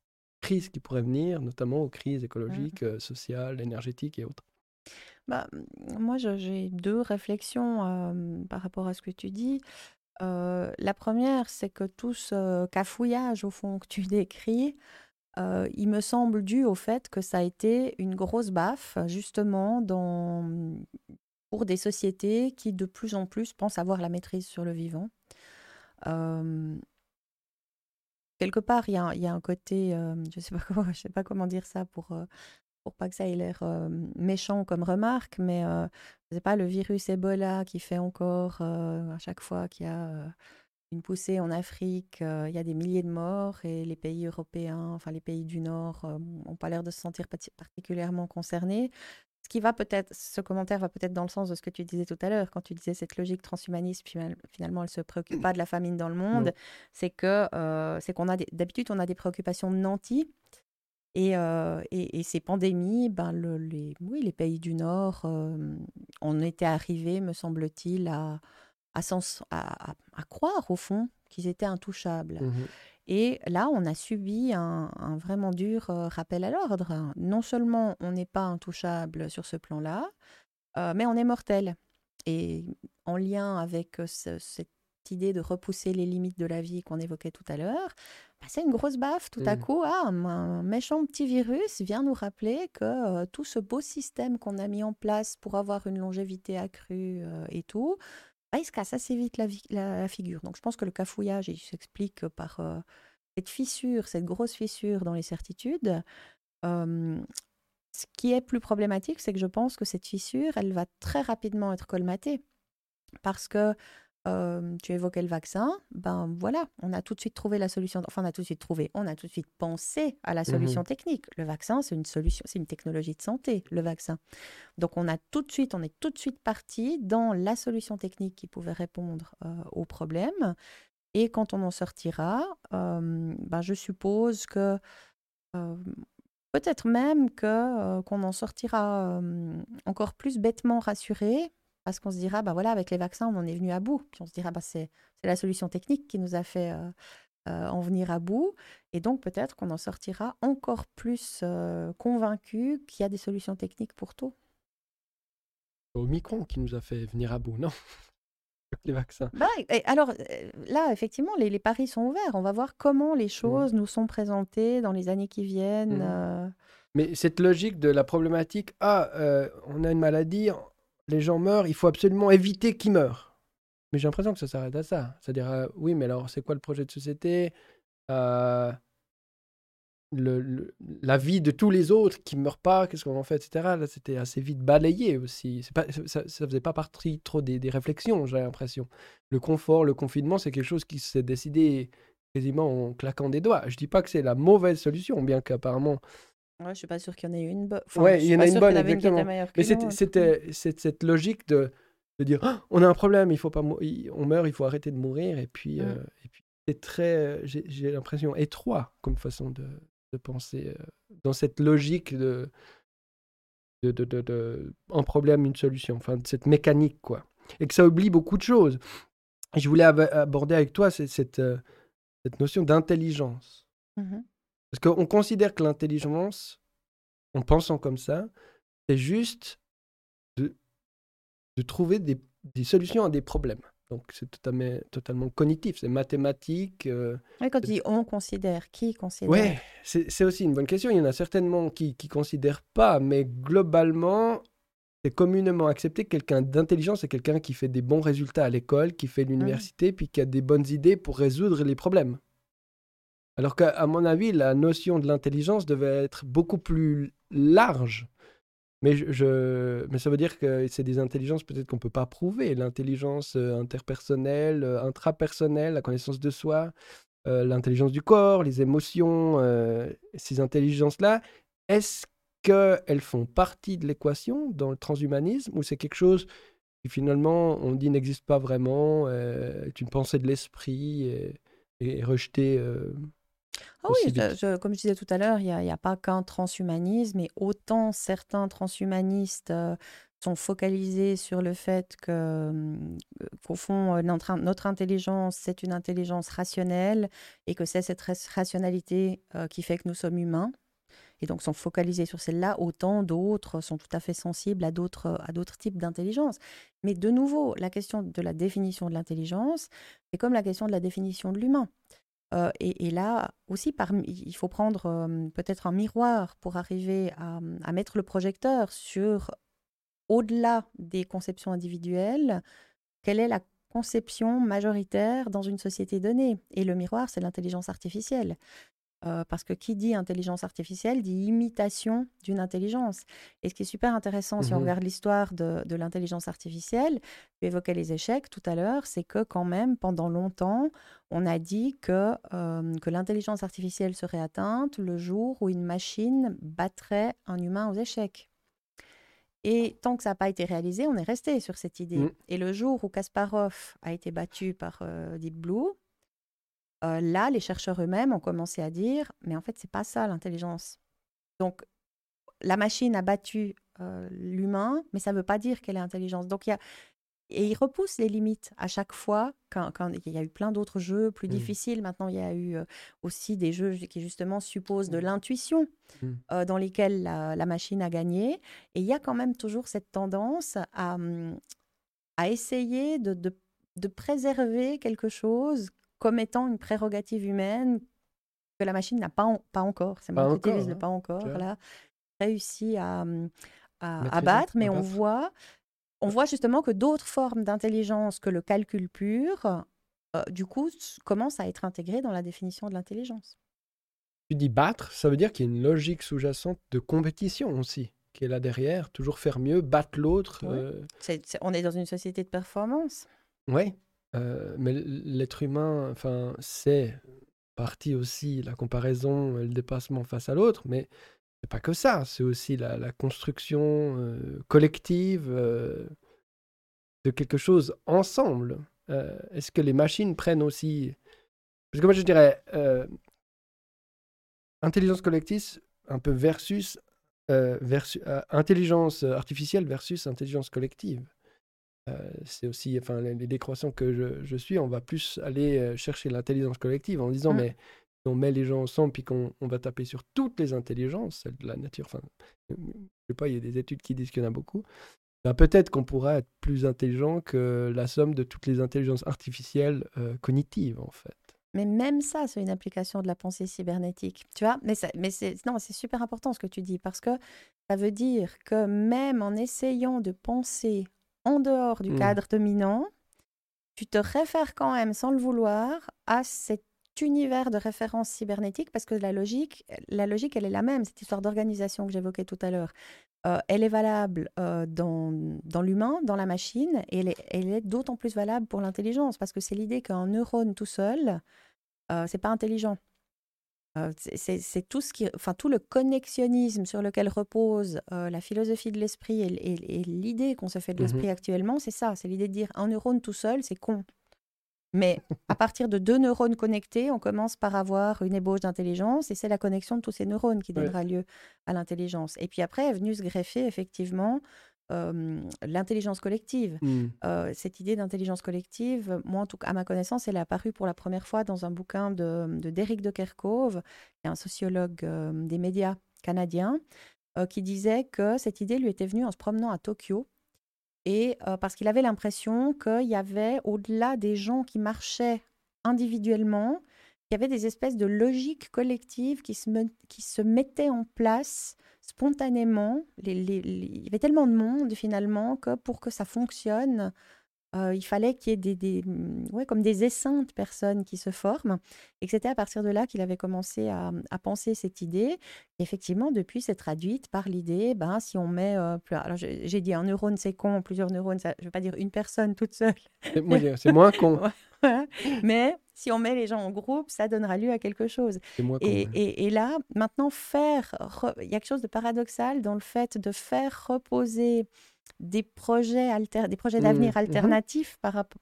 crises qui pourraient venir, notamment aux crises Mm. écologiques, sociales, énergétiques et autres. Bah, moi, j'ai deux réflexions par rapport à ce que tu dis. La première, c'est que tout ce cafouillage, au fond, que tu décris, il me semble dû au fait que ça a été une grosse baffe, justement, pour des sociétés qui, de plus en plus, pensent avoir la maîtrise sur le vivant. Euh, Quelque part, il y a un côté, je sais pas comment, je sais pas comment dire ça pour pas que ça ait l'air méchant comme remarque, mais je sais pas, le virus Ebola qui fait encore à chaque fois qu'il y a une poussée en Afrique, il y a des milliers de morts et les pays européens, enfin les pays du Nord, n'ont pas l'air de se sentir particulièrement concernés. Ce commentaire va peut-être dans le sens de ce que tu disais tout à l'heure, quand tu disais cette logique transhumaniste, finalement, elle se préoccupe pas de la famine dans le monde. Non. C'est qu'on a d'habitude, on a des préoccupations nantis. Et ces pandémies, ben oui, les pays du Nord en étaient arrivés, me semble-t-il, à croire, au fond, qu'ils étaient intouchables. Mhm. Et là, on a subi un vraiment dur rappel à l'ordre. Non seulement on n'est pas intouchable sur ce plan-là, mais on est mortel. Et en lien avec cette idée de repousser les limites de la vie qu'on évoquait tout à l'heure, bah, c'est une grosse baffe. Tout à Mhm. coup, un méchant petit virus vient nous rappeler que tout ce beau système qu'on a mis en place pour avoir une longévité accrue et tout, bah, il se casse assez vite la figure. Donc je pense que le cafouillage, il s'explique par cette fissure, cette grosse fissure dans les certitudes. Euh, Ce qui est plus problématique, c'est que je pense que cette fissure, elle va très rapidement être colmatée. Parce que tu évoquais le vaccin, ben voilà, on a tout de suite trouvé la solution. Enfin, on a tout de suite trouvé, on a tout de suite pensé à la solution Mhm. technique. Le vaccin, c'est une solution, c'est une technologie de santé, le vaccin. Donc on est tout de suite parti dans la solution technique qui pouvait répondre au problème. Et quand on en sortira, ben je suppose que euh, peut-être même qu'on en sortira encore plus bêtement rassuré, parce qu'on se dira, bah voilà, avec les vaccins, on en est venu à bout. Puis on se dira, bah c'est la solution technique qui nous a fait en venir à bout. Et donc peut-être qu'on en sortira encore plus convaincu qu'il y a des solutions techniques pour tout. Omicron qui nous a fait venir à bout, non? Les vaccins. Bah, et alors là, effectivement, les paris sont ouverts. On va voir comment les Mhm. choses nous sont présentées dans les années qui viennent. Mhm. Mais cette logique de la problématique, on a une maladie, les gens meurent, il faut absolument éviter qu'ils meurent. Mais j'ai l'impression que ça s'arrête à ça. C'est-à-dire, oui, mais alors c'est quoi le projet de société? Euh, la vie de tous les autres qui ne meurent pas, qu'est-ce qu'on en fait, etc. Là, c'était assez vite balayé aussi. Ça faisait pas partie trop des réflexions, j'ai l'impression. Le confort, le confinement, c'est quelque chose qui s'est décidé quasiment en claquant des doigts. Je dis pas que c'est la mauvaise solution, bien qu'apparemment Ouais, je suis pas sûre qu'il y en ait une. Enfin, je ouais, il suis y en a pas une sûre qu'il bonne, y en avait une qui était exactement. meilleure Mais qu'une autre. c'est cette logique de dire ah, on a un problème, il faut pas on meurt, il faut arrêter de mourir. Mm. Et puis c'est très, j'ai l'impression, étroit comme façon de penser dans cette logique un problème, une solution, enfin, de cette mécanique, quoi. Et que ça oublie beaucoup de choses. Et je voulais aborder avec toi cette notion d'intelligence. Mhm. Parce qu'on considère que l'intelligence, en pensant comme ça, c'est juste de de trouver des solutions à des problèmes. Donc c'est totalement cognitif, c'est mathématique. Ouais, quand tu dis on considère, qui Ouais, considère? c'est aussi une bonne question. Il y en a certainement qui considèrent pas, mais globalement, c'est communément accepté que quelqu'un d'intelligent, c'est quelqu'un qui fait des bons résultats à l'école, qui fait Mm. l'université, puis qui a des bonnes idées pour résoudre les problèmes. Alors qu'à mon avis, la notion de l'intelligence devait être beaucoup plus large. Mais, mais ça veut dire que c'est des intelligences peut-être qu'on ne peut pas prouver. L'intelligence interpersonnelle, intrapersonnelle, la connaissance de soi, l'intelligence du corps, les émotions, ces intelligences-là, est-ce qu'elles font partie de l'équation dans le transhumanisme ou c'est quelque chose qui finalement on dit n'existe pas vraiment, est une pensée de l'esprit et rejetée Ah aussi oui, vite? comme je disais tout à l'heure, il y a pas qu'un transhumanisme, et autant certains transhumanistes sont focalisés sur le fait qu'au fond, notre intelligence, c'est une intelligence rationnelle et que c'est cette rationalité qui fait que nous sommes humains. Et donc sont focalisés sur celle-là, autant d'autres sont tout à fait sensibles à d'autres types d'intelligence. Mais de nouveau, la question de la définition de l'intelligence, c'est comme la question de la définition de l'humain. Et là aussi, il faut prendre peut-être un miroir pour arriver à mettre le projecteur sur, au-delà des conceptions individuelles, quelle est la conception majoritaire dans une société donnée. Et le miroir, c'est l'intelligence artificielle. Parce que qui dit intelligence artificielle dit imitation d'une intelligence. Et ce qui est super intéressant, si on regarde l'histoire de l'intelligence artificielle, tu évoquais les échecs tout à l'heure, c'est que quand même, pendant longtemps, on a dit que l'intelligence artificielle serait atteinte le jour où une machine battrait un humain aux échecs. Et tant que ça n'a pas été réalisé, on est resté sur cette idée. Et le jour où Kasparov a été battu par Deep Blue, là, les chercheurs eux-mêmes ont commencé à dire, mais en fait, c'est pas ça l'intelligence. Donc, la machine a battu l'humain, mais ça ne veut pas dire qu'elle est intelligente. Donc, et ils repoussent les limites à chaque fois. Quand il y a eu plein d'autres jeux plus difficiles, maintenant il y a eu aussi des jeux qui justement supposent de l'intuition, dans lesquels la machine a gagné. Et il y a quand même toujours cette tendance à essayer de préserver quelque chose comme étant une prérogative humaine que la machine n'a pas encore. C'est moi qui utilise le pas encore, là, réussi à battre, mais on voit justement que d'autres formes d'intelligence que le calcul pur, du coup, commencent à être intégrées dans la définition de l'intelligence. Tu dis battre, ça veut dire qu'il y a une logique sous-jacente de compétition aussi, qui est là derrière, toujours faire mieux, battre l'autre. Ouais. On est dans une société de performance. Oui, mais l'être humain, c'est partie aussi la comparaison, le dépassement face à l'autre, mais c'est pas que ça, c'est aussi la construction collective de quelque chose ensemble. Est-ce que les machines prennent aussi... Parce que moi je dirais intelligence collective un peu versus intelligence artificielle versus intelligence collective. C'est aussi, les décroissants que je suis, on va plus aller chercher l'intelligence collective en disant, mais si on met les gens ensemble puis qu'on va taper sur toutes les intelligences, celles de la nature, je sais pas, il y a des études qui disent qu'il y en a beaucoup, peut-être qu'on pourra être plus intelligent que la somme de toutes les intelligences artificielles cognitives, en fait. Mais même ça, c'est une application de la pensée cybernétique, tu vois. C'est super important ce que tu dis, parce que ça veut dire que même en essayant de penser en dehors du cadre dominant, tu te réfères quand même, sans le vouloir, à cet univers de référence cybernétique, parce que la logique, elle est la même, cette histoire d'organisation que j'évoquais tout à l'heure. Elle est valable dans l'humain, dans la machine, et elle est d'autant plus valable pour l'intelligence, parce que c'est l'idée qu'un neurone tout seul, c'est pas intelligent. C'est tout le connexionnisme sur lequel repose la philosophie de l'esprit et l'idée qu'on se fait de l'esprit actuellement, c'est ça, c'est l'idée de dire un neurone tout seul, c'est con. Mais à partir de 2 neurones connectés, on commence par avoir une ébauche d'intelligence et c'est la connexion de tous ces neurones qui donnera lieu à l'intelligence. Et puis après est venu se greffer effectivement l'intelligence collective. Cette idée d'intelligence collective, moi en tout cas à ma connaissance, elle est apparue pour la première fois dans un bouquin d'Éric de Kerkhove, qui est un sociologue des médias canadien, qui disait que cette idée lui était venue en se promenant à Tokyo. Et parce qu'il avait l'impression qu'il y avait, au-delà des gens qui marchaient individuellement, il y avait des espèces de logiques collectives qui se mettaient en place spontanément. Il y avait tellement de monde, finalement, que pour que ça fonctionne, il fallait qu'il y ait comme des essaims de personnes qui se forment. Et que c'était à partir de là qu'il avait commencé à penser cette idée. Et effectivement, depuis, c'est traduite par l'idée, si on met... alors, j'ai dit un neurone, c'est con, plusieurs neurones, ça, je ne veux pas dire une personne toute seule. C'est moins con. Ouais. Mais si on met les gens en groupe, ça donnera lieu à quelque chose. C'est moins con. Et là, maintenant, il y a quelque chose de paradoxal dans le fait de faire reposer des projets d'avenir alternatifs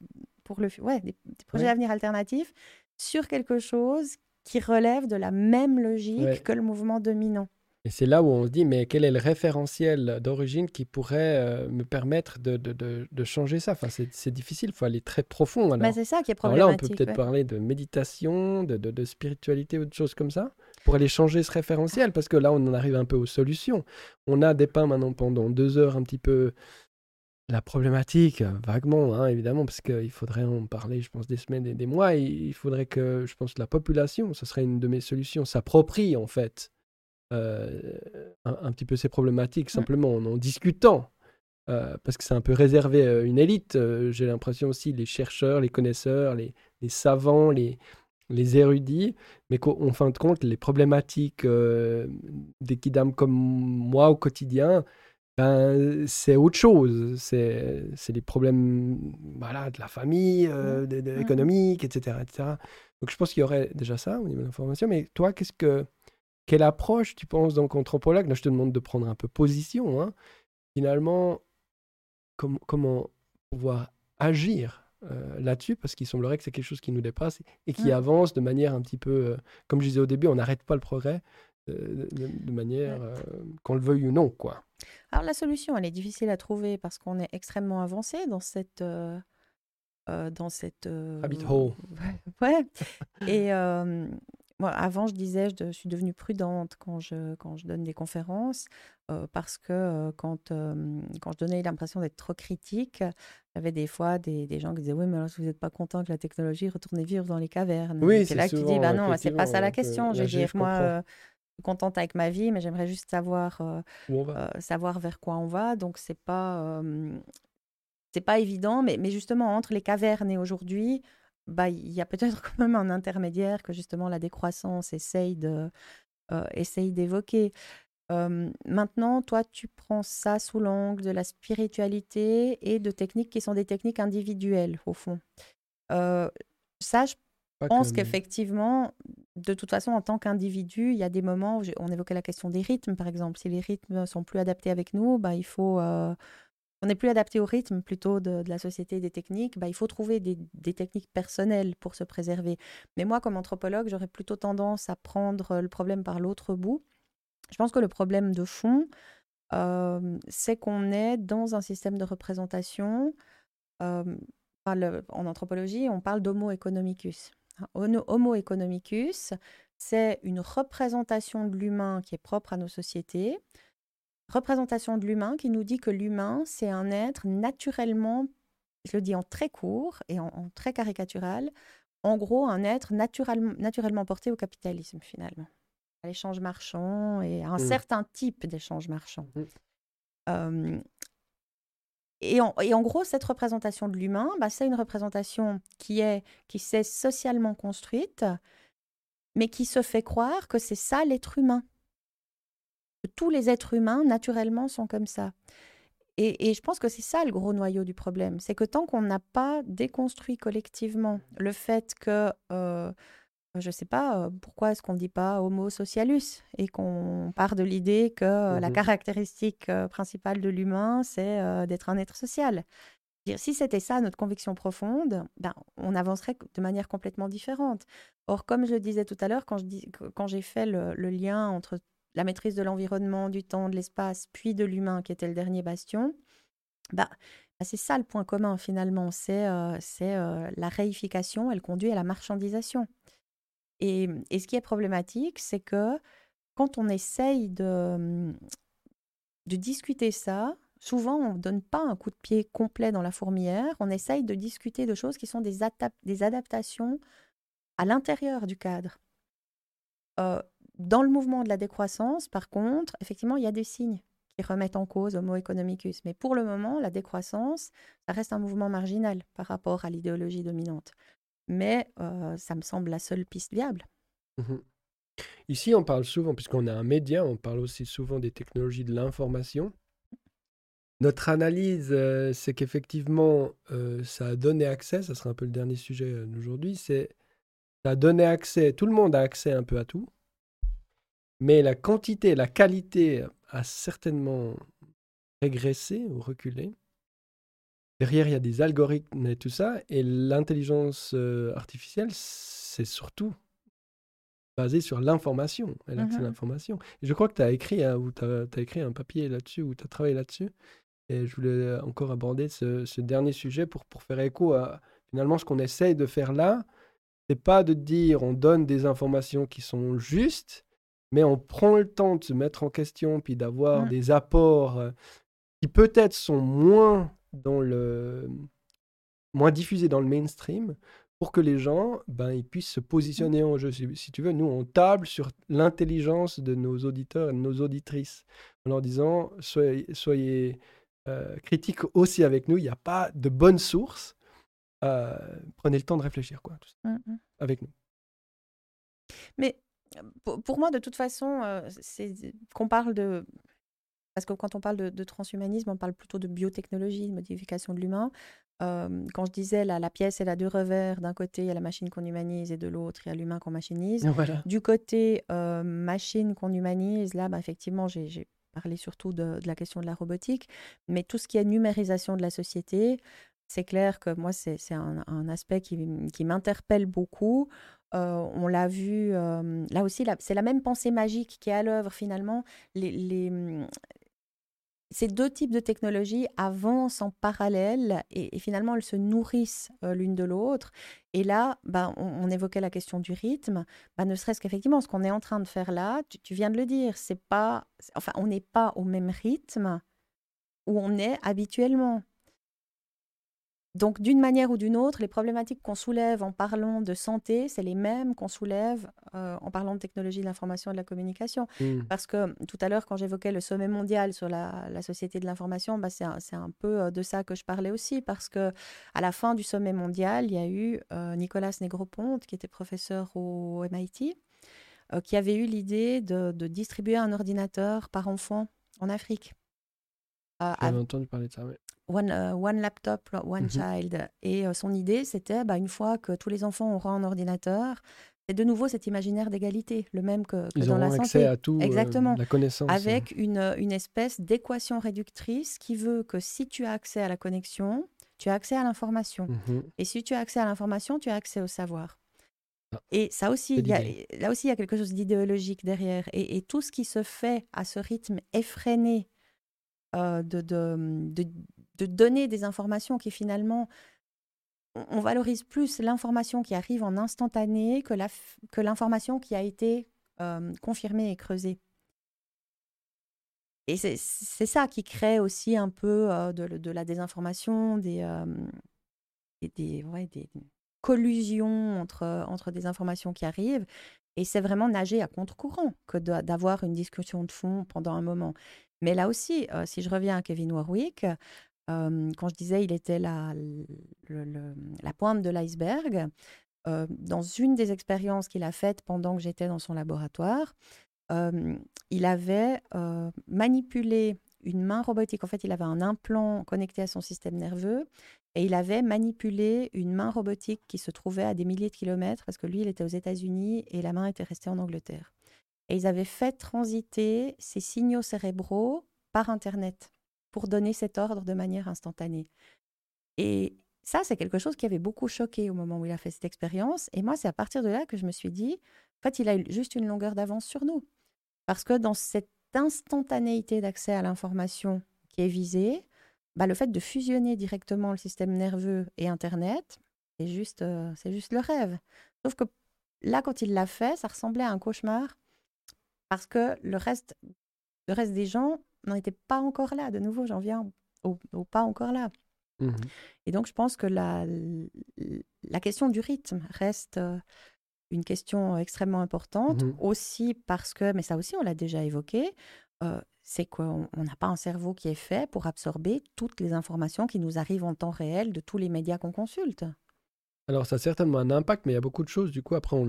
des projets d'avenir alternatifs sur quelque chose qui relève de la même logique que le mouvement dominant. Et c'est là où on se dit, mais quel est le référentiel d'origine qui pourrait me permettre de changer ça? Enfin, c'est difficile, il faut aller très profond Mais alors. c'est ça qui est Alors là, on peut problématique, peut-être ouais. parler de méditation, de spiritualité ou de choses comme ça, pour aller changer ce référentiel, parce que là, on en arrive un peu aux solutions. On a dépeint maintenant pendant 2 heures un petit peu la problématique, vaguement, hein, évidemment, parce qu'il faudrait en parler, je pense, des semaines et des mois. Il faudrait que, je pense, la population, ce serait une de mes solutions, s'approprie en fait euh, un petit peu ces problématiques, Mm. simplement en discutant. Parce que c'est un peu réservé à une élite. J'ai l'impression aussi, les chercheurs, les connaisseurs, les savants, les érudits, mais qu'en fin de compte, les problématiques des kidam comme moi au quotidien, ben, c'est autre chose. C'est les problèmes voilà, de la famille, Mm. Mm. économiques, etc., etc. Donc je pense qu'il y aurait déjà ça au niveau de l'information. Mais toi, quelle approche tu penses donc anthropologue? Là, je te demande de prendre un peu position. Hein. Finalement, comment pouvoir agir là-dessus, parce qu'il semblerait que c'est quelque chose qui nous dépasse et qui Mm. avance de manière un petit peu, comme je disais au début, on n'arrête pas le progrès de Ouais. manière qu'on le veuille ou non, quoi. Alors la solution, elle est difficile à trouver parce qu'on est extrêmement avancé dans cette Rabbit hole. ouais. Et moi, avant, je disais, je suis devenue prudente quand je donne des conférences, parce que quand je donnais l'impression d'être trop critique, j'avais des fois des gens qui disaient, oui, mais alors si vous n'êtes pas content que la technologie, retournez vivre dans les cavernes. Et Oui, c'est c'est là que tu dis, bah souvent, non, c'est pas ça effectivement, la un peu question. Je veux nager, dire, je moi, comprends. je suis contente avec ma vie, mais j'aimerais juste Où on va. savoir vers quoi on va. Donc, c'est pas évident, mais justement, entre les cavernes et aujourd'hui, bah, il y a peut-être quand même un intermédiaire que justement la décroissance essaye d'évoquer. Maintenant, toi, tu prends ça sous l'angle de la spiritualité et de techniques qui sont des techniques individuelles, au fond. Euh, Ça, je Pas pense comme... qu'effectivement, de toute façon, en tant qu'individu, il y a des moments où on évoquait la question des rythmes, par exemple. Si les rythmes sont plus adaptés avec nous, bah, on n'est plus adapté au rythme plutôt de la société et des techniques, bah, il faut trouver des techniques personnelles pour se préserver. Mais moi, comme anthropologue, j'aurais plutôt tendance à prendre le problème par l'autre bout. Je pense que le problème de fond, c'est qu'on est dans un système de représentation. euh, En anthropologie, on parle d'homo economicus. Homo economicus, c'est une représentation de l'humain qui est propre à nos sociétés, représentation de l'humain qui nous dit que l'humain, c'est un être naturellement, je le dis en très court et en très caricatural, en gros, un être naturellement porté au capitalisme, finalement, à l'échange marchand et à un Hmm. certain type d'échange marchand. Mhm. Euh, et en gros, cette représentation de l'humain, bah, c'est une représentation qui s'est socialement construite, mais qui se fait croire que c'est ça l'être humain. Que tous les êtres humains, naturellement, sont comme ça. Et je pense que c'est ça le gros noyau du problème. C'est que tant qu'on n'a pas déconstruit collectivement le fait que, je ne sais pas, pourquoi est-ce qu'on ne dit pas Homo socialus et qu'on part de l'idée que la Mhm. caractéristique principale de l'humain, c'est d'être un être social. Si c'était ça notre conviction profonde, ben, on avancerait de manière complètement différente. Or, comme je le disais tout à l'heure, quand j'ai fait le lien entre la maîtrise de l'environnement, du temps, de l'espace, puis de l'humain, qui était le dernier bastion, c'est ça le point commun finalement, c'est la réification, elle conduit à la marchandisation. Et ce qui est problématique, c'est que quand on essaye de discuter ça, souvent on ne donne pas un coup de pied complet dans la fourmilière, on essaye de discuter de choses qui sont des adaptations à l'intérieur du cadre. Euh, dans le mouvement de la décroissance, par contre, effectivement, il y a des signes qui remettent en cause Homo economicus. Mais pour le moment, la décroissance, ça reste un mouvement marginal par rapport à l'idéologie dominante. Mais ça me semble la seule piste viable. Mhm. Ici, on parle souvent, puisqu'on a un média, on parle aussi souvent des technologies de l'information. Notre analyse, c'est qu'effectivement, ça a donné accès, ça sera un peu le dernier sujet d'aujourd'hui, ça a donné accès, tout le monde a accès un peu à tout, mais la quantité, la qualité a certainement régressé ou reculé. Derrière, il y a des algorithmes et tout ça, et l'intelligence artificielle, c'est surtout basée sur l'information et l'accès à Mhm. l'information. Et je crois que tu as écrit, ou t'as écrit un papier là-dessus, ou tu as travaillé là-dessus. Et je voulais encore aborder ce dernier sujet pour faire écho à finalement ce qu'on essaye de faire là. C'est pas de dire on donne des informations qui sont justes, mais on prend le temps de se mettre en question puis d'avoir Mm. des apports qui peut-être sont moins diffusés dans le mainstream pour que les gens ils puissent se Mm. positionner en jeu. Si tu veux, nous, on table sur l'intelligence de nos auditeurs et de nos auditrices en leur disant soyez critiques aussi avec nous, il n'y a pas de bonne source. Prenez le temps de réfléchir, quoi, tout ça, Mm. Mm. avec nous. Mais pour moi, de toute façon, c'est qu'on parle de... Parce que quand on parle de transhumanisme, on parle plutôt de biotechnologie, de modification de l'humain. Quand je disais la pièce, elle a deux revers. D'un côté, il y a la machine qu'on humanise et de l'autre, il y a l'humain qu'on machinise. Voilà. Du côté machine qu'on humanise, là, effectivement, j'ai parlé surtout de la question de la robotique. Mais tout ce qui est numérisation de la société, c'est clair que moi, c'est un aspect qui m'interpelle beaucoup. On l'a vu, là aussi, c'est la même pensée magique qui est à l'œuvre finalement. Ces deux types de technologies avancent en parallèle et finalement elles se nourrissent l'une de l'autre. Et là, on évoquait la question du rythme. Ne serait-ce qu'effectivement, ce qu'on est en train de faire là, tu viens de le dire, on n'est pas au même rythme où on est habituellement. Donc, d'une manière ou d'une autre, les problématiques qu'on soulève en parlant de santé, c'est les mêmes qu'on soulève en parlant de technologie de l'information et de la communication. Mm. Parce que tout à l'heure, quand j'évoquais le sommet mondial sur la société de l'information, c'est un peu de ça que je parlais aussi. Parce que à la fin du sommet mondial, il y a eu Nicolas Negroponte, qui était professeur au MIT, qui avait eu l'idée de distribuer un ordinateur par enfant en Afrique. J'avais entendu parler de ça, ouais. One laptop, one Mhm. child. Et son idée, c'était, une fois que tous les enfants auront un ordinateur, c'est de nouveau cet imaginaire d'égalité, le même que Ils dans la auront accès santé. à tout, Exactement. la connaissance. Avec une espèce d'équation réductrice qui veut que si tu as accès à la connexion, tu as accès à l'information. Mhm. Et si tu as accès à l'information, tu as accès au savoir. Ah, Et ça aussi, c'est l'idée. là aussi, il y a quelque chose d'idéologique derrière. Et tout ce qui se fait à ce rythme effréné de donner des informations qui finalement, on valorise plus l'information qui arrive en instantané que l'information qui a été confirmée et creusée. Et c'est ça qui crée aussi un peu de la désinformation, des collusions entre des informations qui arrivent. Et c'est vraiment nager à contre-courant que d'avoir une discussion de fond pendant un moment. Mais là aussi, si je reviens à Kevin Warwick, quand je disais il était la pointe de l'iceberg, dans une des expériences qu'il a faites pendant que j'étais dans son laboratoire, il avait manipulé une main robotique. En fait, il avait un implant connecté à son système nerveux et il avait manipulé une main robotique qui se trouvait à des milliers de kilomètres parce que lui, il était aux États-Unis et la main était restée en Angleterre. Et ils avaient fait transiter ces signaux cérébraux par Internet pour donner cet ordre de manière instantanée. Et ça, c'est quelque chose qui avait beaucoup choqué au moment où il a fait cette expérience. Et moi, c'est à partir de là que je me suis dit, en fait, il a juste une longueur d'avance sur nous. Parce que dans cette instantanéité d'accès à l'information qui est visée, le fait de fusionner directement le système nerveux et Internet, c'est juste le rêve. Sauf que là, quand il l'a fait, ça ressemblait à un cauchemar parce que le reste des gens n'en étaient pas encore là. De nouveau, j'en viens au pas encore là. Mhm. Et donc, je pense que la question du rythme reste une question extrêmement importante, Mhm. aussi parce que, mais ça aussi, on l'a déjà évoqué, c'est qu'on n'a pas un cerveau qui est fait pour absorber toutes les informations qui nous arrivent en temps réel de tous les médias qu'on consulte. Alors, ça a certainement un impact, mais il y a beaucoup de choses. Du coup, après,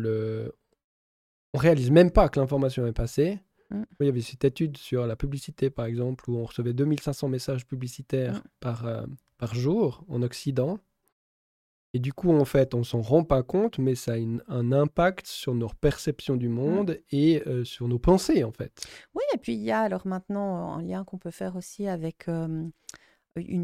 on réalise même pas que l'information est passée. Mm, Il y avait cette étude sur la publicité, par exemple, où on recevait 2500 messages publicitaires mm, par jour en Occident. Et du coup, en fait, on s'en rend pas compte, mais ça a un impact sur nos perceptions du mm. monde et sur nos pensées, en fait. Oui, et puis il y a alors maintenant un lien qu'on peut faire aussi avec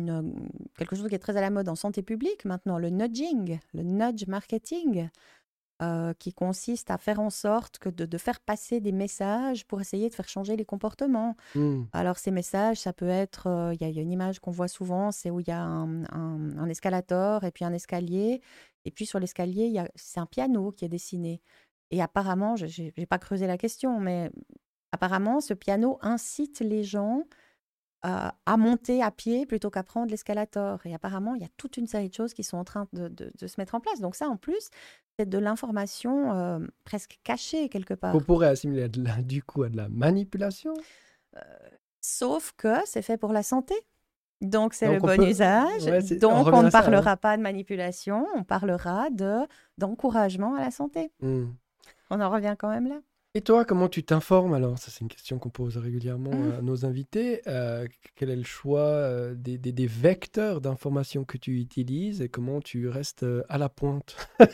quelque chose qui est très à la mode en santé publique maintenant, le nudging, le nudge marketing. qui consiste à faire en sorte que de faire passer des messages pour essayer de faire changer les comportements. Hmm. Alors, ces messages, ça peut être, il y a une image qu'on voit souvent, c'est où il y a un escalator et puis un escalier. Et puis, sur l'escalier, c'est un piano qui est dessiné. Et apparemment, je n'ai pas creusé la question, mais apparemment, ce piano incite les gens à monter à pied plutôt qu'à prendre l'escalator. Et apparemment, il y a toute une série de choses qui sont en train de se mettre en place. Donc ça, en plus, c'est de l'information presque cachée quelque Qu'on part. pourrait assimiler du coup à de la manipulation. Euh, Sauf que c'est fait pour la santé. Donc c'est le Donc on bon peut... usage. Ouais, on Donc on revient ne à ça, hein. parlera pas de manipulation, on parlera d'encouragement à la santé. Hmm. On en revient quand même là. Et toi, comment tu t'informes alors? Ça, c'est une question qu'on pose régulièrement Mmh. à nos invités. Quel est le choix des vecteurs d'information que tu utilises et comment tu restes à la pointe?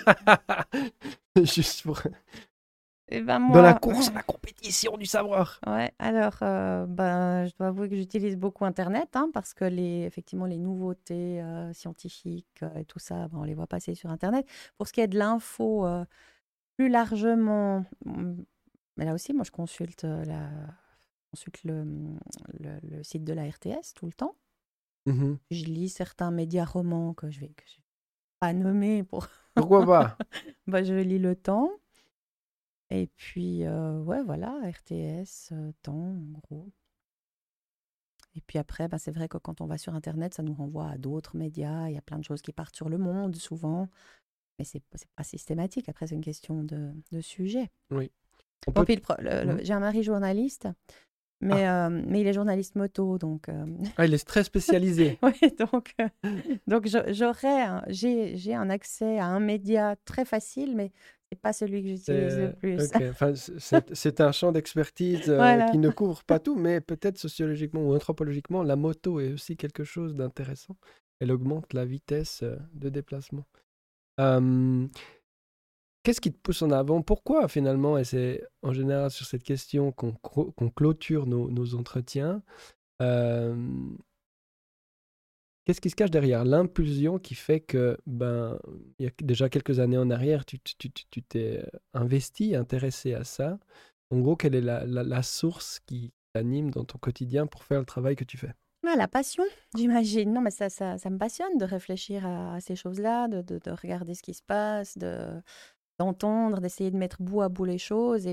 Juste pour... Et ben Dans la moi, course à la compétition du savoir. ouais, alors ben, je dois avouer que j'utilise beaucoup Internet hein, parce que effectivement les nouveautés scientifiques et tout ça, ben, on les voit passer sur Internet. Pour ce qui est de l'info plus largement, mais là aussi, moi je consulte, consulte le site de la RTS tout le temps. Mhm. Je lis certains médias romans que je vais pas nommer pour. Pourquoi pas? Bah, je lis Le Temps. Et puis, ouais, voilà, RTS, Temps, en gros. Et puis après, bah, c'est vrai que quand on va sur Internet, ça nous renvoie à d'autres médias. Il y a plein de choses qui partent sur le monde, souvent. Mais c'est pas systématique. Après, c'est une question de sujet. Oui. On Bon, peut... puis Mhm. j'ai un mari journaliste, Ah. mais il est journaliste moto, donc Ah, il est très spécialisé. ouais, donc j'ai un accès à un média très facile, mais c'est pas celui que j'utilise le plus. Ok. Enfin, c'est un champ d'expertise Voilà. qui ne couvre pas tout, mais peut-être sociologiquement ou anthropologiquement, la moto est aussi quelque chose d'intéressant. Elle augmente la vitesse de déplacement. Euh, Qu'est-ce qui te pousse en avant? Pourquoi finalement, et c'est en général sur cette question qu'on clôture nos entretiens, euh, qu'est-ce qui se cache derrière l'impulsion qui fait que, ben, il y a déjà quelques années en arrière, tu t'es investi, intéressé à ça. En gros, quelle est la source qui t'anime dans ton quotidien pour faire le travail que tu fais? Ah, la passion, j'imagine. Non, mais ça me passionne de réfléchir à ces choses-là, de regarder ce qui se passe, d'entendre, d'essayer de mettre bout à bout les choses.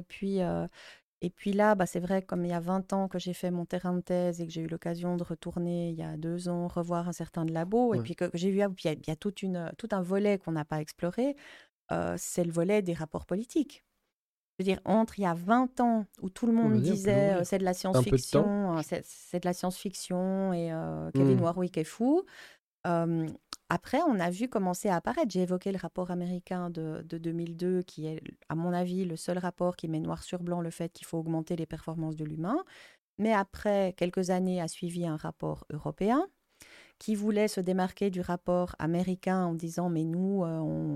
Et puis là, bah, c'est vrai, comme il y a 20 ans que j'ai fait mon terrain de thèse et que j'ai eu l'occasion de retourner il y a 2 ans, revoir un certain de labos, et Ouais. puis que j'ai vu, puis il y a tout un volet qu'on n'a pas exploré, c'est le volet des rapports politiques. Je veux dire, entre il y a 20 ans où tout le monde Vas-y, on peut disait l'ouvrir. c'est de la Un peu de temps. science-fiction, c'est de la science-fiction et Kevin Hmm. Warwick est fou. euh, Après, on a vu commencer à apparaître. J'ai évoqué le rapport américain de 2002, qui est, à mon avis, le seul rapport qui met noir sur blanc le fait qu'il faut augmenter les performances de l'humain. Mais après, quelques années, a suivi un rapport européen qui voulait se démarquer du rapport américain en disant mais nous,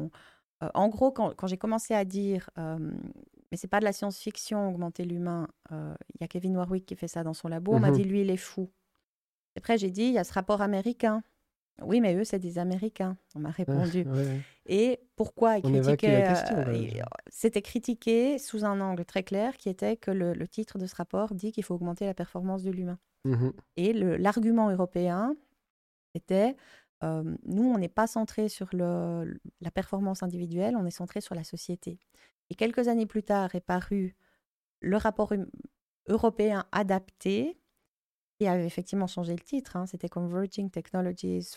en gros, quand j'ai commencé à dire mais c'est pas de la science-fiction, augmenter l'humain, il y a Kevin Warwick qui fait ça dans son labo, on m'a Mhm. dit lui, il est fou. Après, j'ai dit il y a ce rapport américain. Oui, mais eux, c'est des Américains, on m'a Ah, répondu. ouais. Et pourquoi ils On évacue la critiquaient question quand même. c'était critiqué sous un angle très clair qui était que le titre de ce rapport dit qu'il faut augmenter la performance de l'humain. Mhm. Et l'argument européen était nous, on n'est pas centré sur la performance individuelle, on est centré sur la société. Et quelques années plus tard est paru le rapport européen adapté, qui avait effectivement changé le titre, hein, c'était Converging Technologies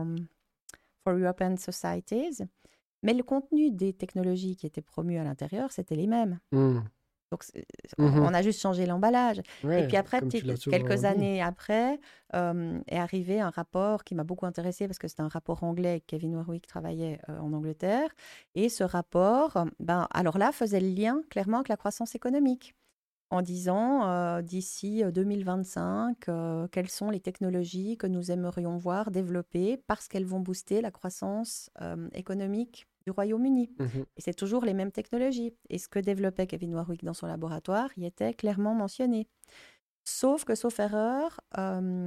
for European Societies. Mais le contenu des technologies qui étaient promues à l'intérieur, c'était les mêmes. Mhm. Donc, Mhm. on a juste changé l'emballage. Et Ouais, puis après, comme tu l'as souvent quelques dit. années après, est arrivé un rapport qui m'a beaucoup intéressée parce que c'était un rapport anglais et Kevin Warwick travaillait en Angleterre. Et ce rapport, ben, alors là, faisait le lien clairement avec la croissance économique en disant d'ici 2025, quelles sont les technologies que nous aimerions voir développer parce qu'elles vont booster la croissance économique du Royaume-Uni. Mhm. Et c'est toujours les mêmes technologies. Et ce que développait Kevin Warwick dans son laboratoire y était clairement mentionné. Sauf que, sauf erreur,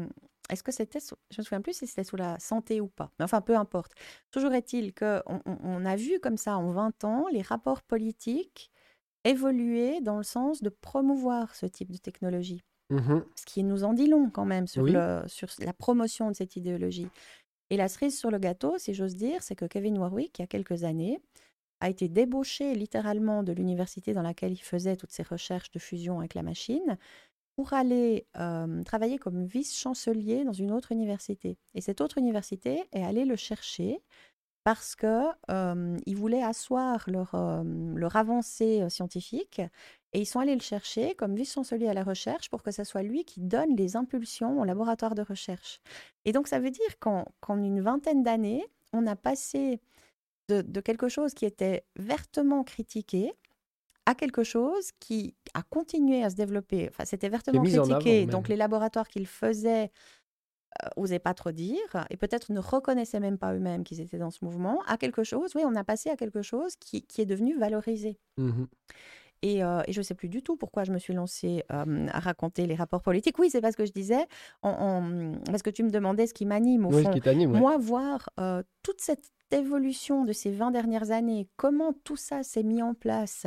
est-ce que c'était, je me souviens plus si c'était sous la santé ou pas, mais enfin peu importe. Toujours est-il qu'on a vu comme ça en 20 ans les rapports politiques évoluer dans le sens de promouvoir ce type de technologie. Mhm. Ce qui nous en dit long quand même sur Oui. sur la promotion de cette idéologie. Et la cerise sur le gâteau, si j'ose dire, c'est que Kevin Warwick, il y a quelques années, a été débauché littéralement de l'université dans laquelle il faisait toutes ses recherches de fusion avec la machine pour aller travailler comme vice-chancelier dans une autre université. Et cette autre université est allée le chercher parce qu'ils voulaient asseoir leur avancée scientifique et ils sont allés le chercher comme vice-chancelier à la recherche pour que ce soit lui qui donne les impulsions au laboratoire de recherche. Et donc ça veut dire qu'en une vingtaine d'années, on a passé de quelque chose qui était vertement critiqué à quelque chose qui a continué à se développer. Enfin, c'était Qui est vertement mise en avant critiqué, donc même. les laboratoires qui le faisaient osaient pas trop dire et peut-être ne reconnaissaient même pas eux-mêmes qu'ils étaient dans ce mouvement, à quelque chose, oui, on a passé à quelque chose qui est devenu valorisé. Mhm. Et je ne sais plus du tout pourquoi je me suis lancée à raconter les rapports politiques. Oui, c'est parce que je disais, parce que tu me demandais ce qui m'anime au Oui, ce fond. qui t'anime, ouais. Moi, voir toute cette évolution de ces 20 dernières années, comment tout ça s'est mis en place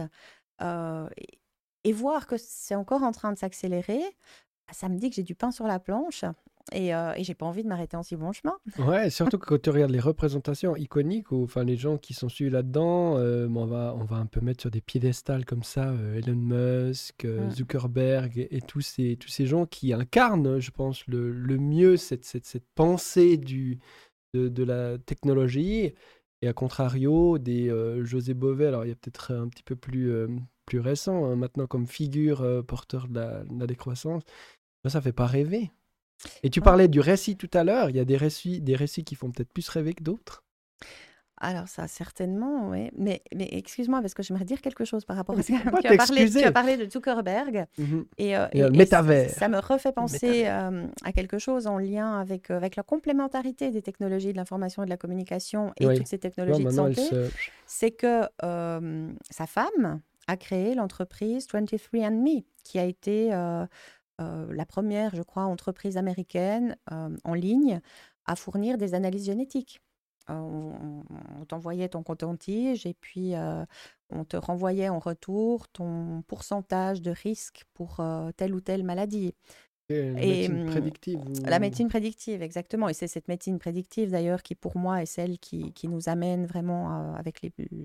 et voir que c'est encore en train de s'accélérer, ça me dit que j'ai du pain sur la planche et j'ai pas envie de m'arrêter en si bon chemin. Ouais, surtout que quand tu regardes les représentations iconiques, ou enfin les gens qui sont suivis là-dedans, on va un peu mettre sur des piédestals comme ça Elon Musk, Mm. Zuckerberg et tous ces gens qui incarnent, je pense, le mieux cette pensée de la technologie. Et à contrario, des José Bové, alors il y a peut-être un petit peu plus récent hein, maintenant comme figure porteur de la décroissance, ça fait pas rêver. Et tu Non. parlais du récit tout à l'heure. Il y a des récits qui font peut-être plus rêver que d'autres. Alors ça, certainement, oui. Mais excuse-moi, parce que j'aimerais dire quelque chose par rapport à Il ça. faut pas Tu as parlé, tu as t'excuser. parlé de Zuckerberg Mhm. et, Il y a le ça métavers. me refait Le penser métavers. à quelque chose en lien avec la complémentarité des technologies de l'information et de la communication et Oui. toutes ces Tu vois, technologies de maintenant, elle santé. se. C'est que sa femme a créé l'entreprise 23andMe, qui a été la première, je crois, entreprise américaine en ligne à fournir des analyses génétiques. On t'envoyait ton coton-tige et puis on te renvoyait en retour ton pourcentage de risque pour telle ou telle maladie. Une Et médecine prédictive la ou. médecine prédictive, exactement. Et c'est cette médecine prédictive, d'ailleurs, qui, pour moi, est celle qui nous amène vraiment avec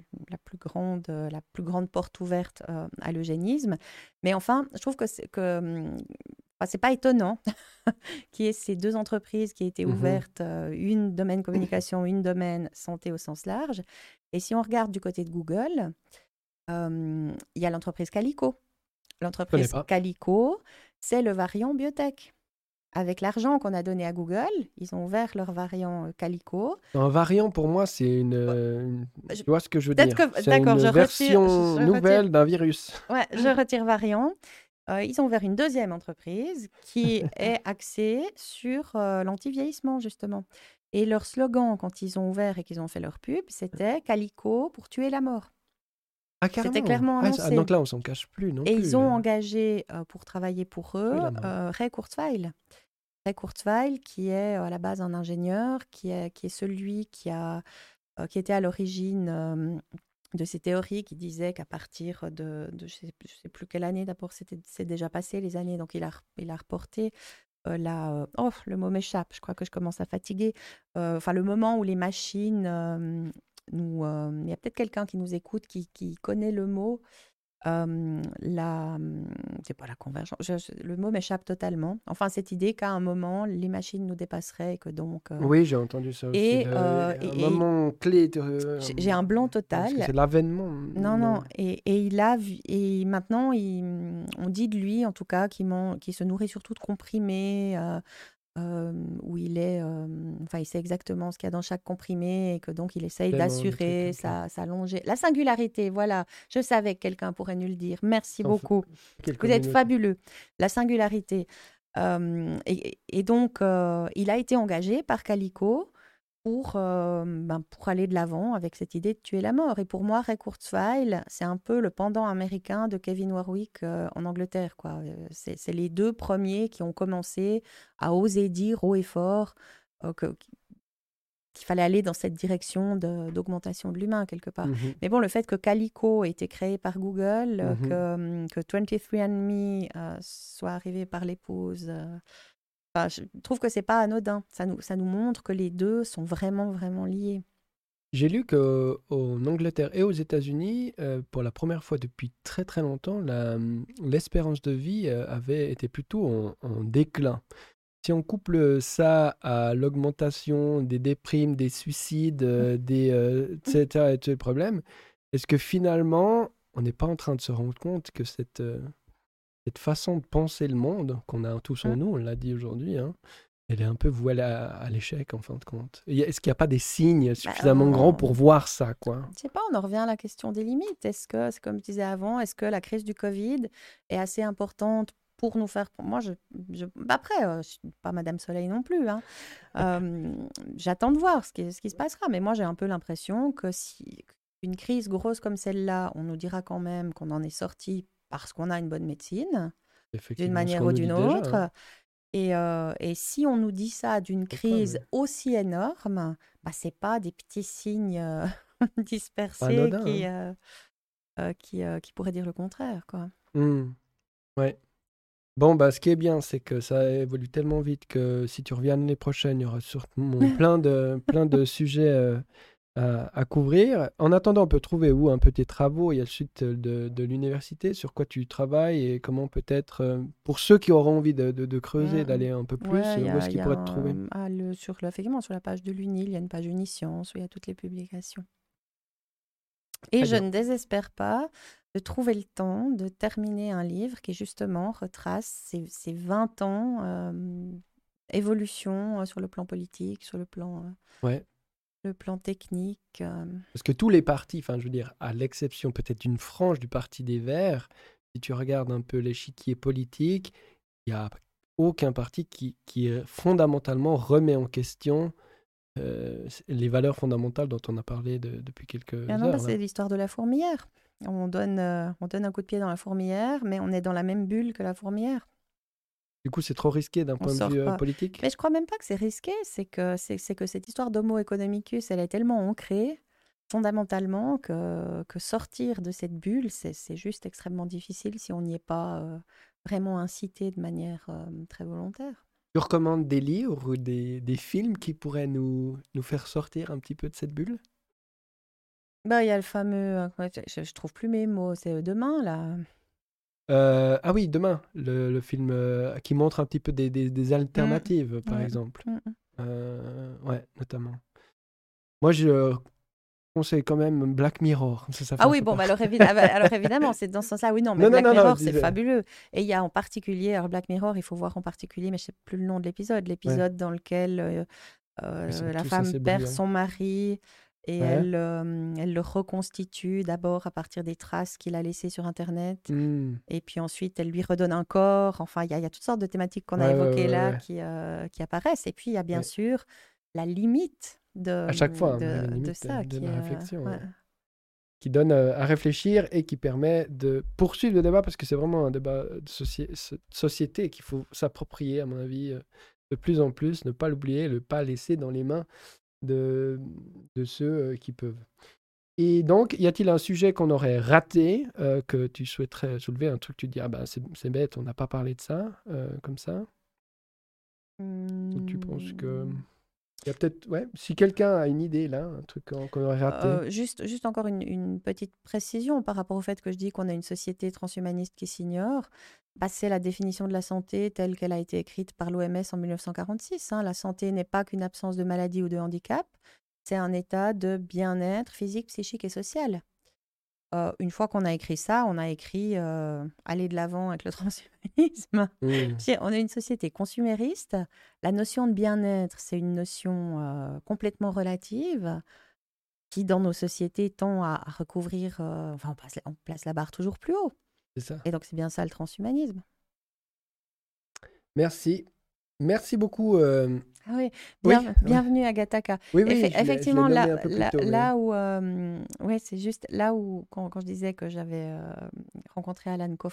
la plus grande porte ouverte à l'eugénisme. Mais enfin, je trouve que enfin, c'est pas étonnant qu'il y ait ces deux entreprises qui aient été Mhm. ouvertes, une domaine communication, une domaine santé au sens large. Et si on regarde du côté de Google, il y a l'entreprise Calico. Je connais L'entreprise pas. Calico, c'est le variant biotech. Avec l'argent qu'on a donné à Google, ils ont ouvert leur variant Calico. Un variant, pour moi, c'est Je- tu vois ce que je veux Peut-être dire? que, C'est d'accord, une version je retire, nouvelle d'un virus. ouais, je retire variant. Ils ont ouvert une deuxième entreprise qui est axée sur l'anti-vieillissement, justement. Et leur slogan, quand ils ont ouvert et qu'ils ont fait leur pub, c'était Calico pour tuer la mort. Ah, C'était carrément. clairement Donc annoncé. là, on s'en cache plus non Et ils plus. ont engagé pour travailler pour eux Tuer la mort. Ray Kurzweil. Ray Kurzweil, qui est à la base un ingénieur, qui est celui qui était à l'origine de ces théories qui disaient qu'à partir de je sais plus quelle année, d'abord c'est déjà passé les années, donc il a reporté oh, le mot m'échappe, je crois que je commence à fatiguer, enfin le moment où les machines il y a peut-être quelqu'un qui nous écoute qui connaît le mot, c'est pas la convergence, le mot m'échappe totalement. Enfin, cette idée qu'à un moment, les machines nous dépasseraient et que donc... Oui, j'ai entendu ça aussi. Un et moment clé j'ai un blanc est-ce que total. c'est l'avènement? Non, non. Non. Et il a vu, et maintenant, on dit de lui, en tout cas, qu'il se nourrit surtout de comprimés, où enfin, il sait exactement ce qu'il y a dans chaque comprimé et que donc il essaye Tellement de d'assurer trucs, ok. sa longévité. La singularité, voilà. Je savais que quelqu'un pourrait nous le dire. Merci Sans fa- beaucoup. Quelle Vous êtes communauté. fabuleux. La singularité. Et donc, il a été engagé par Calico pour aller de l'avant avec cette idée de tuer la mort. Et pour moi, Ray Kurzweil, c'est un peu le pendant américain de Kevin Warwick en Angleterre, quoi. C'est les deux premiers qui ont commencé à oser dire haut et fort qu'il fallait aller dans cette direction d'augmentation de l'humain, quelque part. Mhm. Mais bon, le fait que Calico ait été créé par Google, Mhm. que 23andMe soit arrivé par l'épouse... Enfin, je trouve que c'est pas anodin. Ça nous montre que les deux sont vraiment, vraiment liés. J'ai lu qu'en Angleterre et aux États-Unis, pour la première fois depuis très très longtemps, l'espérance de vie avait été plutôt en déclin. Si on couple ça à l'augmentation des déprimes, des suicides, etc., et tous les problèmes, est-ce que finalement, on n'est pas en train de se rendre compte que cette façon de penser le monde, qu'on a tous en nous, on l'a dit aujourd'hui, hein, elle est un peu vouée à l'échec en fin de compte. Est-ce qu'il n'y a pas des signes suffisamment grands pour voir ça, quoi? Je ne sais pas, on en revient à la question des limites. Est-ce que, c'est comme je disais avant, est-ce que la crise du Covid est assez importante pour nous faire... Moi, après, je ne suis pas Madame Soleil non plus, hein. J'attends de voir ce qui se passera. Mais moi, j'ai un peu l'impression que si une crise grosse comme celle-là, on nous dira quand même qu'on en est sorti parce qu'on a une bonne médecine, d'une Effectivement, ce manière qu'on ou nous dit d'une déjà, autre. hein. Et si on nous dit ça d'une Faut pas, crise ouais. aussi énorme, bah, ce n'est pas des petits signes Pas dispersés anodin, qui pourraient dire le contraire, quoi. hein. Ouais. Bon, bah, ce qui est bien, c'est que ça évolue tellement vite que si tu reviens l'année prochaine, il y aura sûrement plein de sujets à couvrir. En attendant, on peut trouver où un peu tes travaux. Il y a le site de l'université, sur quoi tu travailles et comment peut-être, pour ceux qui auront envie de creuser, d'aller un peu plus, Ouais, où est-ce qu'ils pourraient te trouver? effectivement, sur la page de l'UNIL, il y a une page Uniscience où il y a toutes les publications. Et Très je bien. ne désespère pas de trouver le temps de terminer un livre qui, justement, retrace ces 20 ans évolution sur le plan politique, sur Ouais. le plan technique. Parce que tous les partis, enfin, je veux dire, à l'exception peut-être d'une frange du Parti des Verts, si tu regardes un peu l'échiquier politique, il n'y a aucun parti qui fondamentalement remet en question les valeurs fondamentales dont on a parlé depuis Ah quelques non, bah, heures, là. c'est l'histoire de la fourmilière. On donne un coup de pied dans la fourmilière, mais on est dans la même bulle que la fourmilière. Du coup, c'est trop risqué d'un On point de sort vue pas. politique. Mais je crois même pas que c'est risqué, c'est que cette histoire d'homo economicus, elle est tellement ancrée fondamentalement que sortir de cette bulle, c'est juste extrêmement difficile si on n'y est pas vraiment incité de manière très volontaire. Tu recommandes des livres ou des films qui pourraient nous faire sortir un petit peu de cette bulle? Bah, il y a le fameux, je trouve plus mes mots, c'est Demain, là. Ah oui, Demain, le film qui montre un petit peu des Mm, alternatives, par ouais, exemple. mm, mm. Ouais, notamment. Moi, je conseille quand même Black Mirror. Ça fait Ah un oui, peu bon, bah peur. alors évidemment, c'est dans ce sens-là. Oui, non, mais Non, non, Black non, non, je Mirror, c'est disais. fabuleux. Et il y a en particulier, alors Black Mirror, il faut voir en particulier, mais je sais plus le nom de l'épisode, Ouais, l'épisode dans lequel ils sont la tous femme assez perd brillants. son mari et Ouais. elle le reconstitue d'abord à partir des traces qu'il a laissées sur Internet. Hmm. Et puis ensuite, elle lui redonne un corps. Enfin, il y a toutes sortes de thématiques qu'on a Ouais, ouais, évoquées ouais, là ouais. qui apparaissent. Et puis, il y a bien Ouais. sûr la limite À chaque fois, hein, la de limite ça de qui la est... réflexion, ouais. ouais. Qui donne à réfléchir et qui permet de poursuivre le débat parce que c'est vraiment un débat de société qu'il faut s'approprier, à mon avis, de plus en plus, ne pas l'oublier, ne pas laisser dans les mains de, de ceux qui peuvent. Et donc, y a-t-il un sujet qu'on aurait raté, que tu souhaiterais soulever, un truc que tu te dis, ah ben c'est bête, on n'a pas parlé de ça, comme ça? Ou tu penses que... Hum, Il y a peut-être, ouais, si quelqu'un a une idée là, un truc qu'on aurait raté. juste encore une petite précision par rapport au fait que je dis qu'on a une société transhumaniste qui s'ignore. Bah, c'est la définition de la santé telle qu'elle a été écrite par l'OMS en 1946, hein. La santé n'est pas qu'une absence de maladie ou de handicap, c'est un état de bien-être physique, psychique et social. Une fois qu'on a écrit ça, on a écrit aller de l'avant avec le transhumanisme. Hmm, On est une société consumériste. La notion de bien-être, c'est une notion complètement relative qui, dans nos sociétés, tend à recouvrir. Enfin, on place la barre toujours plus haut. c'est ça. Et donc, c'est bien ça le transhumanisme. Merci. Merci beaucoup, Ah oui, Oui, oui, bienvenue à Gataka. oui, oui, je l'ai Effectivement, nommé un peu plus tôt, mais là où, ouais, c'est juste là où, quand je disais que j'avais rencontré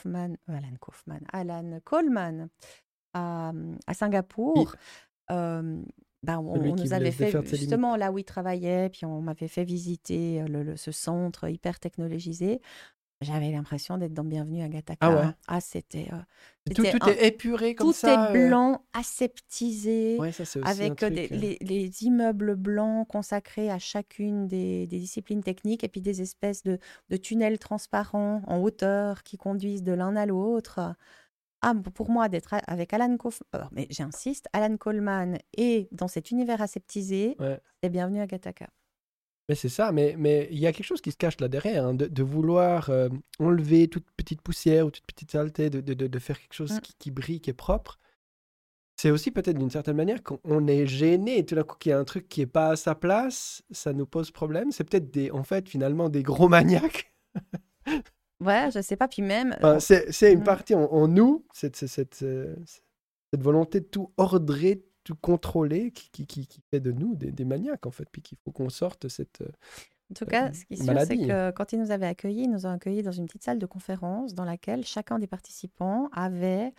Alan Coleman à oui, Singapour, euh, bah, celui on qui nous voulait avait se fait défaire de ses justement limites. là où il travaillait, puis on m'avait fait visiter ce centre hyper technologisé. J'avais l'impression d'être dans Bienvenue à Ah Gattaca, ouais? hein. Ah, Tout, c'était tout est épuré comme tout est ça. blanc, aseptisé, Ouais, ça c'est aussi un avec truc. les immeubles blancs consacrés à chacune des disciplines techniques, et puis des espèces de tunnels transparents en hauteur qui conduisent de l'un à l'autre. Ah, pour moi, d'être avec mais j'insiste, Alan Coleman et dans cet univers aseptisé, Ouais. c'est Bienvenue à Gattaca. Mais c'est ça, mais il y a quelque chose qui se cache là derrière, hein, de vouloir enlever toute petite poussière ou toute petite saleté, de faire quelque chose Mm. qui brille, qui est propre. C'est aussi peut-être d'une certaine manière qu'on est gêné et tout d'un coup qu'il y a un truc qui est pas à sa place, ça nous pose problème. C'est peut-être en fait, finalement, des gros maniaques. Ouais, je sais pas, puis même... Enfin, c'est une Mm. partie en nous, cette volonté de tout ordrer, tout contrôler, qui fait de nous des maniaques, en fait, puis qu'il faut qu'on sorte cette En tout cas, ce qui est sûr, c'est maladie. que quand ils nous avaient accueillis, ils nous ont accueillis dans une petite salle de conférence dans laquelle chacun des participants avait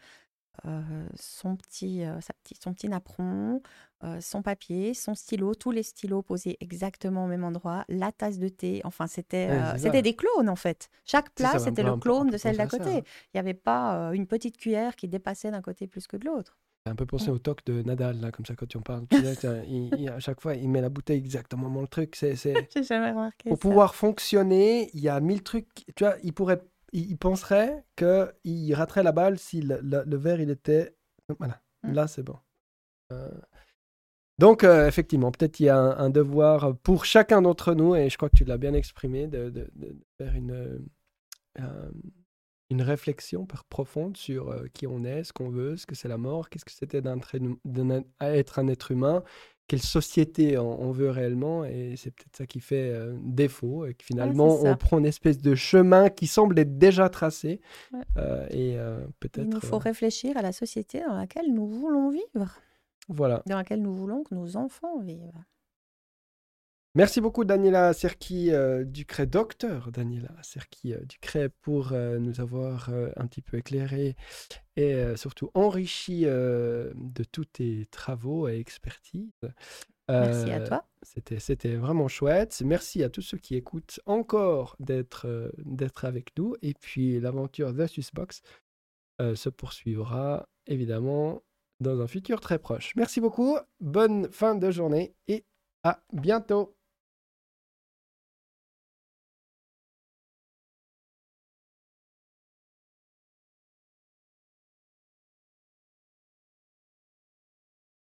son petit napperon, son papier, son stylo, tous les stylos posés exactement au même endroit, la tasse de thé. Enfin, Ouais, c'est c'était ça. des clônes en fait. Chaque C'est ça, place était le un clone peu de celle penser d'à à ça, côté. hein. Il n'y avait pas une petite cuillère qui dépassait d'un côté plus que de l'autre. J'ai un peu Mm. pensé au toc de Nadal, là, comme ça, quand tu en parles. Tu sais, à chaque fois, il met la bouteille exactement dans le truc. J'ai jamais remarqué Pour ça. pouvoir fonctionner, il y a 1000 trucs. Tu vois, il penserait qu'il raterait la balle si le verre, il était. Voilà, Mm. là, c'est bon. Euh, Donc, effectivement, peut-être il y a un devoir pour chacun d'entre nous, et je crois que tu l'as bien exprimé, de faire euh, une réflexion profonde sur qui on est, ce qu'on veut, ce que c'est la mort, qu'est-ce que c'était d'être un être humain, quelle société on veut réellement, et c'est peut-être ça qui fait défaut, et que Ouais, c'est finalement on ça. prend une espèce de chemin qui semble être déjà tracé, Ouais. et Il nous peut-être, faut réfléchir à la société dans laquelle nous voulons vivre, voilà. dans laquelle nous voulons que nos enfants vivent. Merci beaucoup Daniela Serki Ducret, docteur Daniela Serki Ducret, pour nous avoir un petit peu éclairé et surtout enrichi de tous tes travaux et expertises. Merci à Euh, toi. c'était vraiment chouette. Merci à tous ceux qui écoutent encore d'être avec nous. Et puis l'aventure The Box se poursuivra évidemment dans un futur très proche. Merci beaucoup, bonne fin de journée et à bientôt.